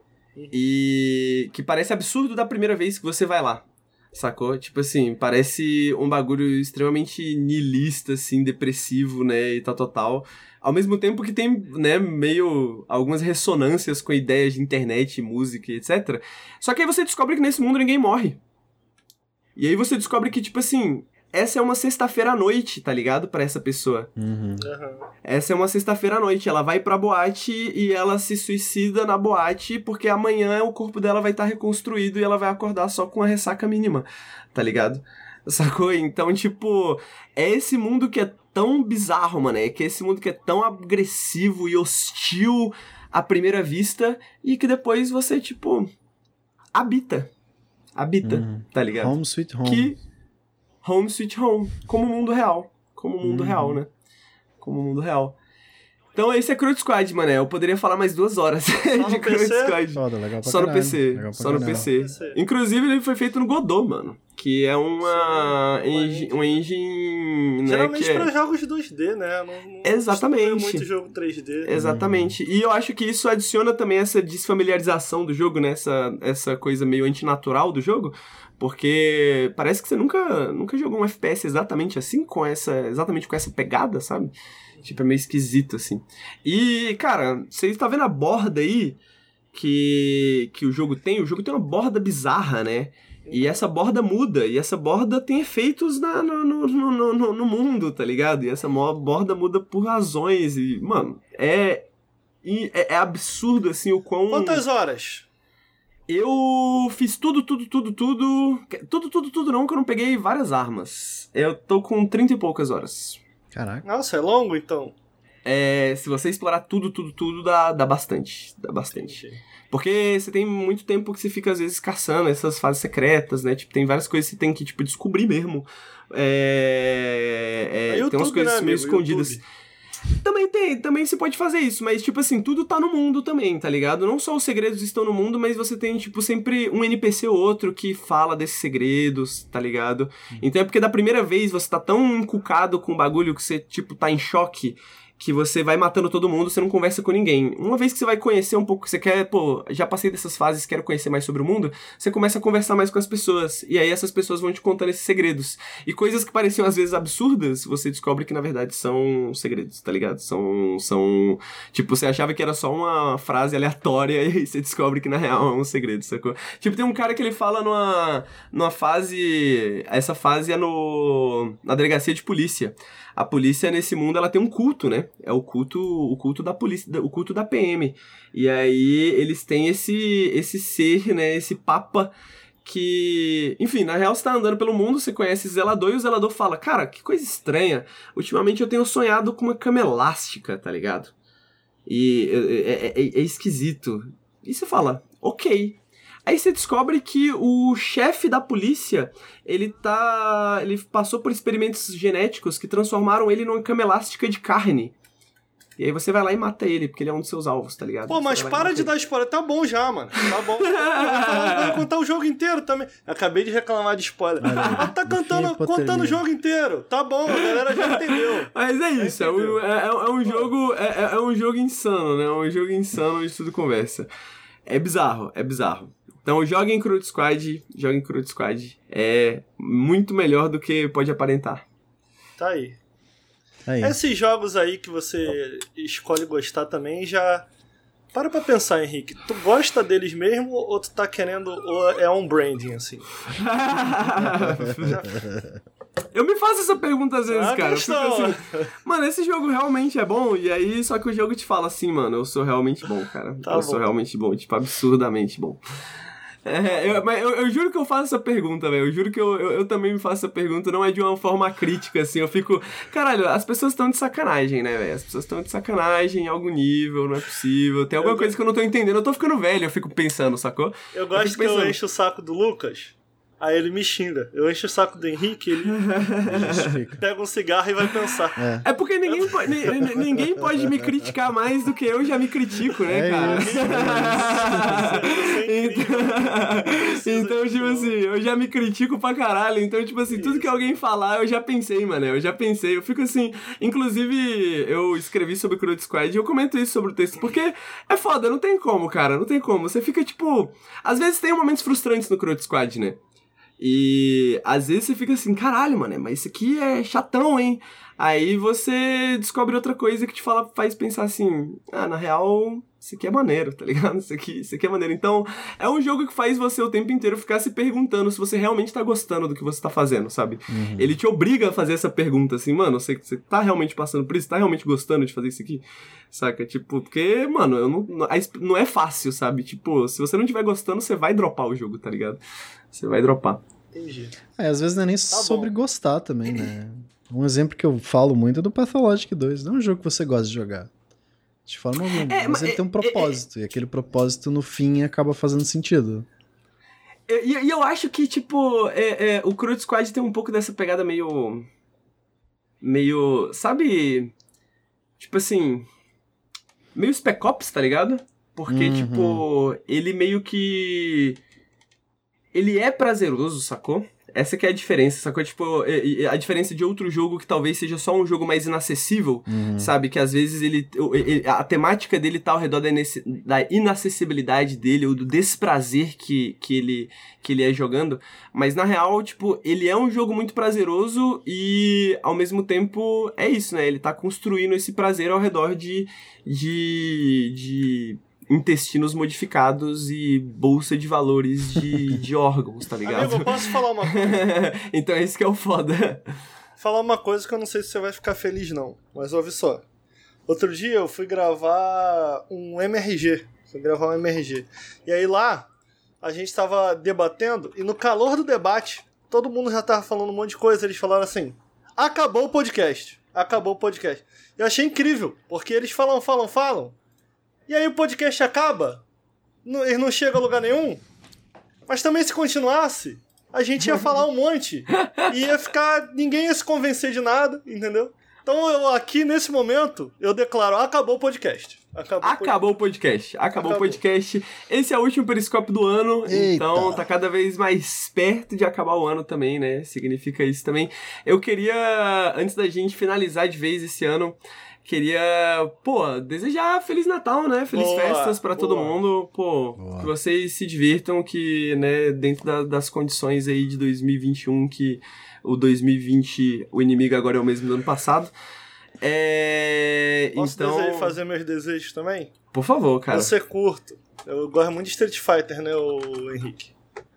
E... Que parece absurdo da primeira vez que você vai lá. Sacou? Tipo assim, parece um bagulho extremamente niilista, assim, depressivo, né? E tal, tal, tal. Ao mesmo tempo que tem, né, meio... Algumas ressonâncias com ideias de internet, música e etcétera. Só que aí você descobre que nesse mundo ninguém morre. E aí você descobre que, tipo assim, essa é uma sexta-feira à noite, tá ligado? Pra essa pessoa. Uhum. Uhum. Essa é uma sexta-feira à noite. Ela vai pra boate e ela se suicida na boate porque amanhã o corpo dela vai estar reconstruído e ela vai acordar só com a ressaca mínima, tá ligado? Sacou? Então, tipo, é esse mundo que é tão bizarro, mano. É que é esse mundo que é tão agressivo e hostil à primeira vista e que depois você, tipo, habita. Habita, uhum. Tá ligado? Home Sweet Home. Que... Home Sweet Home. Como o mundo real. Como o mundo uhum. real, né? Como o mundo real. Então esse é Crowd Squad, mané. Eu poderia falar mais duas horas de Crowd Squad. Foda, legal pra Só caralho. no P C. Legal Só no P C. P C. Inclusive ele foi feito no Godot, mano. Que é uma... Sim, engine, uma engine... Geralmente né, que pra é... jogos dois D, né? Não, não Exatamente. muito jogo três D. Exatamente. Uhum. E eu acho que isso adiciona também essa desfamiliarização do jogo, né? Essa, essa coisa meio antinatural do jogo. Porque parece que você nunca, nunca jogou um F P S exatamente assim, com essa, exatamente com essa pegada, sabe? Tipo, é meio esquisito, assim. E, cara, você tá vendo a borda aí que, que o jogo tem? O jogo tem uma borda bizarra, né? E essa borda muda, e essa borda tem efeitos na, no, no, no, no, no mundo, tá ligado? E essa borda muda por razões, e, mano, é, é, é absurdo, assim, o quão... Quantas horas? Eu fiz tudo, tudo, tudo, tudo... Tudo, tudo, tudo não, que eu não peguei várias armas. Eu tô com trinta e poucas horas. Caraca. Nossa, é longo, então? É, se você explorar tudo, tudo, tudo, dá, dá bastante. Dá bastante. Entendi. Porque você tem muito tempo que você fica, às vezes, caçando essas fases secretas, né? Tipo, tem várias coisas que você tem que, tipo, descobrir mesmo. É... é, é YouTube, tem umas coisas né, meio amigo? escondidas. YouTube. Também tem, também você pode fazer isso, mas, tipo assim, tudo tá no mundo também, tá ligado? Não só os segredos estão no mundo, mas você tem, tipo, sempre um N P C ou outro que fala desses segredos, tá ligado? Então é porque da primeira vez você tá tão encucado com o bagulho que você, tipo, tá em choque, que você vai matando todo mundo, você não conversa com ninguém. Uma vez que você vai conhecer um pouco, você quer, pô, já passei dessas fases, quero conhecer mais sobre o mundo, você começa a conversar mais com as pessoas, e aí essas pessoas vão te contando esses segredos. E coisas que pareciam às vezes absurdas, você descobre que na verdade são segredos, tá ligado? São, são, tipo, você achava que era só uma frase aleatória, e aí você descobre que na real é um segredo, sacou? Tipo, tem um cara que ele fala numa, numa fase, essa fase é no, na delegacia de polícia. A polícia nesse mundo, ela tem um culto, né? É o culto, o culto da polícia, o culto da P M. E aí eles têm esse, esse ser, né, esse papa que... Enfim, na real você tá andando pelo mundo, você conhece esse zelador e o zelador fala, cara, que coisa estranha, ultimamente eu tenho sonhado com uma cama elástica, tá ligado? E é, é, é, é esquisito. E você fala, ok. Aí você descobre que o chefe da polícia, ele tá... ele passou por experimentos genéticos que transformaram ele numa cama elástica de carne. E aí você vai lá e mata ele, porque ele é um dos seus alvos, tá ligado? Pô, mas para de dar spoiler. Tá bom já, mano. Tá bom. Eu vou contar o jogo inteiro também. Acabei de reclamar de spoiler. Mas tá cantando, contando o jogo inteiro. Tá bom, a galera já entendeu. Mas é isso, é um, é, é um jogo é, é um jogo insano, né? É um jogo insano de tudo conversa. É bizarro, é bizarro. Então joguem Crude Squad, joguem Crude Squad. É muito melhor do que pode aparentar. Tá aí. Aí. Esses jogos aí que você escolhe gostar também já... Para pra pensar, Henrique. Tu gosta deles mesmo ou tu tá querendo... Ou é um branding, assim? Eu me faço essa pergunta às vezes, Ah, cara. Eu fico assim, mano, esse jogo realmente é bom? E aí, só que o jogo te fala assim, mano, eu sou realmente bom, cara. Tá eu bom. sou realmente bom, tipo, absurdamente bom. É, eu, mas eu, eu juro que eu faço essa pergunta, velho. Eu juro que eu, eu, eu também me faço essa pergunta, não é de uma forma crítica, assim. Eu fico, caralho, as pessoas estão de sacanagem, né, velho? As pessoas estão de sacanagem em algum nível, não é possível. Tem alguma eu coisa go... que eu não tô entendendo. Eu tô ficando velho, eu fico pensando, sacou? Eu gosto eu que pensando. Eu encho o saco do Lucas. Aí ele me xinga. Eu encho o saco do Henrique, ele pega um cigarro e vai pensar. É, é porque ninguém, po- n- ninguém pode me criticar mais do que eu já me critico, né, é cara? Isso, é isso. então, então, tipo assim, eu já me critico pra caralho. Então, tipo assim, tudo que alguém falar, eu já pensei, mano. Eu já pensei. Eu fico assim... Inclusive, eu escrevi sobre Crude Squad e eu comento isso sobre o texto. Porque é foda, não tem como, cara. Não tem como. Você fica, tipo... Às vezes tem momentos frustrantes no Crude Squad, né? E às vezes você fica assim, caralho, mano, mas isso aqui é chatão, hein? Aí você descobre outra coisa que te fala, faz pensar assim, ah, na real, isso aqui é maneiro, tá ligado? Isso aqui, isso aqui é maneiro. Então, é um jogo que faz você o tempo inteiro ficar se perguntando se você realmente tá gostando do que você tá fazendo, sabe? Uhum. Ele te obriga a fazer essa pergunta, assim, mano, você, você tá realmente passando por isso? Tá realmente gostando de fazer isso aqui? Saca? Tipo, porque, mano, eu não, não, não é fácil, sabe? Tipo, se você não estiver gostando, você vai dropar o jogo, tá ligado? Você vai dropar. Entendi. É, às vezes não é nem tá sobre bom. Gostar também, né? Um exemplo que eu falo muito é do Pathologic dois. Não é um jogo que você gosta de jogar. De forma alguma. É, mas ele é, tem um propósito. É, é, e aquele propósito, no fim, acaba fazendo sentido. E, e eu acho que, tipo, é, é, o Crude Squad tem um pouco dessa pegada meio... Meio... Sabe? Tipo assim... Meio Spec Ops, tá ligado? Porque, uhum. tipo, ele meio que... Ele é prazeroso, sacou? Essa que é a diferença, sacou? Tipo, a diferença de outro jogo que talvez seja só um jogo mais inacessível, uhum. sabe? Que às vezes ele, ele... A temática dele tá ao redor da, da inacessibilidade dele, ou do desprazer que, que, ele, que ele é jogando. Mas, na real, tipo, ele é um jogo muito prazeroso e, ao mesmo tempo, é isso, né? Ele tá construindo esse prazer ao redor de... de, de intestinos modificados e bolsa de valores de, de órgãos, tá ligado? Amigo, eu posso falar uma coisa? Então é isso que é o foda. Falar uma coisa que eu não sei se você vai ficar feliz, não. Mas ouve só. Outro dia eu fui gravar um M R G. Fui gravar um M R G. E aí lá, a gente tava debatendo, e no calor do debate, todo mundo já tava falando um monte de coisa. Eles falaram assim, acabou o podcast. Acabou o podcast. Eu achei incrível, porque eles falam, falam, falam, e aí o podcast acaba, eles não chegam a lugar nenhum, mas também se continuasse, a gente ia falar um monte, e ia ficar, ninguém ia se convencer de nada, entendeu? Então eu aqui, nesse momento, eu declaro, acabou o podcast. Acabou, acabou o podcast. Acabou, acabou o podcast. Esse é o último Periscope do ano, Eita. Então tá cada vez mais perto de acabar o ano também, né? Significa isso também. Eu queria, antes da gente finalizar de vez esse ano, queria, pô, desejar Feliz Natal, né? Feliz boa, festas pra boa. Todo mundo. Pô, boa. Que vocês se divirtam, que, né, dentro da, das condições aí de dois mil e vinte e um, que o dois mil e vinte, o inimigo agora é o mesmo do ano passado. É... Posso então... desejar, fazer meus desejos também? Por favor, cara. Você curto. Eu gosto muito de Street Fighter, né, o Henrique?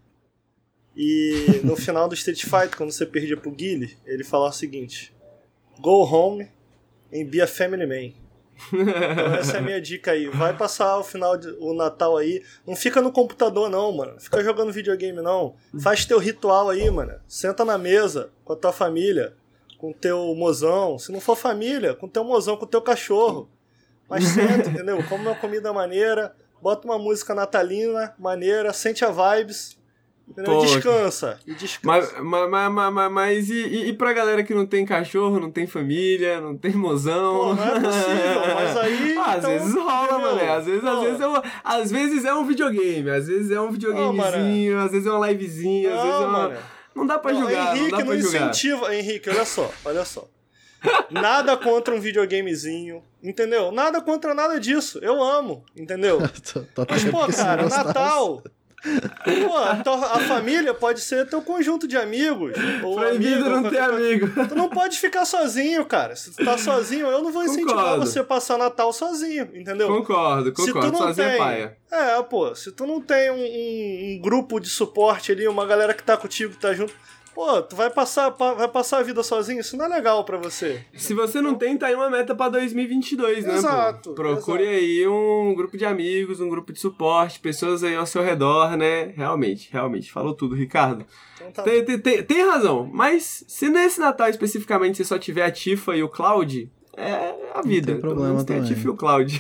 E no final do Street Fighter, quando você perdia pro Guile, ele falava o seguinte: Go home em Be a Family Man. Então essa é a minha dica aí. Vai passar o final de, o Natal aí. Não fica no computador não, mano. Não fica jogando videogame não. Faz teu ritual aí, mano. Senta na mesa com a tua família, com o teu mozão. Se não for família, com o teu mozão, com o teu cachorro. Mas senta, entendeu? Come uma comida maneira, bota uma música natalina maneira, sente a vibes. Pô, descansa, e descansa. Mas, mas, mas, mas, mas e, e pra galera que não tem cachorro, não tem família, não tem mozão? Pô, não é possível, mas aí... Ah, então, às vezes rola, mano. Às vezes, às, vezes é um, às vezes é um videogame, às vezes é um videogamezinho, às vezes é uma livezinha, às não, vezes é uma... Mano. Não dá pra não, jogar, Henrique não dá pra não jogar. incentiva... Henrique, olha só, olha só. Nada contra um videogamezinho, entendeu? Nada contra nada disso. Eu amo, entendeu? Mas, pô, cara, Natal... Pô, a família pode ser teu conjunto de amigos. Ou proibido amigo, não ter amigo. Tu não pode ficar sozinho, cara. Se tu tá sozinho, eu não vou incentivar Concordo. você a passar Natal sozinho, entendeu? Concordo, concordo. Se tu não sozinho tem, é paia. É, pô, se tu não tem um, um, um grupo de suporte ali, uma galera que tá contigo, que tá junto, pô, tu vai passar, vai passar a vida sozinho, isso não é legal pra você. Se você não tem, tá aí uma meta pra dois mil e vinte e dois, né, Exato, pô? Procure exato. aí um grupo de amigos, um grupo de suporte, pessoas aí ao seu redor, né? Realmente, realmente. Falou tudo, Ricardo. Então tá tem, tem, tem, tem razão, mas se nesse Natal especificamente você só tiver a Tifa e o Cloud... É a vida. Não tem problema tem também. a Tifa e o Cloud.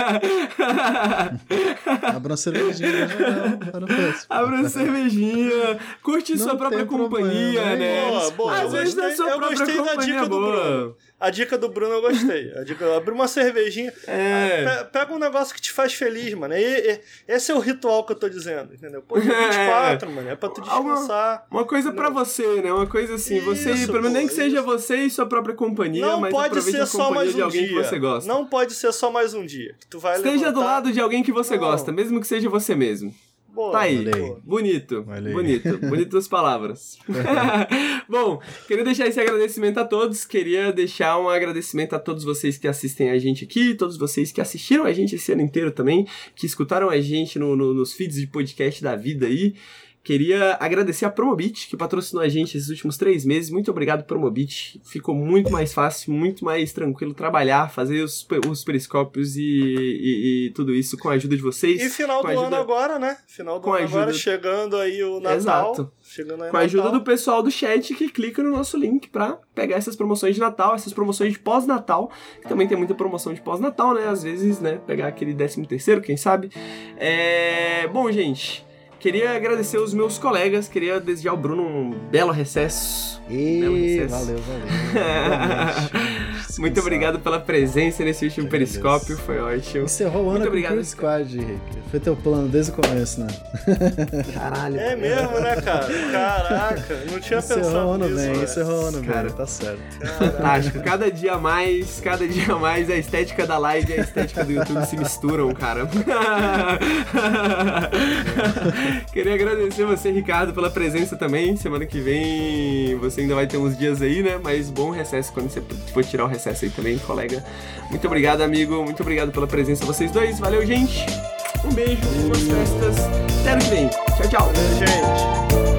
Abra uma cervejinha. Abra uma cervejinha. Curte Não sua própria tem companhia, problema, né? Boa, boa. Às Eu vezes gostei, a sua eu própria gostei da companhia dica é do boa. Bruno. A dica do Bruno eu gostei. A dica, abrir uma cervejinha. É. Pe- Pega um negócio que te faz feliz, mano. E, e, esse é o ritual que eu tô dizendo, entendeu? Pô, dia vinte e quatro, mano. É pra tu descansar. Uma coisa pra você, né? Uma coisa assim, você, Isso, pelo menos nem pô, que seja isso. você e sua própria companhia, Não mas pode aproveite ser a só companhia mais de um alguém dia. que você gosta. Não pode ser só mais um dia. Que tu vai Esteja do levantar... lado de alguém que você Não. gosta, mesmo que seja você mesmo. Boa, Tá aí, Olha aí. boa. bonito, Olha aí. bonito, bonitas palavras. Bom, queria deixar esse agradecimento a todos, queria deixar um agradecimento a todos vocês que assistem a gente aqui, todos vocês que assistiram a gente esse ano inteiro também, que escutaram a gente no, no, nos feeds de podcast da vida aí. Queria agradecer a Promobit, que patrocinou a gente esses últimos três meses. Muito obrigado, Promobit. Ficou muito mais fácil, muito mais tranquilo trabalhar, fazer os, os periscópios e, e, e tudo isso com a ajuda de vocês. E final do com a ajuda... ano agora, né? Final do Com a ano agora, ajuda- chegando aí o Natal. Exato. Chegando aí Com a ajuda Natal. do pessoal do chat que clica no nosso link pra pegar essas promoções de Natal, essas promoções de pós-Natal, que também tem muita promoção de pós-Natal, né? Às vezes, né? Pegar aquele décimo terceiro, quem sabe. É... Bom, gente... Queria agradecer os meus colegas, queria desejar ao Bruno um belo recesso. E Belo recesso. valeu, valeu. Muito obrigado pela presença nesse último Que periscópio, agradeço. foi ótimo. Encerrou o ano Muito com o obrigado. Crit Squad, Henrique. Foi teu plano desde o começo, né? Caralho. É mesmo, né, cara? Caraca, não tinha Encerrou o pensado ano nisso, bem, né? encerrou o ano Cara. bem, tá certo. Fantástico, cada dia mais, cada dia mais a estética da live e a estética do YouTube se misturam, cara. Queria agradecer você, Ricardo, pela presença também. Semana que vem você ainda vai ter uns dias aí, né? Mas bom recesso quando você for tirar o recesso aí também, colega. Muito obrigado, amigo. Muito obrigado pela presença vocês dois. Valeu, gente. Um beijo, boas festas. Até ano que vem. Tchau, tchau. Gente.